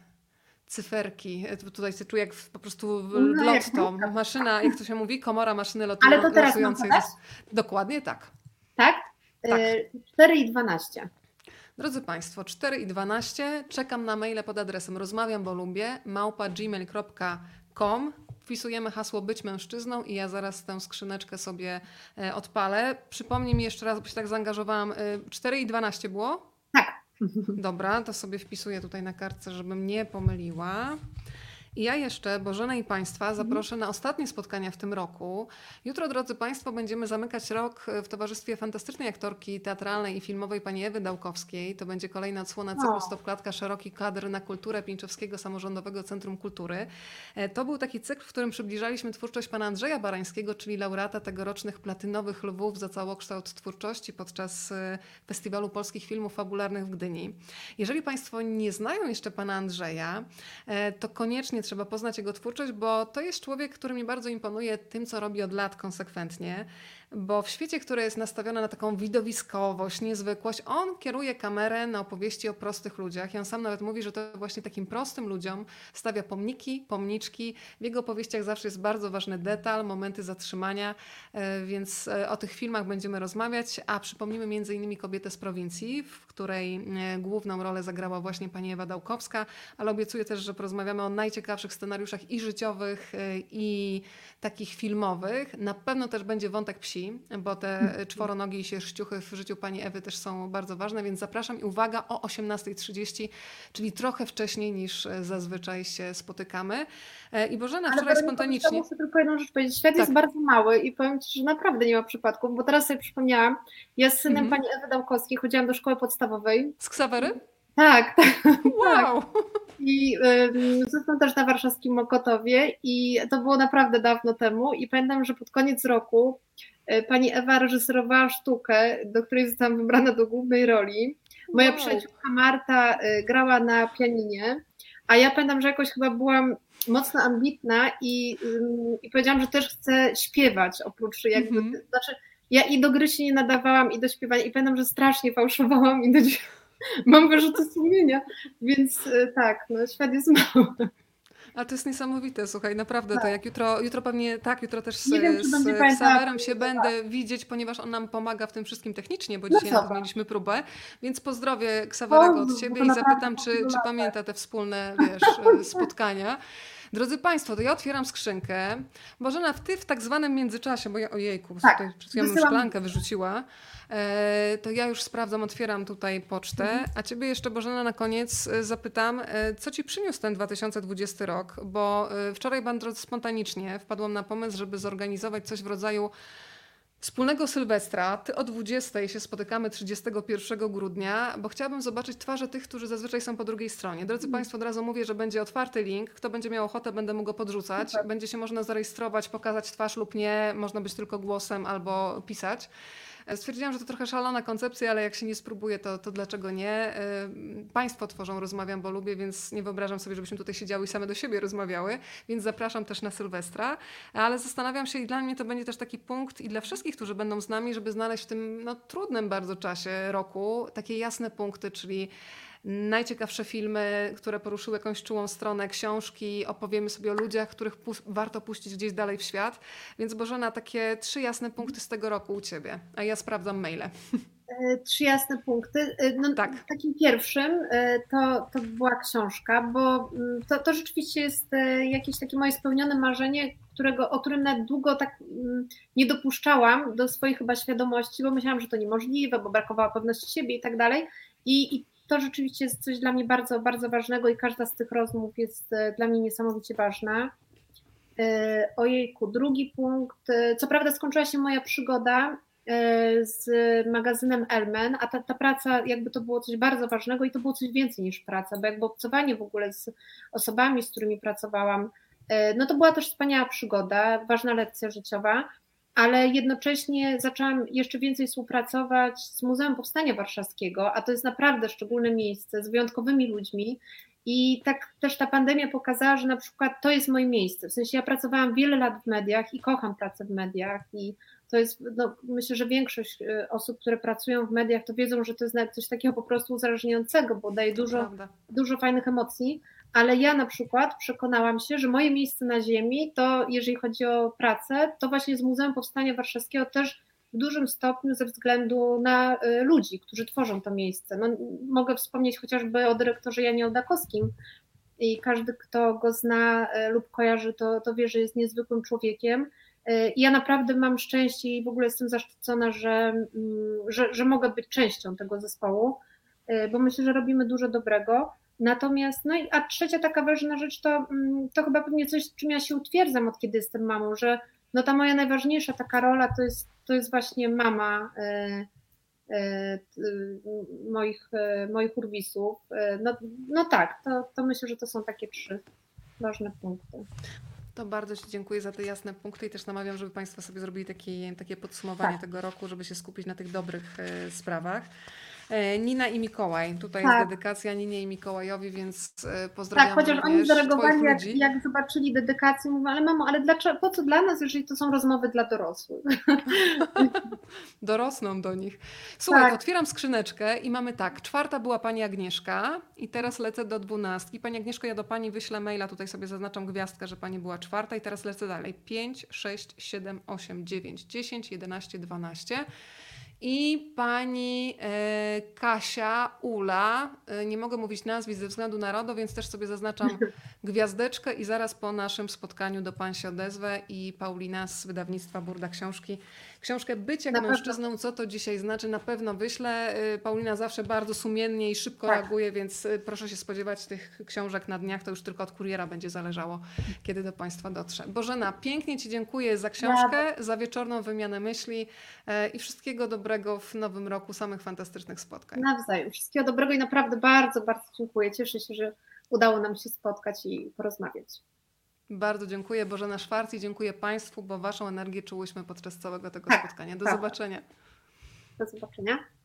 cyferki. E, Tutaj się czuję jak w, po prostu w w No, jak lotto. Maszyna, jak to się mówi? Komora maszyny lotu, Ale to teraz mam losującej. podać? Dokładnie tak. Tak? Tak. Y, cztery i dwanaście. Drodzy Państwo, cztery i dwanaście. Czekam na maile pod adresem rozmawiam, bo lubię, małpa gmail kropka com. Wpisujemy hasło być mężczyzną i ja zaraz tę skrzyneczkę sobie e, odpalę. Przypomnij mi jeszcze raz, bo się tak zaangażowałam. E, cztery i dwanaście było? Tak. Dobra, to sobie wpisuję tutaj na kartce, żebym nie pomyliła. I ja jeszcze Bożenę i Państwa zaproszę na ostatnie spotkania w tym roku. Jutro, drodzy Państwo, będziemy zamykać rok w towarzystwie fantastycznej aktorki teatralnej i filmowej pani Ewy Dałkowskiej. To będzie kolejna odsłona cyklu O. Stopklatka, szeroki kadr na kulturę Pińczowskiego Samorządowego Centrum Kultury. E, To był taki cykl, w którym przybliżaliśmy twórczość pana Andrzeja Barańskiego, czyli laureata tegorocznych Platynowych Lwów za całokształt twórczości podczas e, Festiwalu Polskich Filmów Fabularnych w Gdyni. Jeżeli Państwo nie znają jeszcze pana Andrzeja, e, to koniecznie trzeba poznać jego twórczość, bo to jest człowiek, który mi bardzo imponuje tym, co robi od lat konsekwentnie, bo w świecie, które jest nastawione na taką widowiskowość, niezwykłość, on kieruje kamerę na opowieści o prostych ludziach. I on sam nawet mówi, że to właśnie takim prostym ludziom stawia pomniki, pomniczki. W jego opowieściach zawsze jest bardzo ważny detal, momenty zatrzymania, e, więc e, o tych filmach będziemy rozmawiać, a przypomnimy między innymi Kobietę z prowincji, w której e, główną rolę zagrała właśnie pani Ewa Dałkowska, ale obiecuję też, że porozmawiamy o najciekawszych scenariuszach i życiowych, e, i takich filmowych. Na pewno też będzie wątek psi, bo te czworonogi i sierściuchy w życiu pani Ewy też są bardzo ważne, więc zapraszam i uwaga o osiemnasta trzydzieści, czyli trochę wcześniej niż zazwyczaj się spotykamy. E, I Bożena Ale wczoraj Weronika, spontanicznie... muszę tylko jedną rzecz powiedzieć. Świat Tak. jest bardzo mały i powiem Ci, że naprawdę nie ma przypadków, bo teraz sobie przypomniałam, ja z synem Mhm. pani Ewy Dałkowskiej chodziłam do szkoły podstawowej. Z Ksawery? Tak, tak. Wow! I ym, zresztą też na warszawskim Mokotowie i to było naprawdę dawno temu i pamiętam, że pod koniec roku y, pani Ewa reżyserowała sztukę, do której zostałam wybrana do głównej roli. Moja Wow. przyjaciółka Marta y, grała na pianinie, a ja pamiętam, że jakoś chyba byłam mocno ambitna i, ym, i powiedziałam, że też chcę śpiewać oprócz jakby, Mhm. znaczy ja i do gry się nie nadawałam i do śpiewania i pamiętam, że strasznie fałszowałam i do mam wyrzuty sumienia, więc y, tak, no świat jest mały. Ale to jest niesamowite, słuchaj, naprawdę to Tak. jak jutro, jutro pewnie tak, jutro też z, Nie wiem, czy będzie z pamiętała, Ksawerem się tak. będę widzieć, ponieważ on nam pomaga w tym wszystkim technicznie, bo No dzisiaj dobra. nawet mieliśmy próbę, więc pozdrowię Ksawerego O, od bo siebie to i naprawdę zapytam, czy, bardzo czy lata. pamięta te wspólne, wiesz, spotkania. Drodzy Państwo, to ja otwieram skrzynkę. Bożena, ty w tak zwanym międzyczasie, bo ja ojejku, Tak, tutaj przed chwilą wysyłam. szklankę wyrzuciła, e, to ja już sprawdzam, otwieram tutaj pocztę, Mhm. a ciebie jeszcze, Bożena, na koniec e, zapytam, e, co ci przyniósł ten dwa tysiące dwudziesty rok, bo e, wczoraj bardzo spontanicznie wpadłam na pomysł, żeby zorganizować coś w rodzaju wspólnego Sylwestra. Ty o dwudziestej się spotykamy trzydziestego pierwszego grudnia, bo chciałabym zobaczyć twarze tych, którzy zazwyczaj są po drugiej stronie. Drodzy Państwo, od razu mówię, że będzie otwarty link. Kto będzie miał ochotę, będę mógł go podrzucać. Super. Będzie się można zarejestrować, pokazać twarz lub nie. Można być tylko głosem albo pisać. Stwierdziłam, że to trochę szalona koncepcja, ale jak się nie spróbuje, to, to dlaczego nie? Państwo tworzą Rozmawiam, bo lubię, więc nie wyobrażam sobie, żebyśmy tutaj siedziały i same do siebie rozmawiały, więc zapraszam też na Sylwestra. Ale zastanawiam się i dla mnie to będzie też taki punkt i dla wszystkich, którzy będą z nami, żeby znaleźć w tym no, trudnym bardzo czasie roku takie jasne punkty, czyli najciekawsze filmy, które poruszyły jakąś czułą stronę, książki, opowiemy sobie o ludziach, których pu- warto puścić gdzieś dalej w świat. Więc Bożena, takie trzy jasne punkty z tego roku u Ciebie, a ja sprawdzam maile. Trzy jasne punkty. No, Tak. Takim pierwszym to, to była książka, bo to, to rzeczywiście jest jakieś takie moje spełnione marzenie, którego, o którym nawet długo tak nie dopuszczałam do swojej chyba świadomości, bo myślałam, że to niemożliwe, bo brakowało pewności siebie i tak dalej. I, i to rzeczywiście jest coś dla mnie bardzo, bardzo ważnego i każda z tych rozmów jest dla mnie niesamowicie ważna. Ojejku, drugi punkt. Co prawda skończyła się moja przygoda z magazynem Elmen, a ta, ta praca jakby to było coś bardzo ważnego i to było coś więcej niż praca, bo jakby obcowanie w ogóle z osobami, z którymi pracowałam, no to była też wspaniała przygoda, ważna lekcja życiowa, ale jednocześnie zaczęłam jeszcze więcej współpracować z Muzeum Powstania Warszawskiego, a to jest naprawdę szczególne miejsce z wyjątkowymi ludźmi i tak też ta pandemia pokazała, że na przykład to jest moje miejsce, w sensie ja pracowałam wiele lat w mediach i kocham pracę w mediach i to jest, no, myślę, że większość osób, które pracują w mediach, to wiedzą, że to jest nawet coś takiego po prostu uzależniającego, bo daje dużo, dużo fajnych emocji, ale ja na przykład przekonałam się, że moje miejsce na ziemi, to jeżeli chodzi o pracę, to właśnie z Muzeum Powstania Warszawskiego też w dużym stopniu ze względu na ludzi, którzy tworzą to miejsce. No, mogę wspomnieć chociażby o dyrektorze Janie Ołdakowskim i każdy, kto go zna lub kojarzy, to, to wie, że jest niezwykłym człowiekiem. Ja naprawdę mam szczęście i w ogóle jestem zaszczycona, że, że, że mogę być częścią tego zespołu, bo myślę, że robimy dużo dobrego. Natomiast, no i a trzecia taka ważna rzecz to, to chyba pewnie coś, czym ja się utwierdzam od kiedy jestem mamą, że no ta moja najważniejsza taka rola to jest, to jest właśnie mama y, y, y, moich, y, moich urwisów. No, no tak, to, to myślę, że to są takie trzy ważne punkty. To bardzo Ci dziękuję za te jasne punkty i też namawiam, żeby Państwo sobie zrobili takie, takie podsumowanie tak. tego roku, żeby się skupić na tych dobrych e, sprawach. E, Nina i Mikołaj. Tutaj tak. jest dedykacja Ninie i Mikołajowi, więc e, pozdrawiam. Tak, chociaż oni zareagowali, jak, jak zobaczyli dedykację, mówią, ale mamo, ale dlaczego, po co dla nas, jeżeli to są rozmowy dla dorosłych? Dorosną do nich. Słuchaj, tak. otwieram skrzyneczkę i mamy tak, czwarta była Pani Agnieszka i teraz lecę do dwunastki. Pani Agnieszko, ja do Pani wyślę maila, tutaj sobie zaznaczam gwiazdkę, że Pani była czwarta i teraz lecę dalej. pięć, sześć, siedem, osiem, dziewięć, dziesięć, jedenaście, dwanaście. I pani e, Kasia, Ula, e, nie mogę mówić nazwisk ze względu na RODO, więc też sobie zaznaczam gwiazdeczkę i zaraz po naszym spotkaniu do Pan się odezwę i Paulina z wydawnictwa Burda Książki. Książkę Być jak na mężczyzną, pewno. Co to dzisiaj znaczy, na pewno wyślę. Paulina zawsze bardzo sumiennie i szybko tak. reaguje, więc proszę się spodziewać tych książek na dniach, to już tylko od kuriera będzie zależało, kiedy do Państwa dotrze. Bożena, pięknie Ci dziękuję za książkę, ja. za wieczorną wymianę myśli i wszystkiego dobrego w nowym roku, samych fantastycznych spotkań. Nawzajem. Wszystkiego dobrego i naprawdę bardzo, bardzo dziękuję. Cieszę się, że udało nam się spotkać i porozmawiać. Bardzo dziękuję. Bożena Szwarc i dziękuję Państwu, bo Waszą energię czułyśmy podczas całego tego tak, spotkania. Do tak. zobaczenia. Do zobaczenia.